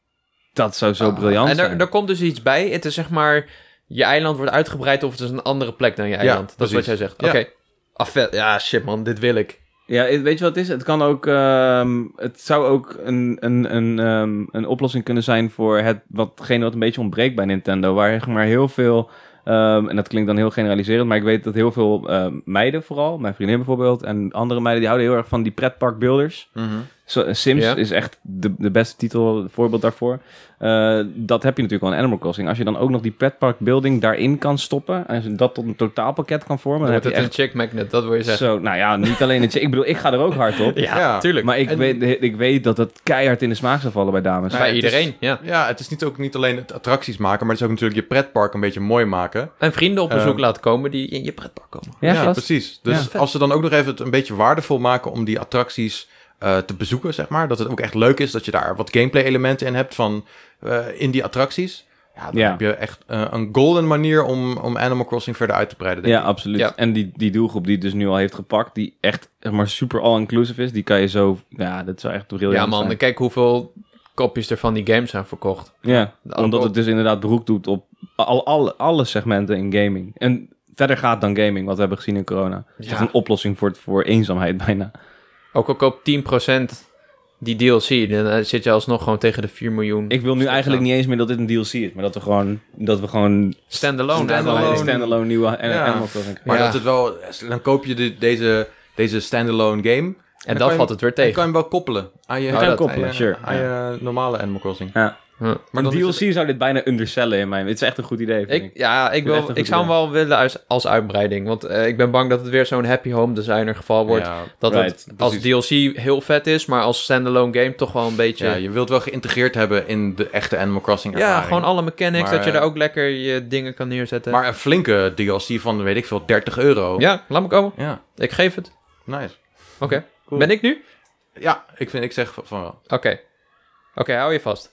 Dat zou zo Ah, briljant en zijn. er, er komt dus iets bij. Het is zeg maar... Je eiland wordt uitgebreid of het is een andere plek dan je eiland. Dat is wat precies. jij zegt. Ja. Oké. Ah, vet. Ja, shit man. Dit wil ik. Ja, het- weet je wat het is? Het kan ook... ehm, het zou ook een, een, een, ehm, een oplossing kunnen zijn voor het, watgene wat een beetje ontbreekt bij Nintendo. Waar zeg maar heel veel... ehm, en dat klinkt dan heel generaliserend, maar ik weet dat heel veel ehm, meiden vooral, mijn vriendin bijvoorbeeld, en andere meiden, die houden heel erg van die pretparkbuilders. Mhm. Zo, Sims Ja. is echt de, de beste titel, voorbeeld daarvoor. Uh, dat heb je natuurlijk al in Animal Crossing. Als je dan ook nog die pretpark building daarin kan stoppen en als je dat tot een totaalpakket kan vormen, Dan dan, wordt heb het je een echt chick magnet, dat wil je zeggen. zo, nou ja, niet alleen een chick. Ik bedoel, ik ga er ook hard op. Ja, Ja. tuurlijk. Maar ik, En- weet, ik weet dat het keihard in de smaak zou vallen bij dames. Ja, Bij het is- iedereen, ja. Ja, het is niet, ook niet alleen het attracties maken, maar het is ook natuurlijk je pretpark een beetje mooi maken. En vrienden op bezoek Ehm, laten komen die in je pretpark komen. Ja, Ja, gast. precies. Dus Ja. als ze dan ook nog even het een beetje waardevol maken om die attracties eh, te bezoeken, zeg maar. Dat het ook echt leuk is dat je daar wat gameplay elementen in hebt van eh, in die attracties. Ja, dan Ja. heb je echt eh, een golden manier om, om Animal Crossing verder uit te breiden, denk Ja, ik. absoluut. Ja. En die, die doelgroep die het dus nu al heeft gepakt, die echt zeg maar super all-inclusive is, die kan je zo... Ja, dat zou echt briljant Ja man, zijn. kijk hoeveel kopjes er van die games zijn verkocht. Ja, Ook omdat al- het dus inderdaad beroep doet op al, alle, alle segmenten in gaming. En verder gaat dan gaming, wat we hebben gezien in corona. Het is Ja. echt een oplossing voor, voor eenzaamheid bijna. Ook al koopt tien procent die D L C, dan eh, zit je alsnog gewoon tegen de vier miljoen. Ik wil nu Stop eigenlijk aan. niet eens meer dat dit een D L C is, maar dat we gewoon, dat we gewoon Standalone. Standalone. hè? een standalone nieuwe An- Ja. Animal Crossing Maar Ja. dat het wel, dan koop je de, deze, deze standalone game. En dan dan kan valt je- het weer En kan je tegen. hem wel koppelen aan je, kan aan hem koppelen, je- sure. aan je normale Animal Crossing. Ja. Huh. Maar Maar dan D L is C het- zou dit bijna undersellen in mijn... Het is echt een goed idee, vind ik. Ik, ja, ik, het wil, echt een ik goed zou hem wel willen als, als uitbreiding. Want eh, ik ben bang dat het weer zo'n happy home designer geval wordt. Ja, Dat right, het als D L C heel vet is, maar als standalone game toch wel een beetje... ja, Ja, je wilt wel geïntegreerd hebben in de echte Animal Crossing ervaring. gewoon alle mechanics, Maar, dat je er eh, ook lekker je dingen kan neerzetten. Maar een flinke D L C van, weet ik veel, dertig euro. Ja, laat me komen. Ja, Ik geef het. nice. Oké. Cool. Ben ik nu? Ja, ik, vind, ik zeg van- van wel. Oké. Oké, hou je vast.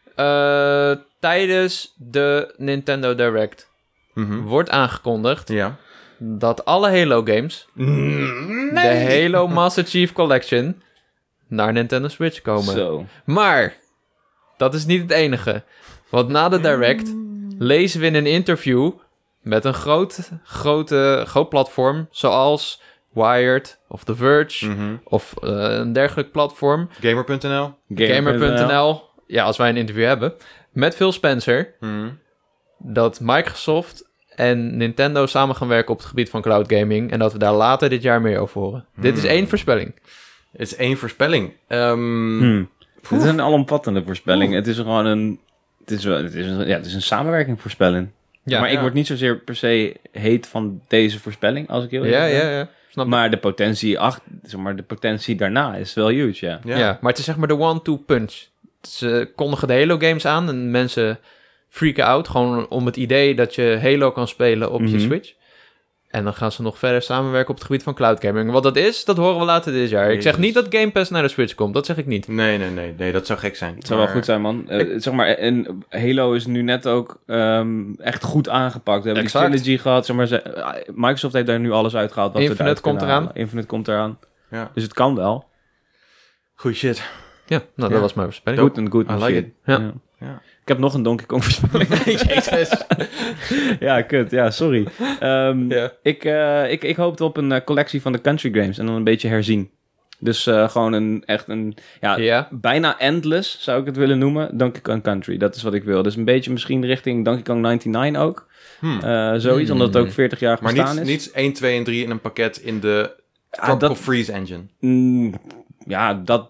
Eh, tijdens de Nintendo Direct Mhm. wordt aangekondigd Ja. dat alle Halo games, de Halo Master Chief Collection, naar Nintendo Switch komen. Zo. Maar dat is niet het enige. Want na de Direct lezen we in een interview met een groot, grote, groot platform, zoals Wired of The Verge Mhm. of eh, een dergelijk platform, Gamer punt n l. Gamer punt n l. Ja, als wij een interview hebben met Phil Spencer, Mhm. dat Microsoft en Nintendo samen gaan werken op het gebied van cloud gaming en dat we daar later dit jaar meer over horen. Dit is Hmm. één voorspelling. Het is één voorspelling. Ehm, Hmm. Het is een alomvattende voorspelling. Het is gewoon een... Het is, wel- het is een, ja, het is een samenwerking voorspelling. Ja, maar ik ja. word niet zozeer per se heet van deze voorspelling, als ik heel ja, eerlijk ben. ja, ja. Snap ik. Maar de potentie, ach, zeg maar, de potentie daarna is wel huge, ja. Ja. Ja. maar het is zeg maar de one-two punch. Ze kondigen de Halo games aan en mensen freaken out. Gewoon om het idee dat je Halo kan spelen op je Mhm. Switch. En dan gaan ze nog verder samenwerken op het gebied van cloud gaming. Wat dat is, dat horen we later dit jaar. Ik zeg Jezus. niet dat Game Pass naar de Switch komt. Dat zeg ik niet. Nee, nee, nee, nee, dat zou gek zijn. Het zou wel goed zijn, man. Eh, zeg maar, en Halo is nu net ook ehm, echt goed aangepakt. We hebben Exact. die trilogy gehad. Zeg maar, ze- eh, Microsoft heeft daar nu alles uitgehaald. Wat ze Infinite eruit komt kunnen eraan. halen. Infinite komt eraan. Ja. Dus het kan wel. Goed shit. Ja, nou, dat Ja. was mijn voorspelling. Goed en goed. I like it. Ja. Ja. Ik heb nog een Donkey Kong voorspelling. Jezus. Ja, kut. Ja, sorry. Um, Ja. ik, uh, ik, ik hoopte op een uh, collectie van de country games en dan een beetje herzien. Dus uh, gewoon een echt een... Ja, Ja. bijna endless zou ik het willen noemen. Donkey Kong Country, dat is wat ik wil. Dus een beetje misschien richting Donkey Kong negenennegentig ook. Hmm. Uh, zoiets, Hmm. omdat het ook veertig jaar Maar bestaan niet, is. niet één, twee en drie in een pakket in de Ja, Tropical dat- Freeze engine. Mm, ja, dat,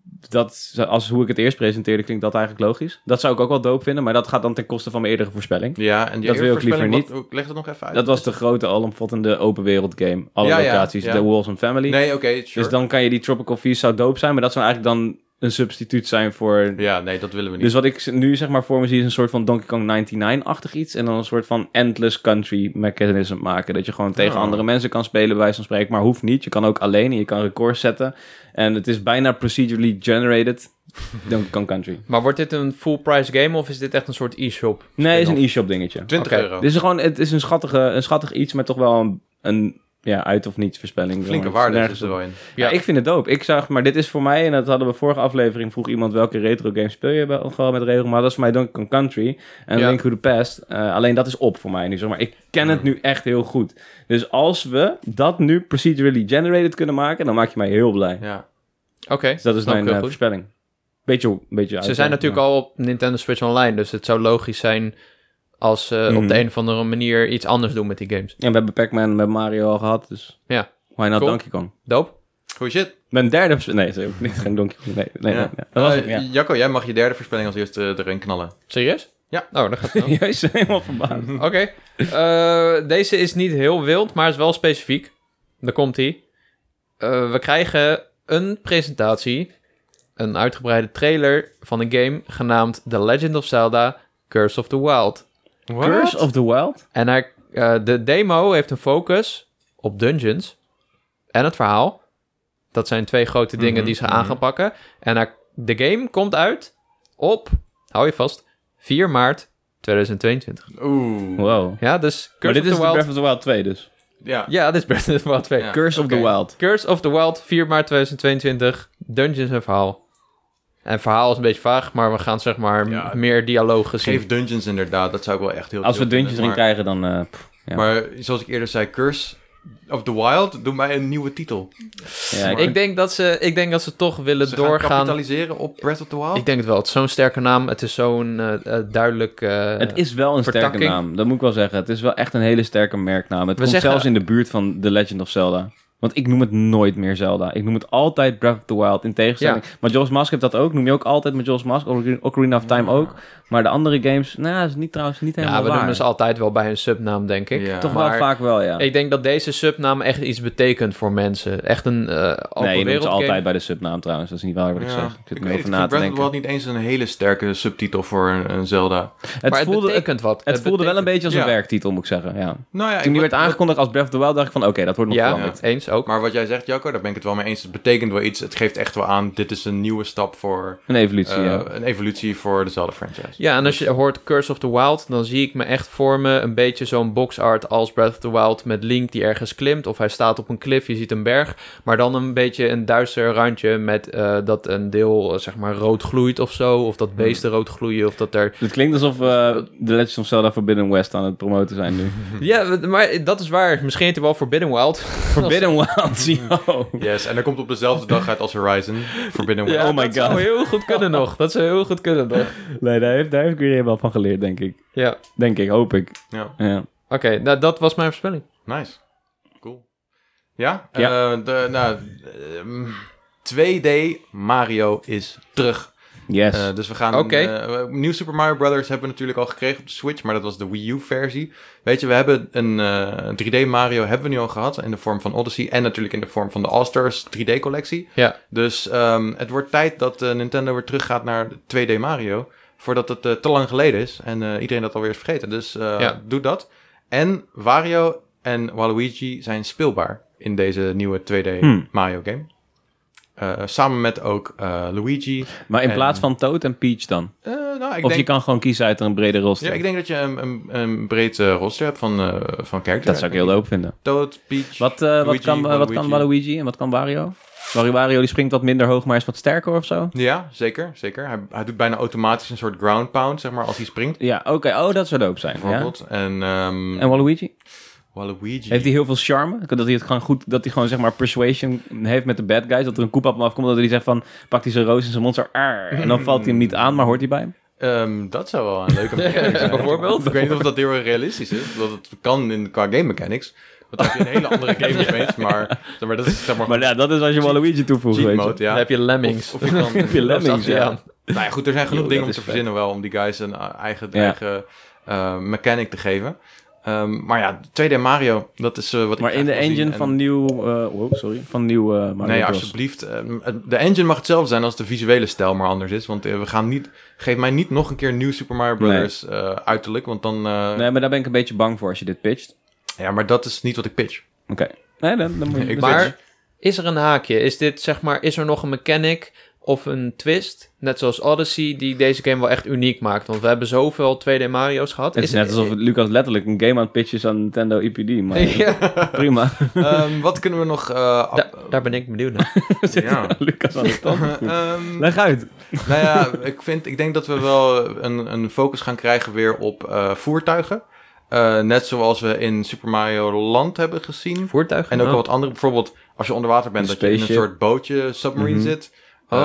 dat, als hoe ik het eerst presenteerde, klinkt dat eigenlijk logisch. Dat zou ik ook wel dope vinden, maar dat gaat dan ten koste van mijn eerdere voorspelling. Ja, en die Dat wil ik liever voorspelling, niet. wat- leg het nog even uit. Dat was de grote, alomvattende open wereld game. Alle Ja, ja, locaties, ja. The Walls Family. Nee, oké, sure. Dus dan kan je die Tropical Freeze zou dope zijn, maar dat zou eigenlijk dan een substituut zijn voor... Ja, nee, dat willen we niet. Dus wat ik nu zeg maar voor me zie is een soort van Donkey Kong negenennegentig-achtig iets. En dan een soort van endless country mechanism maken. Dat je gewoon tegen Oh. andere mensen kan spelen, bij wijze van spreken. Maar hoeft niet. Je kan ook alleen en je kan records zetten. En het is bijna procedurally generated Donkey Kong Country. Maar wordt dit een full price game of is dit echt een soort e-shop? Nee, het is een e-shop dingetje. twintig Oké. euro. Dit is gewoon, het is een, schattige, een schattig iets met toch wel een, een ja, uit of niets voorspelling. Flinke Gewoon waarde nergens is er op. wel in. Ja, ik vind het dope. Ik zag, maar dit is voor mij, en dat hadden we vorige aflevering, vroeg iemand welke retro game speel je wel gewoon met retro, maar dat is voor mij Donkey Kong Country en Ja. Link to the Past. Uh, alleen dat is op voor mij nu, zeg maar. Ik ken het nu echt heel goed. Dus als we dat nu procedurally generated kunnen maken, dan maak je mij heel blij. Ja. Oké, Dus dat is snap ik mijn heel uh, goed. voorspelling. Beetje, beetje Ze uit, zijn ja. natuurlijk al op Nintendo Switch Online, dus het zou logisch zijn als ze Mhm. op de een of andere manier iets anders doen met die games. Ja, we hebben Pac-Man en we hebben Mario al gehad, dus Ja. why not Cool. Donkey Kong? Dope? Goeie shit. Mijn derde voorspelling, nee, sorry, niet geen Donkey Kong, nee, nee, Ja. nee, nee. Dat was Eh, het, ja. Jacco, jij mag je derde voorspelling als eerste uh, erin knallen. Serieus? Ja. Oh, dat gaat wel. Juist, helemaal verbaasd. Oké. Eh, deze is niet heel wild, maar is wel specifiek. Daar komt hij. we krijgen een presentatie, een uitgebreide trailer van een game genaamd The Legend of Zelda Curse of the Wild. Curse of the Wild? En hij, eh, de demo heeft een focus op dungeons en het verhaal. Dat zijn twee grote dingen Mhm, die ze mhm. aan gaan pakken. En hij, de game komt uit op, hou je vast, vier maart tweeduizend tweeëntwintig. Oeh. Wow. Ja, dus Curse Maar dit of is the de Wild... Breath of the Wild twee dus. Ja. Ja, dit is Breath of the Wild twee. Ja. Curse of Oké. the Wild. Curse of the Wild, vier maart tweeduizend tweeëntwintig. Dungeons en verhaal. En verhaal is een beetje vaag, maar we gaan zeg maar Ja. m- meer dialogen zien. Geef dungeons inderdaad, dat zou ik wel echt heel Als we chill dungeons erin vinden, krijgen, dan... eh, pff, ja. Maar, maar zoals ik eerder zei, Curse of the Wild, doe mij een nieuwe titel. ja, ik, Ik denk dat ze, ik denk dat ze toch willen Ze gaan doorgaan. kapitaliseren op Breath of the Wild? Ik denk het wel. Het is zo'n sterke naam. Het is zo'n eh, eh, duidelijk... eh, het is wel een sterke vertakking. naam. Dat moet ik wel zeggen. Het is wel echt een hele sterke merknaam. Het We komt zeggen- zelfs in de buurt van The Legend of Zelda. Want ik noem het nooit meer Zelda. Ik noem het altijd Breath of the Wild. In tegenstelling. Maar Majora's Mask heeft dat ook. Noem je ook altijd Majora's Mask. Ocar- Ocarina of Time ook. Maar de andere games... Nou, dat is niet, trouwens niet helemaal ja, we waar. noemen ze altijd wel bij hun subnaam, denk ik. Ja. Toch Maar wel vaak wel, ja. Ik denk dat deze subnaam echt iets betekent voor mensen. Echt een uh, open nee, je noemt wereld ze altijd game. bij de subnaam trouwens. Dat is niet waar wat ik Ja. zeg. Ik zit Ik er weet, over ik na vind te Breath of the denken. Wild niet eens een hele sterke subtitel voor een, een Zelda. Het Maar het voelde, het, betekent wat. het voelde wel een beetje als een Ja. werktitel, moet ik zeggen. Ja. Nou ja, Toen die ik- werd aangekondigd als Breath of the Wild, dacht ik van... Oké, dat wordt nog Ja, veranderd. eens ook. Maar wat jij zegt, Jacco, daar ben ik het wel mee eens. Het betekent wel iets. Het geeft echt wel aan, dit is een nieuwe stap voor... Een evolutie, eh, ja. een evolutie voor de Zelda-franchise. Ja, en als je hoort Curse of the Wild, dan zie ik me echt voor me een beetje zo'n boxart als Breath of the Wild met Link die ergens klimt. Of hij staat op een klif, je ziet een berg. Maar dan een beetje een duister randje met eh, dat een deel, eh, zeg maar, rood gloeit of zo. Of dat beesten rood gloeien, of dat er... Het klinkt alsof we The Legend of Zelda Forbidden West aan het promoten zijn nu. Ja, maar dat is waar. Misschien heet hij wel Forbidden Wild. Forbidden Wild, yo. Yes, en dat komt op dezelfde dag uit als Horizon. Forbidden Wild. Ja, Oh my dat zou God. heel goed kunnen nog. Dat zou heel goed kunnen nog. Nee, daar heeft, daar heeft Guerrero wel van geleerd, denk ik. Ja, Denk ik, hoop ik. Ja, Ja. oké. nou, dat was mijn voorspelling. nice. Cool. Ja? Ja. Eh, de, nou, ehm, twee D Mario is terug. Yes. Eh, dus we gaan... Oké. eh, Nieuw Super Mario Brothers hebben we natuurlijk al gekregen op de Switch, maar dat was de Wii U-versie. Weet je, we hebben een eh, drie D Mario hebben we nu al gehad in de vorm van Odyssey en natuurlijk in de vorm van de All-Stars drie D-collectie. Ja. Dus ehm, het wordt tijd dat eh, Nintendo weer teruggaat naar de twee D Mario, voordat het eh, te lang geleden is en eh, iedereen dat alweer is vergeten. Dus eh, Ja. doe dat. En Wario en Waluigi zijn speelbaar in deze nieuwe twee D Hmm. Mario game. Eh, samen met ook eh, Luigi. maar in en- plaats van Toad en Peach dan? Eh, nou, ik Of denk, je kan gewoon kiezen uit een brede roster? ja, ik denk dat je een, een, een breed eh, roster hebt van, uh, van characters. Dat zou ik heel dope vinden. Toad, Peach, Wat, uh, wat, Luigi, kan, uh, wat kan Waluigi. Waluigi en wat kan Wario? Wario Wario die springt wat minder hoog, maar is wat sterker of zo? Ja, zeker. zeker. Hij, hij doet bijna automatisch een soort ground pound, zeg maar, als hij springt. Ja, oké. Okay. Oh, dat zou dope zijn. Bijvoorbeeld. Ja. En, um, en Waluigi? Waluigi. Heeft hij heel veel charme? Dat hij het gewoon goed, dat hij gewoon zeg maar persuasion heeft met de bad guys. Dat er een koep op hem afkomt, dat hij zegt van, pakt hij zijn roos in zijn mond zo, arr, en dan valt hij hem niet aan, maar hoort hij bij hem? Um, dat zou wel een leuke mechanic zijn. Bijvoorbeeld. Ik weet niet of dat heel erg realistisch is. Dat het kan in, qua game mechanics. Want dan heb je een hele andere game opeens. Maar, zeg maar dat is zeg maar... Maar ja, dat is als je Waluigi toevoegt, cheat weet je. mode, ja. Dan heb je Lemmings. Of, of je kan... Heb je Lemmings, ja. ja. Nou ja, goed, er zijn genoeg Yo, dingen dat om is te vet. verzinnen wel om die guys een uh, eigen, Ja. eigen uh, mechanic te geven. Um, maar ja, twee D Mario, dat is uh, wat ik Maar in graag de wil zien. engine En- van nieuw... Uh, wow, sorry. Van nieuw uh, Mario Nee, Bros. alsjeblieft. Um, de engine mag hetzelfde zijn als de visuele stijl maar anders is. Want uh, we gaan niet... Geef mij niet nog een keer nieuw Super Mario Brothers uh, uiterlijk, want dan... Uh, Nee, maar daar ben ik een beetje bang voor als je dit pitcht. Ja, maar dat is niet wat ik pitch. Oké. Okay. Nee, dan, dan moet je... Ik dan- Maar is er een haakje? Is dit zeg maar, is er nog een mechanic of een twist, net zoals Odyssey, die deze game wel echt uniek maakt? Want we hebben zoveel twee D Mario's gehad. Het is net alsof Lucas letterlijk een game aan het pitchen is aan Nintendo E P D. Maar ja, prima. um, wat kunnen we nog... Uh, da- daar ben ik benieuwd naar. ja. Lucas aan de tand. um, Leg uit. nou ja, ik, vind, ik denk dat we wel een, een focus gaan krijgen weer op uh, voertuigen. Uh, net zoals we in Super Mario Land hebben gezien. Voertuigen? En ook wel Oh. wat andere. Bijvoorbeeld als je onder water bent, Een dat je in een spaceship. soort bootje, submarine Mhm. zit.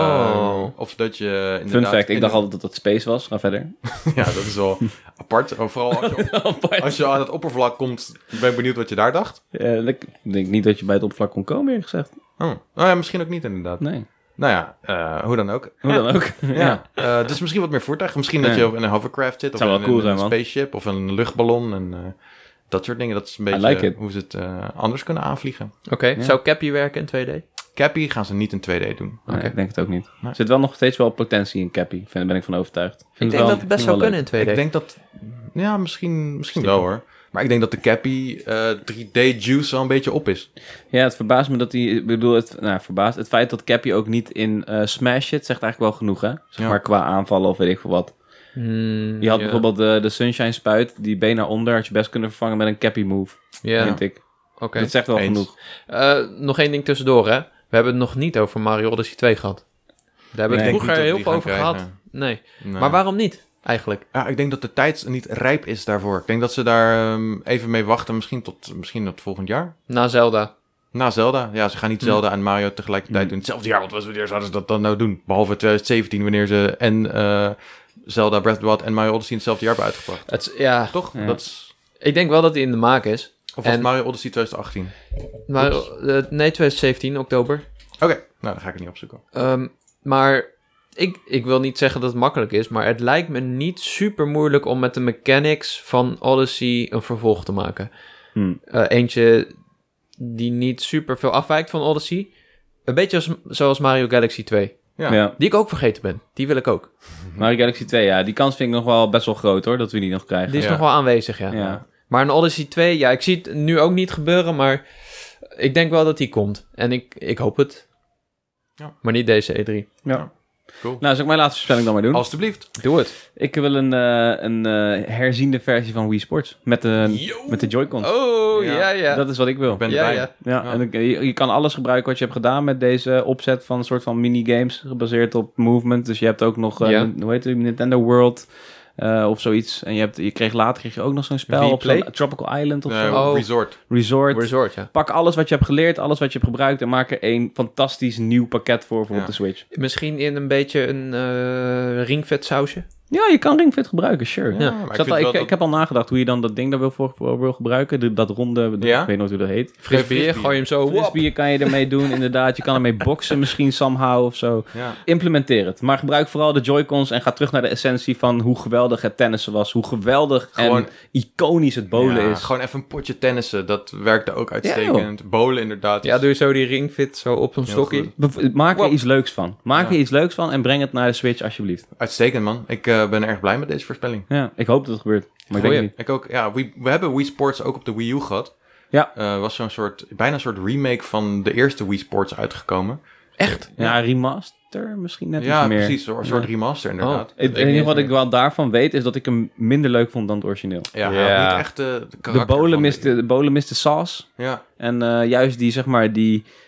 Oh. Uh, of dat je inderdaad... Fun fact, ik in- dacht altijd dat dat space was. Ga verder. Ja, dat is wel apart. Vooral als je, als je aan het oppervlak komt, ben ik benieuwd wat je daar dacht. Uh, ik denk niet dat je bij het oppervlak kon komen, eerlijk gezegd. Oh. Nou ja, misschien ook niet inderdaad. Nee. Nou ja, uh, hoe dan ook. Hoe ja. dan ook. Ja, uh, dus misschien wat meer voertuigen. Misschien dat Ja. je in een hovercraft zit. Of Zou wel in, cool in zijn, een man. spaceship. Of een luchtballon. En uh, dat soort dingen. Dat is een I beetje like it. hoe ze het uh, anders kunnen aanvliegen. Oké, Ja. zou Cappy werken in twee D? Cappy gaan ze niet in twee D doen. Nee, Oké. ik denk het ook niet. Nee. Er zit wel nog steeds wel potentie in Cappy. Daar ben ik van overtuigd. Ik Vind denk wel- dat het best vind zou wel kunnen in twee D. Ik denk dat... Ja, misschien, misschien wel hoor. Maar ik denk dat de Cappy uh, drie D juice al een beetje op is. Ja, het verbaast me dat hij... Ik bedoel, het, nou, verbaast. Het feit dat Cappy ook niet in uh, Smash zit, zegt eigenlijk wel genoeg, hè? Zeg Ja. maar qua aanvallen of weet ik veel wat. Hmm, Je had ja. bijvoorbeeld de, de Sunshine Spuit, die been naar onder, had je best kunnen vervangen met een Cappy move, Ja, vind ik. oké. Dat zegt wel Eens. genoeg. Eh, nog één ding tussendoor, hè. We hebben het nog niet over Mario Odyssey twee gehad. Daar hebben we Nee, het ik denk vroeger niet heel dat we veel die over gaan gehad. Nee. Nee. Maar waarom niet, eigenlijk? Ja, ik denk dat de tijd niet rijp is daarvoor. Ik denk dat ze daar um, even mee wachten. Misschien tot, misschien tot volgend jaar. Na Zelda. Na Zelda. Ja, ze gaan niet Hm. Zelda en Mario tegelijkertijd Hm. doen. Hetzelfde jaar, want wanneer zouden ze dat dan nou doen? Behalve twintig zeventien, wanneer ze en uh, Zelda, Breath of the Wild en Mario Odyssey in hetzelfde jaar hebben uitgebracht. Het, is- ja, Toch? Ja. Dat is... ik denk wel dat hij in de maak is. Of was En- Mario Odyssey twintig achttien? Maar, Oeps. eh, nee, twintig zeventien, oktober. Oké, nou dan ga ik het niet opzoeken. Um, maar ik, ik wil niet zeggen dat het makkelijk is, maar het lijkt me niet super moeilijk om met de mechanics van Odyssey een vervolg te maken. Hm. Uh, eentje die niet super veel afwijkt van Odyssey. Een beetje als, zoals Mario Galaxy twee. Ja. Ja. Die ik ook vergeten ben. Die wil ik ook. Mario Galaxy twee, ja, die kans vind ik nog wel best wel groot hoor, dat we die nog krijgen. Die is Ja. nog wel aanwezig, ja. Ja. Maar een Odyssey twee, ja, ik zie het nu ook niet gebeuren, maar ik denk wel dat die komt. En ik, ik hoop het. Ja. Maar niet deze E drie. Ja. Cool. Nou, zal ik mijn laatste voorspelling dan maar doen? Alsjeblieft. Doe het. Ik wil een, uh, een uh, herziende versie van Wii Sports. Met de, Yo. met de Joy-Cons. Oh, Ja. ja, ja. Dat is wat ik wil. Ik ben ja, erbij. ja. Ja, Ja. en ik- je, je kan alles gebruiken wat je hebt gedaan met deze opzet van een soort van minigames gebaseerd op movement. Dus je hebt ook nog, uh, Ja. hoe heet het, Nintendo World uh, of zoiets. En je, hebt, je kreeg later kreeg je ook nog zo'n spel op Wii zo'n Tropical Island of Uh, zo. Oh. Resort. Resort. Resort, ja. Pak alles wat je hebt geleerd, alles wat je hebt gebruikt en maak er een fantastisch nieuw pakket voor voor Ja. op de Switch. Misschien in een beetje een uh, ringvet sausje. Ja, je kan Ring Fit gebruiken, sure. Ja, Ja. maar Ik, ik zat vind al- ik, wel dat- ik heb al nagedacht hoe je dan dat ding daar wil, voor, voor wil gebruiken. De- dat ronde, Ja? ik weet niet hoe dat heet. Frisbee, Frisbee. gooi je hem zo. Wop. Frisbee kan je ermee doen, inderdaad. Je kan ermee boksen misschien somehow of zo. Ja. Implementeer het. Maar gebruik vooral de Joy-Cons en ga terug naar de essentie van hoe geweldig het tennissen was. Hoe geweldig Gewoon- en iconisch het bowlen Ja, is. Gewoon even een potje tennissen. Dat werkte ook uitstekend. Bowlen inderdaad. Ja, doe je zo die ringfit zo op zo'n Heel stokje. goed. Bev- Maak er Wow. iets leuks van. Maak Ja. er iets leuks van en breng het naar de Switch alsjeblieft. Uitstekend, man. Ik uh, ben erg blij met deze voorspelling. Ja, ik hoop dat het gebeurt. Maar ik denk Goeie. het niet. Ik ook, ja, we, we hebben Wii Sports ook op de Wii U gehad. Ja. Uh, was zo'n soort, bijna een soort remake van de eerste Wii Sports uitgekomen. Echt? Ja, remaster misschien net ja, iets meer. precies. Een soort remaster inderdaad. Het Ik enige niet wat eens ik wel daarvan weet is dat ik hem minder leuk vond dan het origineel. Ja, Ja. hij had niet echt de, de De karakter bolen van miste, de bolen miste sauce. Ja, En uh, juist die, zeg maar, die,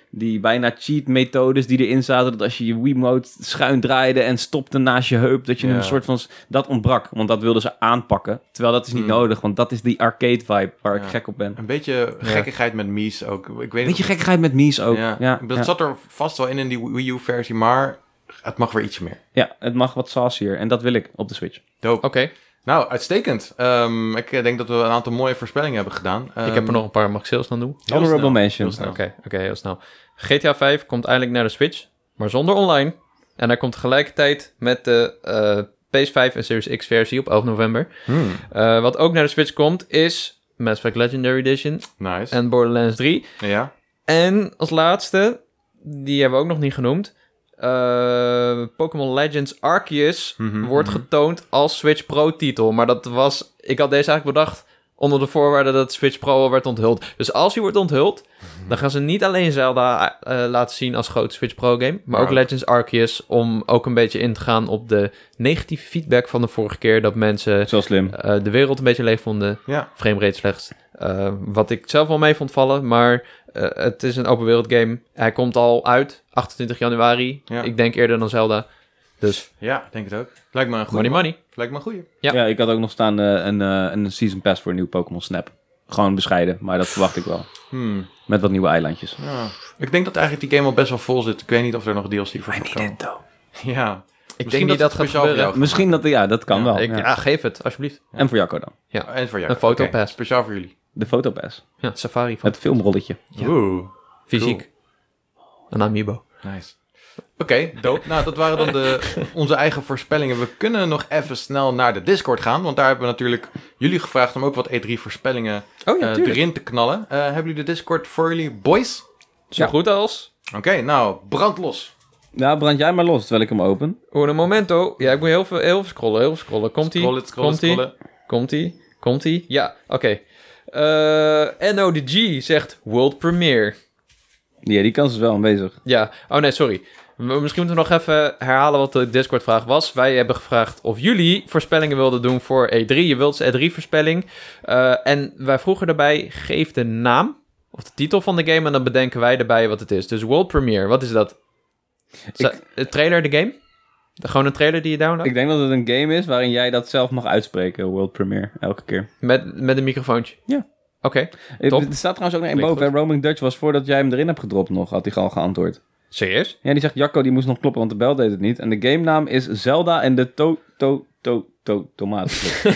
die bijna cheat-methodes die erin zaten. Dat als je je Wiimote schuin draaide en stopte naast je heup, dat je Ja. een soort van... Dat ontbrak, want dat wilden ze aanpakken. Terwijl dat is niet Hmm. nodig, want dat is die arcade-vibe waar Ja. ik gek op ben. Een beetje gekkigheid met Mies ook. Ik weet Beetje niet of- gekkigheid met Mies ook. Ja. Ja, Dat ja. zat er vast wel in in die Wii U-versie, maar het mag weer ietsje meer. Ja, het mag wat saucier en dat wil ik op de Switch. Dope. Oké, Nou, uitstekend. Ehm, ik denk dat we een aantal mooie voorspellingen hebben gedaan. ik heb er Ehm, nog een paar. Mag ik zelfs dan doen? heel Honorable snel, mention. heel snel. Oké, oké, heel snel. G T A vijf komt eindelijk naar de Switch, maar zonder online. En hij komt tegelijkertijd met de eh, P S vijf en Series X versie op elf november. Hmm, Uh, wat ook naar de Switch komt is Mass Effect Legendary Edition nice. en Borderlands drie. Ja. En als laatste, die hebben we ook nog niet genoemd, uh, Pokémon Legends Arceus Mhm, wordt mhm. getoond als Switch Pro titel. Maar dat was, ik had deze eigenlijk bedacht onder de voorwaarde dat Switch Pro al werd onthuld. Dus als hij wordt onthuld, dan gaan ze niet alleen Zelda uh, laten zien als grote Switch Pro game, maar Maar ook ook- Legends Arceus om ook een beetje in te gaan op de negatieve feedback van de vorige keer dat mensen Zo slim. uh, de wereld een beetje leeg vonden. Ja. Framerate slechts. Uh, wat ik zelf wel mee vond vallen, maar uh, het is een open wereld game. Hij komt al uit, achtentwintig januari. Ja. Ik denk eerder dan Zelda. Dus Ja, denk het ook. Lijkt me een goede. money money. Lijkt me een goede. Ja. Ja. ik had ook nog staan eh, een, eh, een season pass voor een nieuw Pokémon Snap. Gewoon bescheiden, maar dat verwacht ik wel. Hmm. Met wat nieuwe eilandjes. Ja. Ik denk dat eigenlijk die game al best wel vol zit. Ik weet niet of er nog D L C voor gaat komen. Ja. Ik Misschien denk niet dat het gaat speciaal voor gebeuren. jou Misschien dat, ja, dat kan Ja, wel. Ik, ja. ja. geef het, alsjeblieft. En voor Jacco dan. Ja. En voor jou. Een fotopass. Oké, speciaal voor jullie. De fotopass. Ja, Safari van Het filmrolletje. Ja. Oeh. fysiek. Een amiibo. Nice. Oké, dope. Nou, dat waren dan de, onze eigen voorspellingen. We kunnen nog even snel naar de Discord gaan. Want daar hebben we natuurlijk jullie gevraagd om ook wat E drie voorspellingen Oh ja, eh, tuurlijk. erin te knallen. Eh, hebben jullie de Discord voor jullie, boys? Zo Ja. goed als. Oké, nou, brand los. Ja, brand jij maar los terwijl ik hem open. Un momento. Ja, ik moet heel veel, heel veel scrollen, heel veel scrollen. Komt-ie? Scrollen, scrollen, Komt-ie? scrollen. Komt-ie? Komt-ie? Ja, oké. Eh, N O D G zegt World Premiere. Ja, die kans is wel aanwezig. Ja, oh nee, sorry. M- Misschien moeten we nog even herhalen wat de Discord-vraag was. Wij hebben gevraagd of jullie voorspellingen wilden doen voor E drie. Je wilt E drie-voorspelling. Uh, en wij vroegen daarbij, geef de naam of de titel van de game en dan bedenken wij erbij wat het is. Dus World Premiere, wat is dat? Za- de trailer, de game? De- Gewoon een trailer die je downloadt? Ik denk dat het een game is waarin jij dat zelf mag uitspreken, World Premiere, elke keer. Met, met een microfoontje? Ja. Oké, Er top. er staat trouwens ook nog één Klinkt boven. hè. Roaming Dutch was voordat jij hem erin hebt gedropt nog, had hij al geantwoord. Serieus? Ja, die zegt, Jacco, die moest nog kloppen, want de bel deed het niet. En de game naam is Zelda en de to to to to tomaten.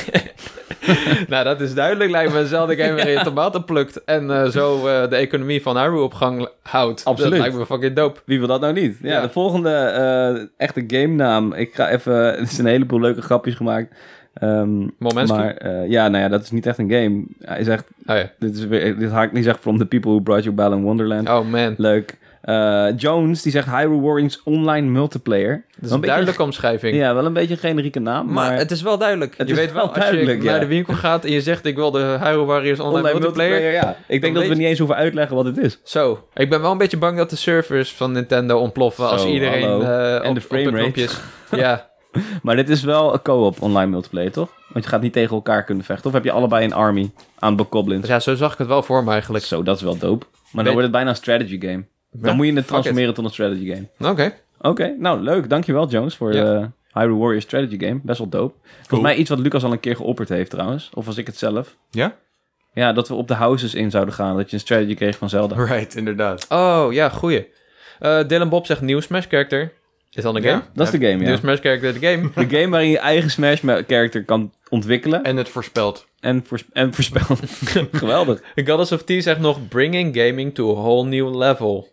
Nou, dat is duidelijk. Lijkt me eenzelfde game waarin je tomaten plukt en eh, zo eh, de economie van Hyrule op gang houdt. Absoluut. Dat lijkt me fucking dope. Wie wil dat nou niet? Ja, Ja. de volgende eh, echte game naam. Ik ga even... Er zijn een heleboel leuke grapjes gemaakt. Ehm, Momenski? maar eh, ja, nou ja, dat is niet echt een game. Hij zegt... Oh ja. Dit is weer... Dit haakt niet zegt from the people who brought you Balan Wonderland. Oh man. Leuk. Eh, Jones, die zegt Hyrule Warriors online multiplayer. Dat is Wel een beetje- duidelijke omschrijving. Ja, wel een beetje een generieke naam. Maar, Maar, het is wel duidelijk. Het je is weet wel, wel als je duidelijk, naar ja. de winkel gaat en je zegt ik wil de Hyrule Warriors online, online multiplayer. multiplayer, ja. Ik denk Dan dat we weet niet eens hoeven uitleggen wat het is. Zo. Ik ben wel een beetje bang dat de servers van Nintendo ontploffen als Zo, iedereen hallo. eh, En op, de op framerate. knopjes. Ja. Maar dit is wel een co-op online multiplayer, toch? Want je gaat niet tegen elkaar kunnen vechten. Of heb je allebei een army aan bokoblins? Dus ja, zo zag ik het wel voor me eigenlijk. Zo, dat is wel dope. Maar dan Weet- wordt het bijna een strategy game. Dan Ja, moet je het fuck transformeren tot een strategy game. Oké. Oké, nou leuk. Dankjewel Jones voor Ja. de Hyrule Warriors strategy game. Best wel dope. Volgens mij iets wat Lucas al een keer geopperd heeft trouwens. Of was ik het zelf? Ja? Ja, dat we op de houses in zouden gaan. Dat je een strategy kreeg van Zelda. Right, inderdaad. Oh, ja, goeie. Eh Dylan Bob zegt nieuw Smash character. Is dat een game? Ja. Dat is de game, Nieuw ja. Smash character, de game. De game waarin je eigen Smash character kan ontwikkelen En het voorspelt. en, voors- en voorspellen. Geweldig. Goddess of Tea zegt nog bringing gaming to a whole new level.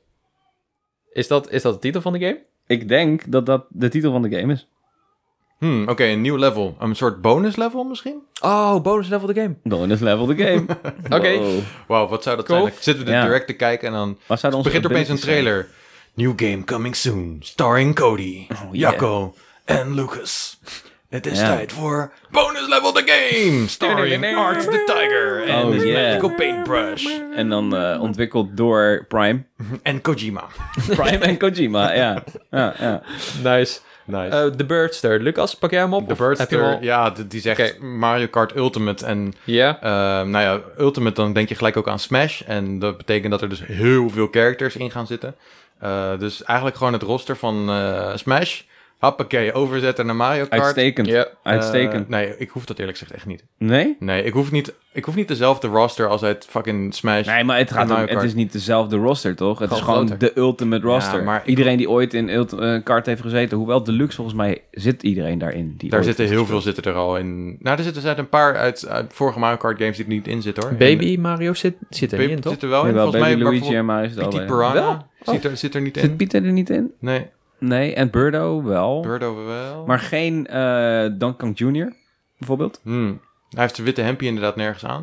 Is dat, is dat de titel van de game? Ik denk dat dat de titel van de game is. Hmm, oké, een nieuw level. Een soort bonus level misschien? Oh, bonus level de game. Bonus level de game. Oké. Wow. Wauw, wat zou dat Cool. zijn? Dan zitten we de Ja. direct te kijken en dan Wat zou onze begint er opeens een abilities zijn? trailer. New game coming soon. Starring Cody, yeah. Jacco en Lucas. Het is Ja. tijd voor bonus level the game. Starring Art the Tiger en Oh, his yeah. magical paintbrush. En dan eh, ontwikkeld door Prime. En Kojima. Prime en Kojima, ja. ja, ja. Nice. Nice. Uh, de Birdster. Lucas, pak jij hem op? De Of heb je Birdster, hem al? ja, d- die zegt Oké. Mario Kart Ultimate. En Ja. uh, nou ja, Ultimate, dan denk je gelijk ook aan Smash. En dat betekent dat er dus heel veel characters in gaan zitten. Uh, dus eigenlijk gewoon het roster van uh, Smash. Hoppakee, overzetten naar Mario Kart. Uitstekend. Ja. Uitstekend. Uh, nee, ik hoef dat eerlijk gezegd echt niet. Nee? Nee, ik hoef niet, ik hoef niet dezelfde roster als uit fucking Smash. Nee, maar het, gaat Mario ook, het Kart. is niet dezelfde roster, toch? Het Gewoon is gewoon groter. de ultimate roster. Ja, maar ik- Iedereen die ooit in Ult- uh, Kart heeft gezeten, hoewel Deluxe volgens mij zit iedereen daarin. Die Daar ooit zitten heeft heel veel gespeeld. zitten er al in. Nou, er zitten er een paar uit, uit vorige Mario Kart games die er niet in zitten, hoor. Baby Mario zit, zit er Baby niet in, toch? zit er wel in. Jawel, Volgens Baby mij Luigi en Mario zitten P T allebei. Piranha Wel? zit, er, zit er niet Zit in. Pieter er niet in? Nee, Nee, en Birdo wel. Birdo wel. Maar geen uh, Donkey Kong junior, bijvoorbeeld. Hmm. Hij heeft de witte hempje inderdaad nergens aan.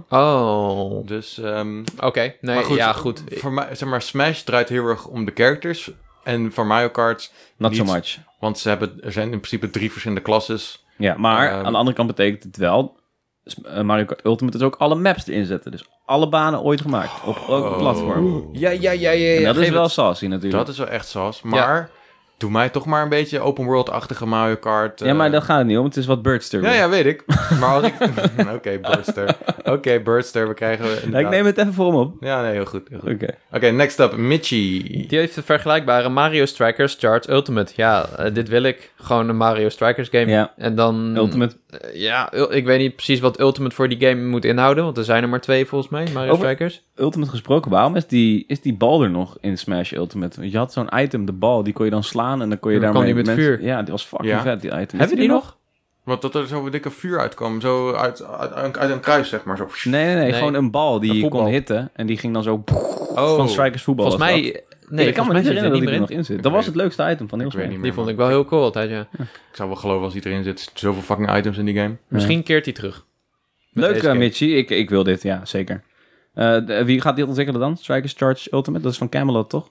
Oh. Dus, um, Oké. Nee, maar goed, ja, goed. Voor mij, zeg maar, Smash draait heel erg om de characters. En voor Mario Kart Not niet, so much. Want ze hebben, er zijn in principe drie verschillende klasses. Ja, maar Ehm, aan de andere kant betekent het wel... uh, Mario Kart Ultimate is ook alle maps erin zetten. Dus alle banen ooit gemaakt. Op elk Oh. platform. Ja, ja, ja, ja. En ja. dat is Geef wel het. sassy natuurlijk. Dat is wel echt saus. Maar doe mij toch maar een beetje open world-achtige Mario Kart. Ja, maar eh, daar gaat het niet om. Het is wat Birdster Ja, wil. ja, weet ik. Maar als ik... Oké, Birdster. Oké, Birdster, we krijgen... Ja, ik inderdaad- neem het even voor hem op. Ja, nee, heel goed. Heel goed. Oké. Oké, next up, Mitchie. Die heeft de vergelijkbare Mario Strikers Charge Ultimate. Ja, eh, dit wil ik. Gewoon een Mario Strikers game. Ja. En dan... Ultimate. Eh, ja, ul- ik weet niet precies wat Ultimate voor die game moet inhouden. Want er zijn er maar twee volgens mij, Mario Over- Strikers. Ultimate gesproken, waarom is die, is die bal er nog in Smash Ultimate? Want je had zo'n item, de bal, die kon je dan slaan en dan kon je Dan daarmee... kwam die met mensen- vuur. Ja, die was fucking Ja. vet, die item. Heb je Is die nog? Wat dat er zo'n dikke vuur uitkwam. Zo uit, uit, uit een kruis, zeg maar. Zo. Nee, nee, nee, Nee. gewoon een bal die Een je voetbal. kon hitten en die ging dan zo Oh, van Strikers voetbal. Volgens was mij... dat. Nee, ik kan me volgens niet mij zit herinneren dat er die er niet nog meer in zit. Ik Dat was weet- het leukste item van heel ik weet Smash. niet Die meer, vond man. ik wel heel cool altijd, ja. Ik zou wel geloven als hij erin zit. Zoveel fucking items in die game. Misschien keert hij terug. Met Leuk, deze uh, game. Mitchie. Ik, ik wil dit, ja, zeker. Uh, de- wie gaat dit ontwikkelen dan? Strikers Charge Ultimate? Dat is van Camelot, toch?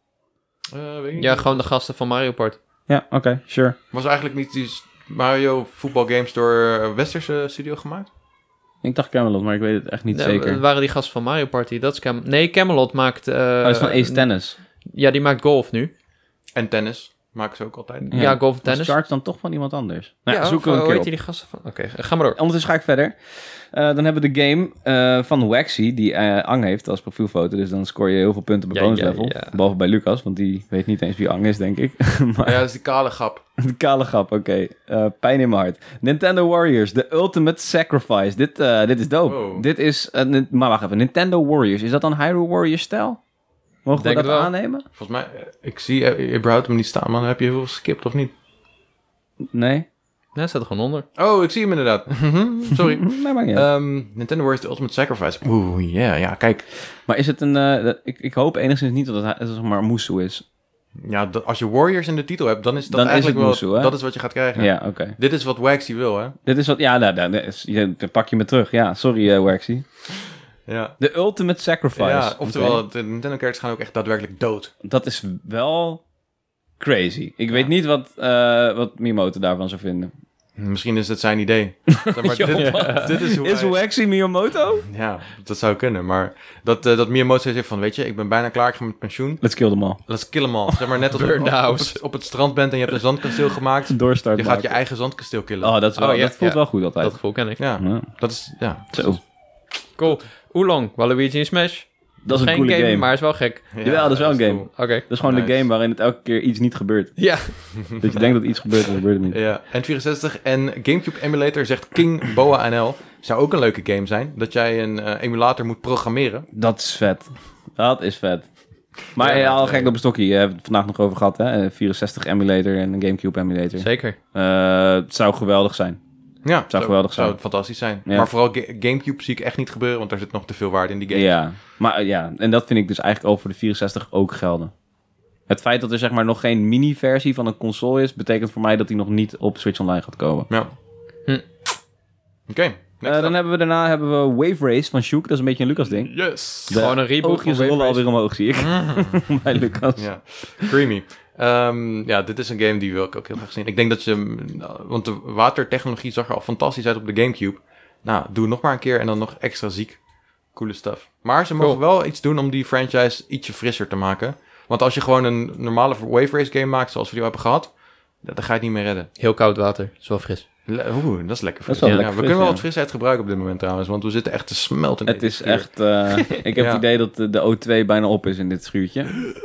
Uh, weet ik niet. Ja, gewoon de gasten van Mario Party. Ja, oké, okay, sure. Was eigenlijk niet die Mario voetbalgames door uh, Westerse studio gemaakt? Ik dacht Camelot, maar ik weet het echt niet Nee, zeker. het waren die gasten van Mario Party. Dat is Cam nee, Camelot maakt... eh, oh, dat is van Ace Tennis. Ja, die maakt golf nu. En tennis maken ze ook altijd. Ja, golf en Was tennis. Charge dan toch van iemand anders? Nou, ja, ja, zoeken of, we hoe een keer heet op. die gasten van... Oké, ga maar door. Ondertussen ga ik verder. Uh, dan hebben we de game uh, van Waxy, die uh, Ang heeft als profielfoto. Dus dan scoor je heel veel punten bij Ja, bonus ja, level. ja. Behalve bij Lucas, want die weet niet eens wie Ang is, denk ik. maar Ja, dat is die kale grap. de kale grap, oké. Okay. Uh, pijn in mijn hart. Nintendo Warriors, The Ultimate Sacrifice. Dit, uh, dit is dope. Wow. Dit is... Uh, ni- maar wacht even, Nintendo Warriors. Is dat dan Hyrule Warriors stijl? Mogen we Denk dat het wel. aannemen? Volgens mij, uh, ik zie uh, überhaupt hem niet staan, man. Heb je heel veel geskipt of niet? Nee? Ja, hij staat er gewoon onder. Oh, ik zie hem inderdaad. Sorry. Nee, maakt niet uit. Um, Nintendo Warriors The Ultimate Sacrifice. Oeh, yeah, ja, kijk. Maar is het een... Uh, dat- ik, ik hoop enigszins niet dat het, het zeg maar Musu is. Ja, dat, als je Warriors in de titel hebt, dan is dat Dan is eigenlijk het wel... Musu, hè? dat is wat je gaat krijgen. Ja, oké. Okay. Dit is wat Waxy wil, hè? Dit is wat... Ja, nou, nou, nou, je- dan pak je me terug. Ja, sorry, uh, Waxy. Ja. The Ultimate Sacrifice. Ja, oftewel, Oké. de Nintendo characters gaan ook echt daadwerkelijk dood. Dat is wel crazy. Ik weet niet wat, uh, wat Miyamoto daarvan zou vinden. Misschien is het zijn idee. Zeg maar, dit, dit is hoe Is hij- Waxy Miyamoto? Ja, dat zou kunnen. Maar dat, uh, dat Miyamoto zegt van, weet je, ik ben bijna klaar, ik ga met pensioen. Let's kill them all. Let's kill them all. Zeg maar net als op, Burn the op, op, house. het, op het strand bent en je hebt een zandkasteel gemaakt. Doorstart Je gaat je maken. eigen zandkasteel killen. Oh, dat, is wel, Oh, ja, dat voelt ja. wel goed altijd. Dat gevoel ken ik. Ja, Ja. dat is, ja. Zo. Cool. Oolong, Waluigi in Smash. Dat is een Geen coole game, game. maar is wel gek. Ja, Jawel, dat is wel een game. cool. Oké. Dat is gewoon Nice. de game waarin het elke keer iets niet gebeurt. Ja. Dat je denkt dat iets gebeurt en dat gebeurt het niet. Ja, N vierenzestig en GameCube Emulator zegt King Boa N L. Zou ook een leuke game zijn. Dat jij een uh, emulator moet programmeren. Dat is vet. Dat is vet. Maar Ja, ja, al nee. gek op een stokje. Je hebt het vandaag nog over gehad, hè? vierenzestig emulator en een GameCube emulator. Zeker. Uh, het zou geweldig zijn. Ja, Zou geweldig zijn. Zou fantastisch zijn. Ja. Maar vooral Ga- GameCube zie ik echt niet gebeuren, want daar zit nog te veel waarde in die game. Ja, maar uh, ja, en dat vind ik dus eigenlijk ook voor de vierenzestig ook gelden. Het feit dat er zeg maar nog geen mini-versie van een console is, betekent voor mij dat die nog niet op Switch Online gaat komen. Ja. Hm. Oké. Okay, Uh, dan hebben we daarna hebben we Wave Race van Shook. Dat is een beetje een Lucas-ding. Yes. De Gewoon een reboot oogjes van Wave rollen Race. alweer omhoog, zie ik. Bij Lucas. Ja, creamy. Um, ja, dit is een game die wil ik ook heel graag zien. Ik denk dat je... Want de watertechnologie zag er al fantastisch uit op de GameCube. Nou, doe nog maar een keer en dan nog extra ziek. Coole stuff. Maar ze mogen Cool. wel iets doen om die franchise ietsje frisser te maken. Want als je gewoon een normale Wave Race game maakt, zoals we die hebben gehad... dat, dat ga je niet meer redden. Heel koud water, is wel fris. Le- Oeh, dat is lekker fris. Dat is wel Ja, lekker we fris, kunnen wel ja. wat frisheid gebruiken op dit moment trouwens, want we zitten echt te smelten. in Het dit is vuur. echt... eh, ik heb Ja. het idee dat de, de O twee bijna op is in dit schuurtje.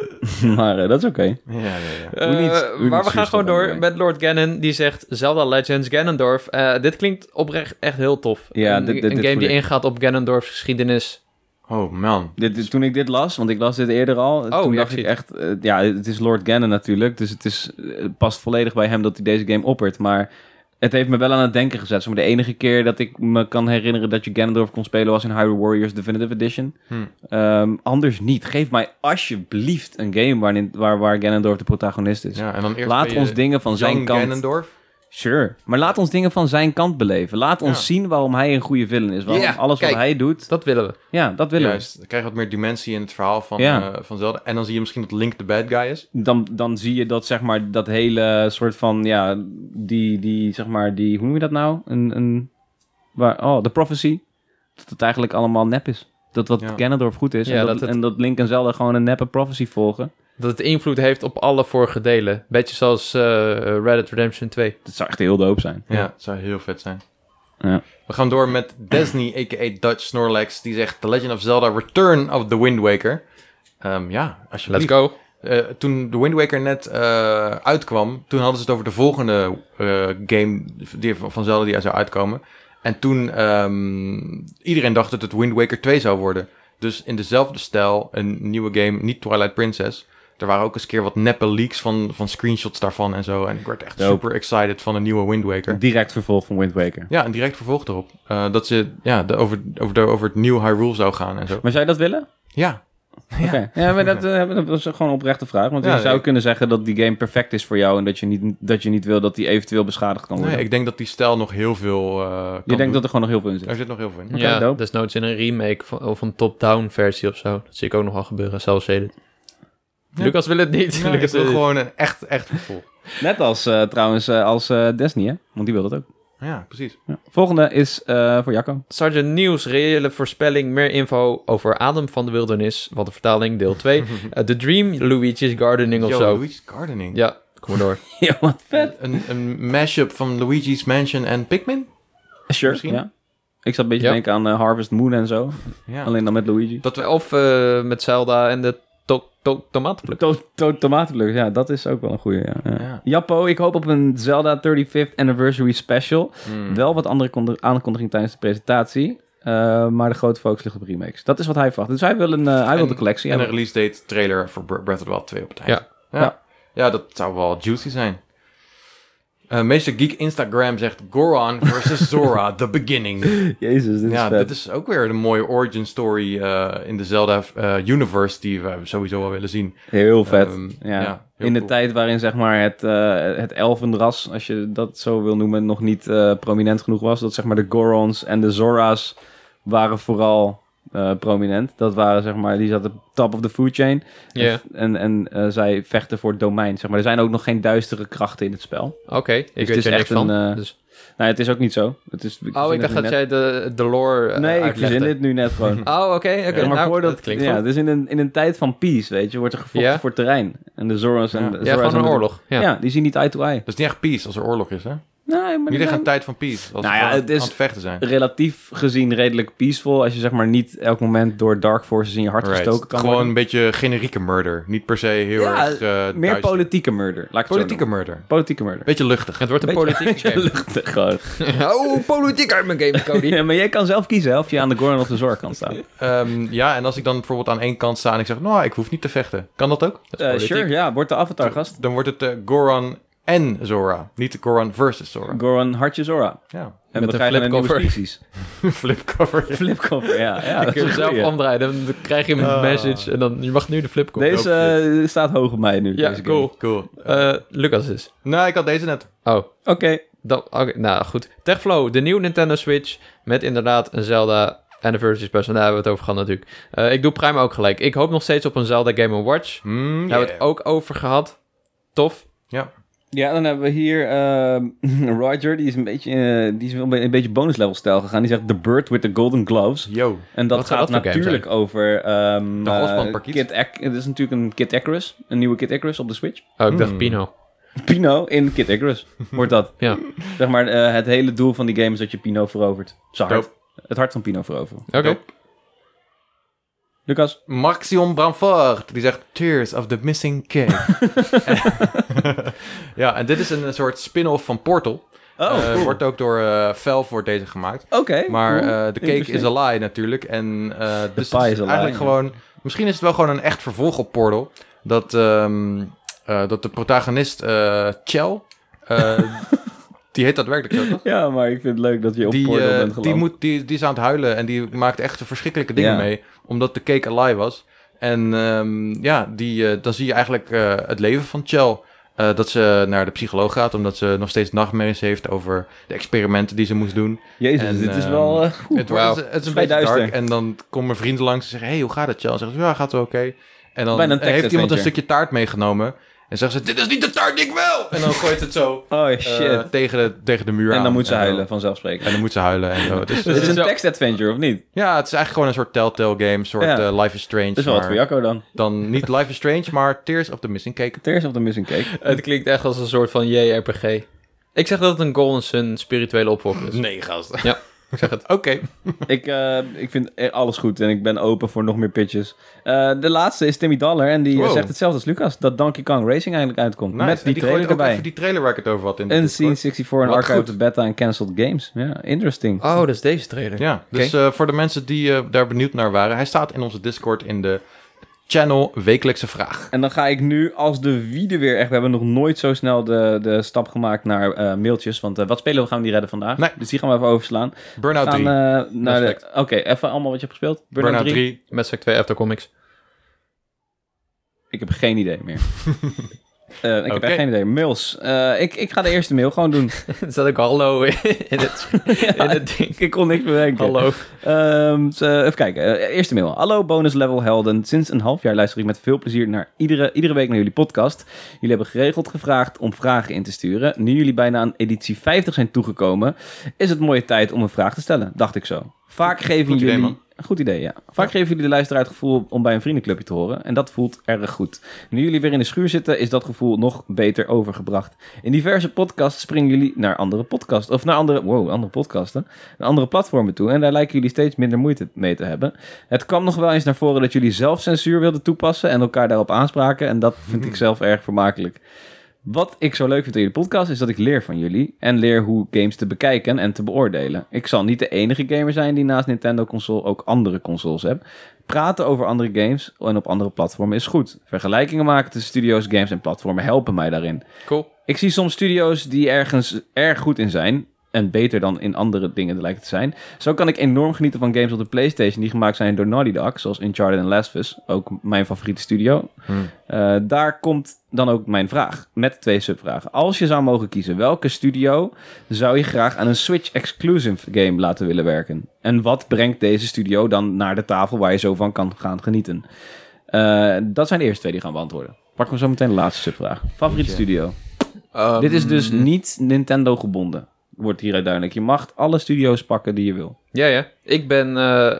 maar eh, dat is oké. Ja, ja, ja. Hoe niet- Eh, hoe niet maar we gaan zuurstof gewoon door aanbrengen. met Lord Ganon. Die zegt Zelda Legends Ganondorf. Eh, dit klinkt oprecht echt heel tof. Ja, een dit- dit- een dit game voel die ik. ingaat op Ganondorf's geschiedenis. Oh man. Dit, dit- toen ik dit las, want ik las dit eerder al, Oh, toen ja, dacht ik ik zie echt... eh, ja, het is Lord Ganon natuurlijk, dus het, is, eh, het past volledig bij hem dat hij deze game oppert. Maar het heeft me wel aan het denken gezet. Zeg maar, de enige keer dat ik me kan herinneren dat je Ganondorf kon spelen was in Hyrule Warriors Definitive Edition. Hm. Ehm, anders niet. Geef mij alsjeblieft een game waarin, waar, waar Ganondorf de protagonist is. Ja, en dan eerst Laat ben je ons dingen van zijn Young kant... Ganondorf. Sure. Maar laat ons dingen van zijn kant beleven. Laat ons Ja. zien waarom hij een goede villain is. Waarom Ja, alles kijk. wat hij doet... Dat willen we. Ja, dat willen we. Juist, dan krijg je wat meer dimensie in het verhaal van, Ja. eh, van Zelda. En dan zie je misschien dat Link de bad guy is. Dan, dan zie je dat, zeg maar, dat hele soort van, ja, die, die, zeg maar, die, hoe noem je dat nou? Een, een, waar, oh, de prophecy. Dat het eigenlijk allemaal nep is. Dat wat Ja. Ganondorf goed is. Ja, en, dat, dat het- en dat Link en Zelda gewoon een neppe prophecy volgen. Dat het invloed heeft op alle vorige delen. Beetje zoals eh, Red Dead Redemption twee. Dat zou echt heel dope zijn. Ja, dat zou heel vet zijn. Ja. We gaan door met Disney, a k a. Dutch Snorlax. Die zegt The Legend of Zelda Return of the Wind Waker. Ehm, ja, Let's alsjeblieft. go. Eh, toen The Wind Waker net eh, uitkwam, toen hadden ze het over de volgende eh, game die, van Zelda die er zou uitkomen. En toen, ehm, iedereen dacht dat het Wind Waker twee zou worden. Dus in dezelfde stijl, een nieuwe game, niet Twilight Princess. Er waren ook eens een keer wat neppe leaks van, van screenshots daarvan en zo. En ik werd echt Dope. super excited van een nieuwe Wind Waker. Direct vervolg van Wind Waker. Ja, en direct vervolg erop. Eh, dat ze ja, de, over, over, de, over het nieuw Hyrule zou gaan en zo. Maar zou je dat willen? Ja, Oké. Ja, maar dat, eh, dat was gewoon een oprechte vraag. Want Ja, je zou nee. kunnen zeggen dat die game perfect is voor jou... en dat je niet, dat je niet wil dat die eventueel beschadigd kan worden. nee, ik denk dat die stijl nog heel veel eh kan je denkt doen. dat er gewoon nog heel veel in zit. Er zit nog heel veel in. Oké, ja, dope. desnoods in een remake van, of een top-down versie of zo. Dat zie ik ook nog wel gebeuren. Zelfs shaded. Ja. Lucas wil het niet. Ja, ik Lucas wil wil het gewoon een echt, echt vervolg. Net als eh, trouwens eh, als eh, Destiny, hè? Want die wil dat ook. Ja, precies. Ja. Volgende is eh, voor Jacco. Sergeant Nieuws, reële voorspelling, meer info over Adem van de Wildernis. Wat de vertaling, deel twee. Uh, The Dream, Luigi's Gardening of Yo, zo. Luigi's Gardening. Ja, kom maar door. Ja, wat vet. Een, een mashup van Luigi's Mansion en Pikmin? Sure, Misschien? ja. Ik zat een beetje Ja. te denken aan eh, Harvest Moon en zo. Ja. Alleen dan met Luigi. Dat we, Of uh, met Zelda en de to to tomatenpluk. To to tomatenpluk, ja, dat is ook wel een goeie. Ja. Ja. Ja. Jappo, ik hoop op een Zelda thirty-fifth Anniversary Special. Hmm. Wel wat andere kondig- aankondiging tijdens de presentatie. Uh, maar de grote focus ligt op remakes. Dat is wat hij verwacht. Dus hij wil, een, uh, hij wil En- de collectie En een hebben. release date trailer voor Bre- Breath of the Wild twee op het eind. Ja. Ja. Ja. Ja, dat zou wel juicy zijn. Uh, Meester Geek Instagram zegt Goron versus Zora, The Beginning. Jezus, dit Ja, is vet. dit is ook weer een mooie origin story uh, in de Zelda uh, universe die we sowieso wel willen zien. Heel vet. Ehm, ja. ja, heel in de cool. tijd waarin zeg maar het, uh, het elfenras, als je dat zo wil noemen, nog niet uh, prominent genoeg was. Dat zeg maar de Gorons en de Zora's waren vooral uh, prominent. Dat waren zeg maar, die zaten op top of the food chain. Ja, En, en uh, zij vechten voor het domein. Zeg maar. Er zijn ook nog geen duistere krachten in het spel. oké. Ik het weet is er niks echt van. een, uh, dus. Nou, het is ook niet zo. Het is, Oh, ik verzin dacht het dat nu jij de, de lore uh, net. Nee, ik uitlegde. verzin dit nu net gewoon. Oh, oké. oké. Ja, maar Nou, voordat, dat klinkt ja, goed. dus in een, in een tijd van peace, weet je, wordt er gevochten Ja. voor terrein. En de Zoras en Ja. de Ja, Zoras gewoon en een de- oorlog. Ja. Ja. die zien niet eye to eye. Dat is niet echt peace als er oorlog is, hè? Nee, maar Niet die echt zijn een tijd van peace. Als Nou we ja, gewoon het is- aan het vechten zijn. relatief gezien redelijk peaceful. Als je zeg maar niet elk moment door Dark Forces in je hart Right. gestoken kan Gewoon worden. een beetje generieke murder. Niet per se heel Ja, erg uh, Meer duister. politieke murder. Laat ik het Politieke zo noemen. murder. Politieke murder. Beetje luchtig. Het wordt een politieke game. Luchtig gewoon. Oh, politiek uit mijn game, Cody. Ja, maar jij kan zelf kiezen hè, of je aan de Goron of de Zor kan staan. Um, ja, en als ik dan bijvoorbeeld aan één kant sta en ik zeg, nou, ik hoef niet te vechten. Kan dat ook? Dat is Uh, politiek. sure, ja. Wordt de avatar gast. Dan wordt het uh, Goron en Zora. Niet de Goron versus Zora. Goron, hartje Zora. Ja. En Met we een krijgen een nieuwe flipcover. species. Flipcover. Flipcover, ja. ja Je dat kunt is hem zelf een goeie. omdraaien. Dan krijg je een Ah. message. En dan, je mag nu de flip komen. Deze eh, staat hoog op mij nu. Ja, deze cool. Cool. Eh, Lucas is. Nou, ik had deze net. Oh, game. Oké. dan, oké, nou goed. Techflow, de nieuwe Nintendo Switch. Met inderdaad een Zelda Anniversary Special. Daar hebben we het over gehad natuurlijk. Uh, ik doe Prime ook gelijk. Ik hoop nog steeds op een Zelda Game and Watch. Daar Mm, hebben we yeah. het ook over gehad. Tof. Ja. Ja, dan hebben we hier ehm, Roger. Die is een beetje, eh, die is wel een be- een beetje bonus level stijl gegaan. Die zegt The Bird with the Golden Gloves. Yo. En dat Wat zou gaat dat voor game natuurlijk over ehm De halsband eh, parkiet. Kid Ac- Het is natuurlijk een Kid Icarus. Een nieuwe Kid Icarus op de Switch. Oh, ik dacht Hmm. Pino. Pino in Kid Icarus wordt dat. Ja. Zeg maar, uh, het hele doel van die game is dat je Pino verovert. Zijn hart. Dope. Het hart van Pino veroveren. Oké. Okay. Lucas? Maxion Bramfort, die zegt Tears of the Missing Cake. Ja, en dit is een soort spin-off van Portal. Oh, uh, cool. Wordt ook door uh, Valve wordt deze gemaakt. Oké, okay, Maar cool. uh, de cake is a lie natuurlijk. En uh, dus pie het is is a eigenlijk lie, gewoon... Misschien is het wel gewoon een echt vervolg op Portal. Dat, um, uh, dat de protagonist uh, Chell... Uh, die heet daadwerkelijk zo, toch? Ja, maar ik vind het leuk dat je op die, Portal uh, bent geland. Die, moet, die, die is aan het huilen en die maakt echt verschrikkelijke dingen ja. mee. Omdat de cake a lie was. En um, ja, die, uh, dan zie je eigenlijk uh, het leven van Chell. Uh, dat ze naar de psycholoog gaat, omdat ze nog steeds nachtmerries heeft over de experimenten die ze moest doen. Jezus, en, dit is uh, wel... Uh, het, wordt, wow. het, het is een Vrij beetje duister. dark. En dan komen vrienden langs en zeggen, hey, hoe gaat het, Chell? En zeggen ze, ja, gaat wel oké. Okay. En dan Bijna een heeft iemand adventure. een stukje taart meegenomen. En zeggen ze, dit is niet de taart die ik wil! En dan gooit het zo oh, shit. uh, tegen, de, tegen de muur en aan. dan moet ze en huilen, dan, vanzelfsprekend. En dan moet ze huilen en zo. Dus, Dit is een zo- text-adventure, of niet? ja, het is eigenlijk gewoon een soort Telltale game, een soort Ja. uh, Life is Strange. Dat is wel wat maar voor Jacco dan. dan niet Life is Strange, maar Tears of the Missing Cake. Tears of the Missing Cake. Het klinkt echt als een soort van J R P G. Ik zeg dat het een Golden Sun spirituele opvolger is. Nee, gast. Ja, ik zeg het. Oké. Okay. ik, uh, ik vind alles goed en ik ben open voor nog meer pitches. Uh, de laatste is Timmy Dollar en die uh, Wow. zegt hetzelfde als Lucas. Dat Donkey Kong Racing eigenlijk uitkomt. Nice. Met En die, die trailer gooit ook erbij. even die trailer waar ik het over had in de Unseen Discord. zesenzestig en Wat Archive goed. of Beta en Cancelled Games. Ja, interesting. Oh, dat is deze trailer. Ja, dus uh, voor de mensen die uh, daar benieuwd naar waren, hij staat in onze Discord in de channel Wekelijkse Vraag. En dan ga ik nu als de wiede weer echt... We hebben nog nooit zo snel de, de stap gemaakt naar uh, mailtjes. Want uh, wat spelen we gaan we die redden vandaag? Nee. Dus die gaan we even overslaan. Burnout we gaan, drie. uh, naar de. Effect. Oké, okay, even allemaal wat je hebt gespeeld. Burnout, Burnout drie. drie. Mass Effect twee Aftercomics. Ik heb geen idee meer. Uh, ik heb Oké. echt geen idee. Mails. Uh, ik, ik ga de eerste mail gewoon doen. Er staat ook hallo in het, in het ding. Ik kon niks bedenken. Hallo. Um, so, even kijken. Uh, eerste mail. Hallo bonus level helden. Sinds een half jaar luister ik met veel plezier naar iedere, iedere week naar jullie podcast. Jullie hebben geregeld gevraagd om vragen in te sturen. Nu jullie bijna aan editie vijftig zijn toegekomen, is het mooie tijd om een vraag te stellen. Dacht ik zo. Vaak geven Goed idee, jullie... man. Goed idee, ja. Vaak geven jullie de luisteraar het gevoel om bij een vriendenclubje te horen. En dat voelt erg goed. Nu jullie weer in de schuur zitten, is dat gevoel nog beter overgebracht. In diverse podcasts springen jullie naar andere podcasts. Of naar andere... Wow, andere podcasten. Naar andere platformen toe. En daar lijken jullie steeds minder moeite mee te hebben. Het kwam nog wel eens naar voren dat jullie zelf censuur wilden toepassen. En elkaar daarop aanspraken. En dat vind ik zelf erg vermakelijk. Wat ik zo leuk vind aan jullie podcast is dat ik leer van jullie en leer hoe games te bekijken en te beoordelen. Ik zal niet de enige gamer zijn die naast Nintendo console ook andere consoles heeft. Praten over andere games en op andere platformen is goed. Vergelijkingen maken tussen studio's, games en platformen helpen mij daarin. Cool. Ik zie soms studio's die ergens erg goed in zijn en beter dan in andere dingen lijken te zijn. Zo kan ik enorm genieten van games op de PlayStation die gemaakt zijn door Naughty Dog, zoals Uncharted en Last of Us, ook mijn favoriete studio. Hmm. Uh, daar komt dan ook mijn vraag, met twee subvragen. Als je zou mogen kiezen, welke studio zou je graag aan een Switch-exclusive game laten willen werken? En wat brengt deze studio dan naar de tafel waar je zo van kan gaan genieten? Uh, dat zijn de eerste twee die gaan beantwoorden. Pakken we zo meteen de laatste subvraag. Favoriete Oké. studio? Um, Dit is dus niet Nintendo gebonden. Wordt hieruit duidelijk. Je mag alle studio's pakken die je wil. Ja, ja. Ik ben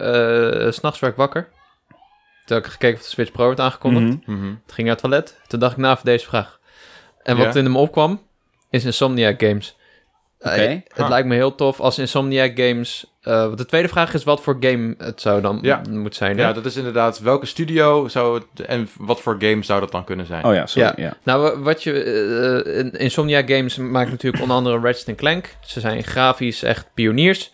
uh, uh, 's nachts werd ik wakker. Toen heb ik gekeken of de Switch Pro werd aangekondigd. Mhm. Mhm. Toen ging ik naar het toilet. Toen dacht ik na voor deze vraag. En wat Ja? in hem opkwam, is Insomniac Games. Uh, Oké. het Ah. lijkt me heel tof als Insomniac Games... Uh, want de tweede vraag is wat voor game het zou dan Ja. m- moeten zijn. Hè? Ja, dat is inderdaad welke studio zou het, en wat voor game zou dat dan kunnen zijn? Oh ja, sorry. Ja. Ja. Nou, wa- wat je... Uh, in- Insomniac Games maakt natuurlijk onder andere Ratchet en Clank. Ze zijn grafisch echt pioniers.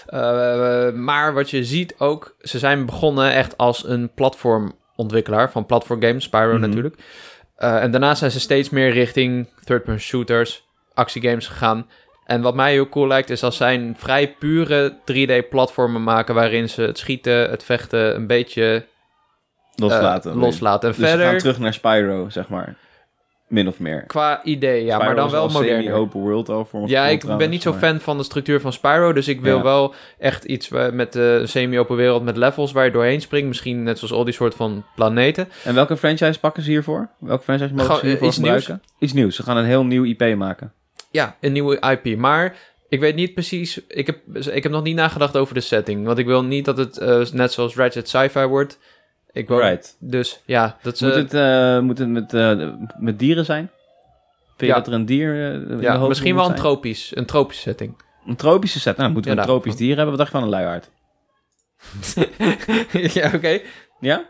Uh, maar wat je ziet ook... Ze zijn begonnen echt als een platformontwikkelaar van platform games. Spyro Mhm. natuurlijk. Uh, en daarna zijn ze steeds meer richting third-person shooters, actiegames gegaan. En wat mij heel cool lijkt, is als zij een vrij pure drie D-platformen maken... waarin ze het schieten, het vechten een beetje Loslaten. uh, loslaten. En Dus verder, we gaan terug naar Spyro, zeg maar. Min of meer. qua idee, ja, Spyro maar dan is wel al moderner. semi-open world al voor Ja, ik ben niet zo fan van de structuur van Spyro, dus ik wil Ja. wel echt iets wa- met de semi-open wereld met levels waar je doorheen springt. Misschien net zoals al die soort van planeten. En welke franchise pakken ze hiervoor? Welke franchise mogen Gewoon, ze hiervoor eh, iets gebruiken? Iets nieuws. Ze gaan een heel nieuw I P maken. Ja, een nieuwe I P, maar ik weet niet precies... Ik heb, ik heb nog niet nagedacht over de setting, want ik wil niet dat het uh, net zoals Ratchet sci-fi wordt. Ik wil, Right. Dus ja, dat is... Moet uh, het, uh, moet het met, uh, met dieren zijn? Vind je Ja. dat er een dier uh, in de Ja, hoofd misschien moet wel een zijn? tropisch, een tropische setting. Een tropische set. Nou, dan moeten we Ja, een daar. tropisch dier hebben. Wat dacht je van een luiaard? ja, oké. Ja?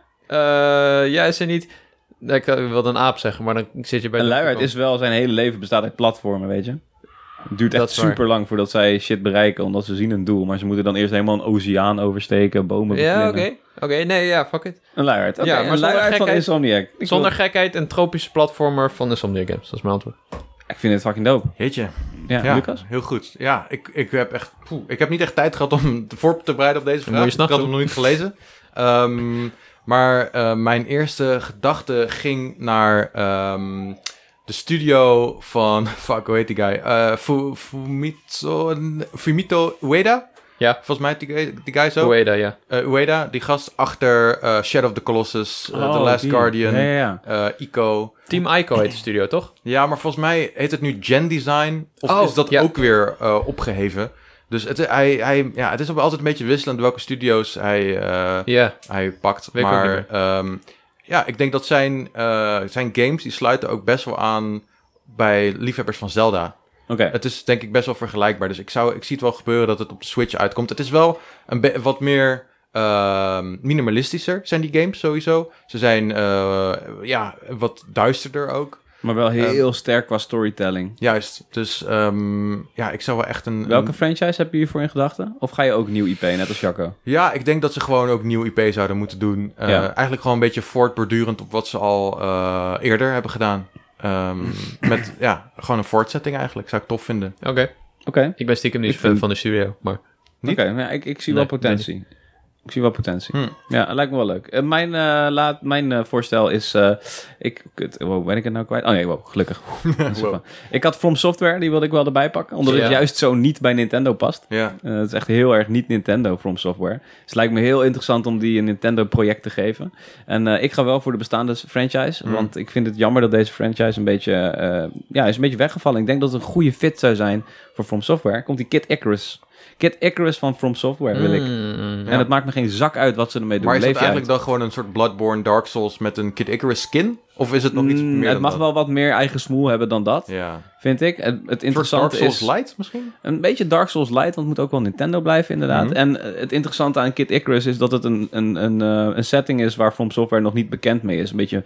Eh, ja, is er niet... Nee, ik wilde een aap zeggen, maar dan zit je bij... Een de- luiaard is wel zijn hele leven bestaat uit platformen, weet je. Het duurt Dat echt is waar. super lang voordat zij shit bereiken, omdat ze zien een doel. Maar ze moeten dan eerst helemaal een oceaan oversteken, bomen Ja, beklimmen. oké. Oké, nee, ja, fuck it. Een luiaard. Oké, Ja, maar een zonder luiaard van gekheid- Insomniac. Ik, Zonder wil- gekheid een tropische platformer van Insomniac Games. Dat is mijn antwoord. ik vind het fucking dope. Jeetje. Ja, Ja, Lucas? heel goed. Ja, ik, ik heb echt... poeh, ik heb niet echt tijd gehad om te voor te bereiden op deze Dan vraag. moet je Ik s'nachts had hem nog niet gelezen. Ehm, maar eh, mijn eerste gedachte ging naar ehm, de studio van... Fuck, hoe heet die guy? Eh, Fu- Fumito, Fumito Ueda? Ja. Volgens mij heet die, guy- die guy zo. Ueda, ja. Eh, Ueda, die gast achter eh, Shadow of the Colossus, eh, The Oh, Last die. Guardian, Ja, ja, ja. eh, Ico. Team Ico heet de studio, toch? Ja, maar volgens mij heet het nu Gen Design. Of Oh, is dat ja. ook weer eh, opgeheven? Dus het, hij, hij, ja, het is altijd een beetje wisselend welke studio's hij, eh, Ja. hij pakt. Weet ik ook maar niet ehm, ja, ik denk dat zijn, eh, zijn games die sluiten ook best wel aan bij liefhebbers van Zelda. Oké. Het is denk ik best wel vergelijkbaar. Dus ik, zou, ik zie het wel gebeuren dat het op de Switch uitkomt. Het is wel een be- wat meer ehm, minimalistischer zijn die games sowieso. Ze zijn eh, ja, wat duisterder ook. Maar wel heel sterk qua storytelling. Juist. Dus ehm, ja, ik zou wel echt een... Welke een- franchise heb je hiervoor in gedachten? Of ga je ook nieuw I P, net als Jacco? Ja, ik denk dat ze gewoon ook nieuw I P zouden moeten doen. Eh, Ja. Eigenlijk gewoon een beetje voortbordurend op wat ze al eh, eerder hebben gedaan. Ehm, met ja, gewoon een voortzetting eigenlijk. Zou ik tof vinden. Oké. Oké. Ik ben stiekem niet Ik fan vind- van de studio, maar... Niet? Oké, ja, ik, ik zie Nee, wel potentie. Ik zie wel potentie. Hm. Ja, lijkt me wel leuk. Eh, mijn uh, laat, mijn uh, voorstel is... Uh, ik, kut, wow, ben ik het nou kwijt? Oh nee, wow, gelukkig. Wow. Ik had From Software, die wilde ik wel erbij pakken. Omdat Ja. het juist zo niet bij Nintendo past. Ja. Uh, het is echt heel erg niet Nintendo, From Software. Dus het lijkt me heel interessant om die een Nintendo-project te geven. En uh, ik ga wel voor de bestaande franchise. Mm. Want ik vind het jammer dat deze franchise een beetje... Uh, ja, is een beetje weggevallen. Ik denk dat het een goede fit zou zijn voor From Software. Komt die Kid Icarus... Kid Icarus van From Software wil ik. Mm, En het maakt me geen zak uit wat ze ermee doen. Maar is Leef dat je eigenlijk uit. dan gewoon een soort Bloodborne Dark Souls met een Kid Icarus skin? Of is het nog iets Mm, meer het dan mag dat? wel wat meer eigen smoel hebben dan dat, Ja. vind ik. Het, het Een soort Dark interessante Souls is... Light misschien? Een beetje Dark Souls Light, want het moet ook wel Nintendo blijven inderdaad. Mhm. En uh, het interessante aan Kid Icarus is dat het een, een, een, uh, een setting is waar From Software nog niet bekend mee is. Een beetje...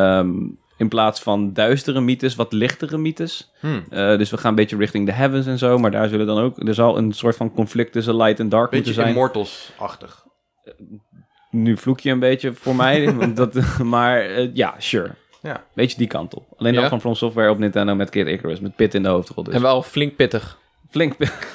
Um, in plaats van duistere mythes, wat lichtere mythes. Hmm. Uh, dus we gaan een beetje richting de heavens en zo. Maar daar zullen dan ook... Er zal een soort van conflict tussen light en dark Beetje moeten zijn. Immortals-achtig. Nu vloek je een beetje voor mij. want dat, maar uh, ja, sure. Ja. Beetje die kant op. Alleen dan Ja. van From Software op Nintendo met Kid Icarus. Met Pit in de hoofdrol. Dus. En wel flink pittig. Flink.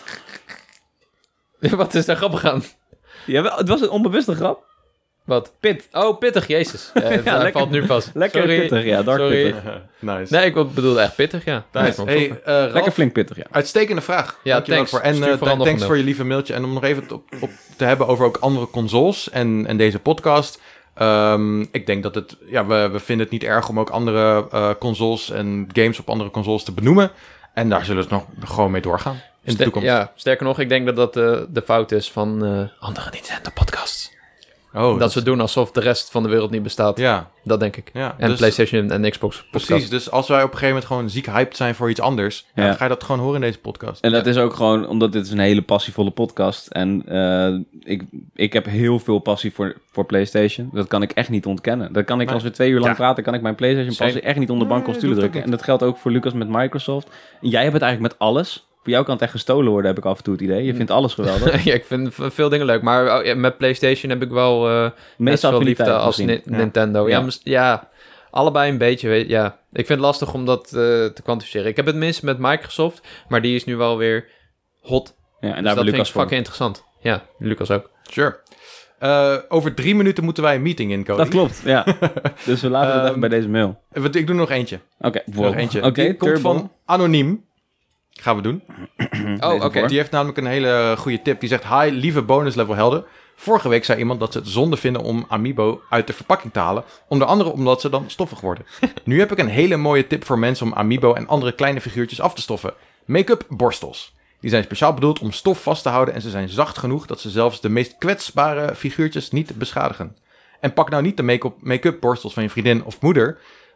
Wat is daar grappig aan? Ja, wel, het was een onbewuste grap. Wat? Pit. Oh, pittig, jezus. Ja, het Ja, hij lekker- valt nu pas. Lekker Sorry. pittig, ja. Dark Sorry. pittig. Nice. Nee, ik bedoelde echt pittig, ja. Nice. Hey, uh, Ralf, Lekker flink pittig, ja. uitstekende vraag. Ja, Dankjewel thanks. voor. En Stuur uh, vooral nog thanks een voor je lieve mailtje. En om nog even op, op te hebben over ook andere consoles en, en deze podcast. Um, ik denk dat het... Ja, we, we vinden het niet erg om ook andere uh, consoles en games op andere consoles te benoemen. En daar zullen we nog gewoon mee doorgaan in de Ster- toekomst. Ja, sterker nog, ik denk dat dat uh, de fout is van uh, andere Nintendo-podcasts. Oh, dat ze doen alsof de rest van de wereld niet bestaat. Ja, Dat denk ik. ja. En dus- PlayStation en Xbox podcast. Precies, dus als wij op een gegeven moment gewoon ziek hyped zijn voor iets anders, ja. Ja. dan ga je dat gewoon horen in deze podcast. En dat is ook gewoon omdat dit is een hele passievolle podcast. En uh, ik, ik heb heel veel passie voor, voor PlayStation. Dat kan ik echt niet ontkennen. Dat kan ik Nee. als we twee uur lang Ja. praten, kan ik mijn PlayStation Same. passie echt niet onder bank Nee, of stoelen dat hoeft drukken. ook En dat geldt ook voor Lucas met Microsoft. En jij hebt het eigenlijk met alles. Voor jou kan het echt gestolen worden, heb ik af en toe het idee. Je vindt alles geweldig. ja, ik vind v- veel dingen leuk. Maar oh, ja, met PlayStation heb ik wel uh, net Meestal veel liefde affiniteit als misschien. Ni- Ja. Nintendo. Ja, Ja. mis- ja, allebei een beetje. Weet, ja. Ik vind het lastig om dat uh, te kwantificeren. Ik heb het minst met Microsoft, maar die is nu wel weer hot. Ja, en Dus daar dat wil vind Lucas ik voor. fucking interessant. Ja, Lucas ook. Sure. Uh, over drie minuten moeten wij een meeting in, Cody. Dat klopt, ja. Dus we laten het Um, even bij deze mail. Want Ik doe nog eentje. Oké, okay. Nog eentje. Oké, Die komt Turbo. van Anoniem. Gaan we doen. Oh, oké. voor. Die heeft namelijk een hele goede tip. Die zegt, hi, lieve bonus level helden. Vorige week zei iemand dat ze het zonde vinden om Amiibo uit de verpakking te halen. Onder andere omdat ze dan stoffig worden. Nu heb ik een hele mooie tip voor mensen om Amiibo en andere kleine figuurtjes af te stoffen. Make-up borstels. Die zijn speciaal bedoeld om stof vast te houden en ze zijn zacht genoeg dat ze zelfs de meest kwetsbare figuurtjes niet beschadigen. En pak nou niet de make-up make-up borstels van je vriendin of moeder,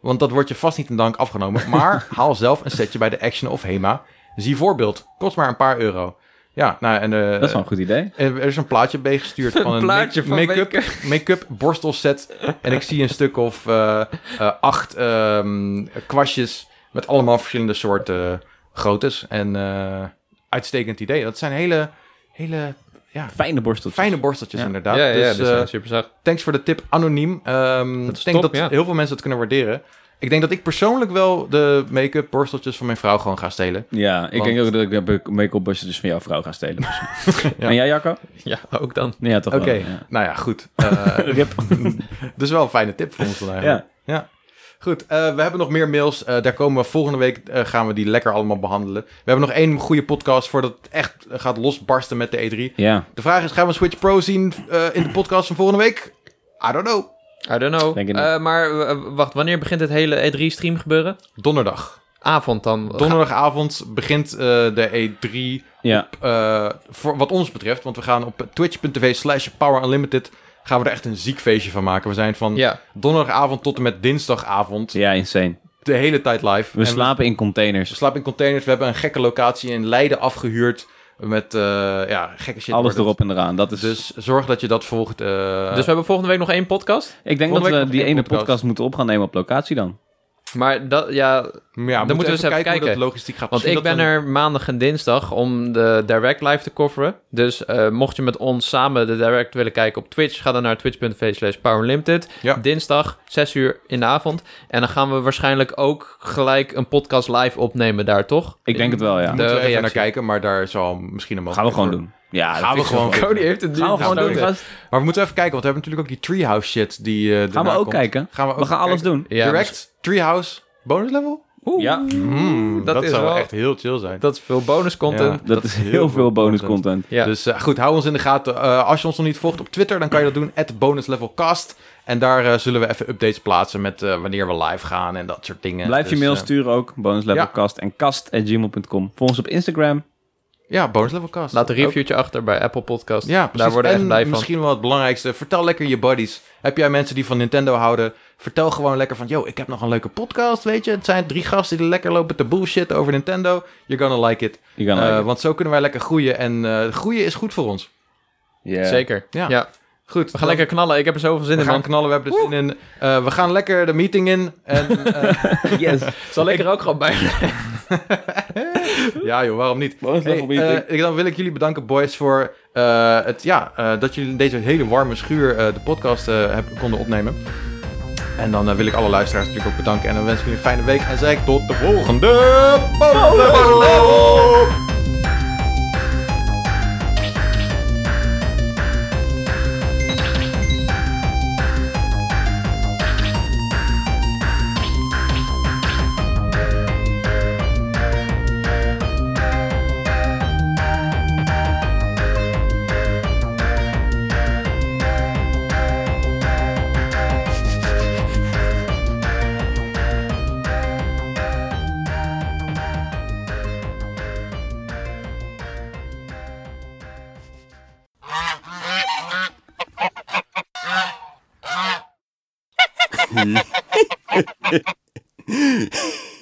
want dat wordt je vast niet in dank afgenomen. Maar haal zelf een setje bij de Action of Hema. Zie voorbeeld, kost maar een paar euro. Ja, nou en... Uh, Dat is wel een goed idee. Er is een plaatje bijgestuurd van een plaatje make- van make-up, make-up borstelset. En ik zie een stuk of uh, uh, acht um, kwastjes met allemaal verschillende soorten groottes. En uh, uitstekend idee. Dat zijn hele, hele ja, Fijne borsteltjes. fijne borsteltjes Ja. inderdaad. Ja, ja, dus dus, uh, uh, super zacht. thanks voor de tip, anoniem. Um, Dat is ik denk top, dat ja. heel veel mensen het kunnen waarderen. Ik denk dat ik persoonlijk wel de make-up borsteltjes van mijn vrouw gewoon ga stelen. Ja, ik Want- denk ook dat ik de make-up borsteltjes van jouw vrouw ga stelen. Ja. En jij, Jacco? Ja, ook dan. Ja, toch Oké, wel. Ja. nou ja, goed. Uh, Rip. dus wel een fijne tip voor ons dan eigenlijk. Ja. Ja. Goed, uh, we hebben nog meer mails. Uh, daar komen we volgende week, uh, gaan we die lekker allemaal behandelen. We hebben nog één goede podcast voordat het echt gaat losbarsten met de E drie. Ja, De vraag is, gaan we Switch Pro zien uh, in de podcast van volgende week? I don't know. I don't know. Denk ik niet. Uh, maar uh, wacht, wanneer begint het hele E drie stream gebeuren? Donderdag. Avond dan. Donderdagavond begint uh, de E drie, ja. uh, voor wat ons betreft. Want we gaan op twitch.tv slash Power Unlimited gaan we er echt een ziek feestje van maken. We zijn van Ja. donderdagavond tot en met dinsdagavond ja, insane. de hele tijd live. We En slapen in containers. We slapen in containers. We hebben een gekke locatie in Leiden afgehuurd. Met uh, ja, gekke shit. Alles wordt het. erop en eraan. Dat is... Dus zorg dat je dat volgt. uh, Dus we hebben volgende week nog één podcast. ik denk volgende dat week we nog die één ene podcast. podcast. moeten op gaan nemen op locatie dan. Maar dat, ja, ja, moeten moeten we eens even hoe kijken. dat logistiek gaat. want ik Misschien ben dat we- er maandag en dinsdag om de Direct live te coveren. Dus uh, mocht je met ons samen de Direct willen kijken op Twitch, ga dan naar twitch.tv slash powerlimited. Ja. Dinsdag, zes uur in de avond. En dan gaan we waarschijnlijk ook gelijk een podcast live opnemen daar, toch? Ik denk het wel, ja. Daar moeten we even reactie. naar kijken, maar daar zal misschien een Gaan we gewoon doen. Ja, dat Gaan we vind ik gewoon zo. doen. Cody heeft het nu Gaan we gewoon doen, gestoten. gast. Maar we moeten even kijken, want we hebben natuurlijk ook die Treehouse shit die uh, Gaan we daarna ook komt. kijken. Gaan we, ook We gaan alles kijken. doen. Ja, Direct, Treehouse, bonus level? Oeh, Ja. Mm, dat dat is zou wel- echt heel chill zijn. dat is veel bonus content. Ja. Dat, is heel veel bonus content. Ja. Dus uh, goed, hou ons in de gaten. Uh, als je ons nog niet volgt op Twitter, dan kan je dat doen, at bonuslevelcast. En daar uh, zullen we even updates plaatsen met uh, wanneer we live gaan en dat soort dingen. Blijf je Dus, mail uh, sturen ook. Bonuslevelcast en kast at gmail dot com. Volg ons op Instagram. Ja, bonuslevelcast. Laat een reviewtje achter bij Apple Podcast. Ja, precies. Daar worden we en echt blij van. misschien wel het belangrijkste, vertel lekker je buddies. Heb jij mensen die van Nintendo houden? Vertel gewoon lekker van, yo, ik heb nog een leuke podcast, weet je. Het zijn drie gasten die lekker lopen te bullshit over Nintendo. You're gonna like it. Je kan Uh, want zo kunnen wij lekker groeien. En uh, groeien is goed voor ons. Zeker. Ja. Ja. Goed. We gaan lekker knallen. Ik heb er zoveel zin We in, gaan man. knallen, we hebben er zin in. Uh, we gaan lekker de meeting in. En, uh, Yes. Zal ik er ook gewoon bij ja joh, waarom niet? Bonuslevel Hey, meeting. uh, ik- dan wil ik jullie bedanken, boys, voor uh, het, ja, uh, dat jullie in deze hele warme schuur uh, de podcast uh, hebben, konden opnemen. En dan uh, wil ik alle luisteraars natuurlijk ook bedanken. En dan wens ik jullie een fijne week. En zeg ik tot de volgende Bonus Level! Hehehehe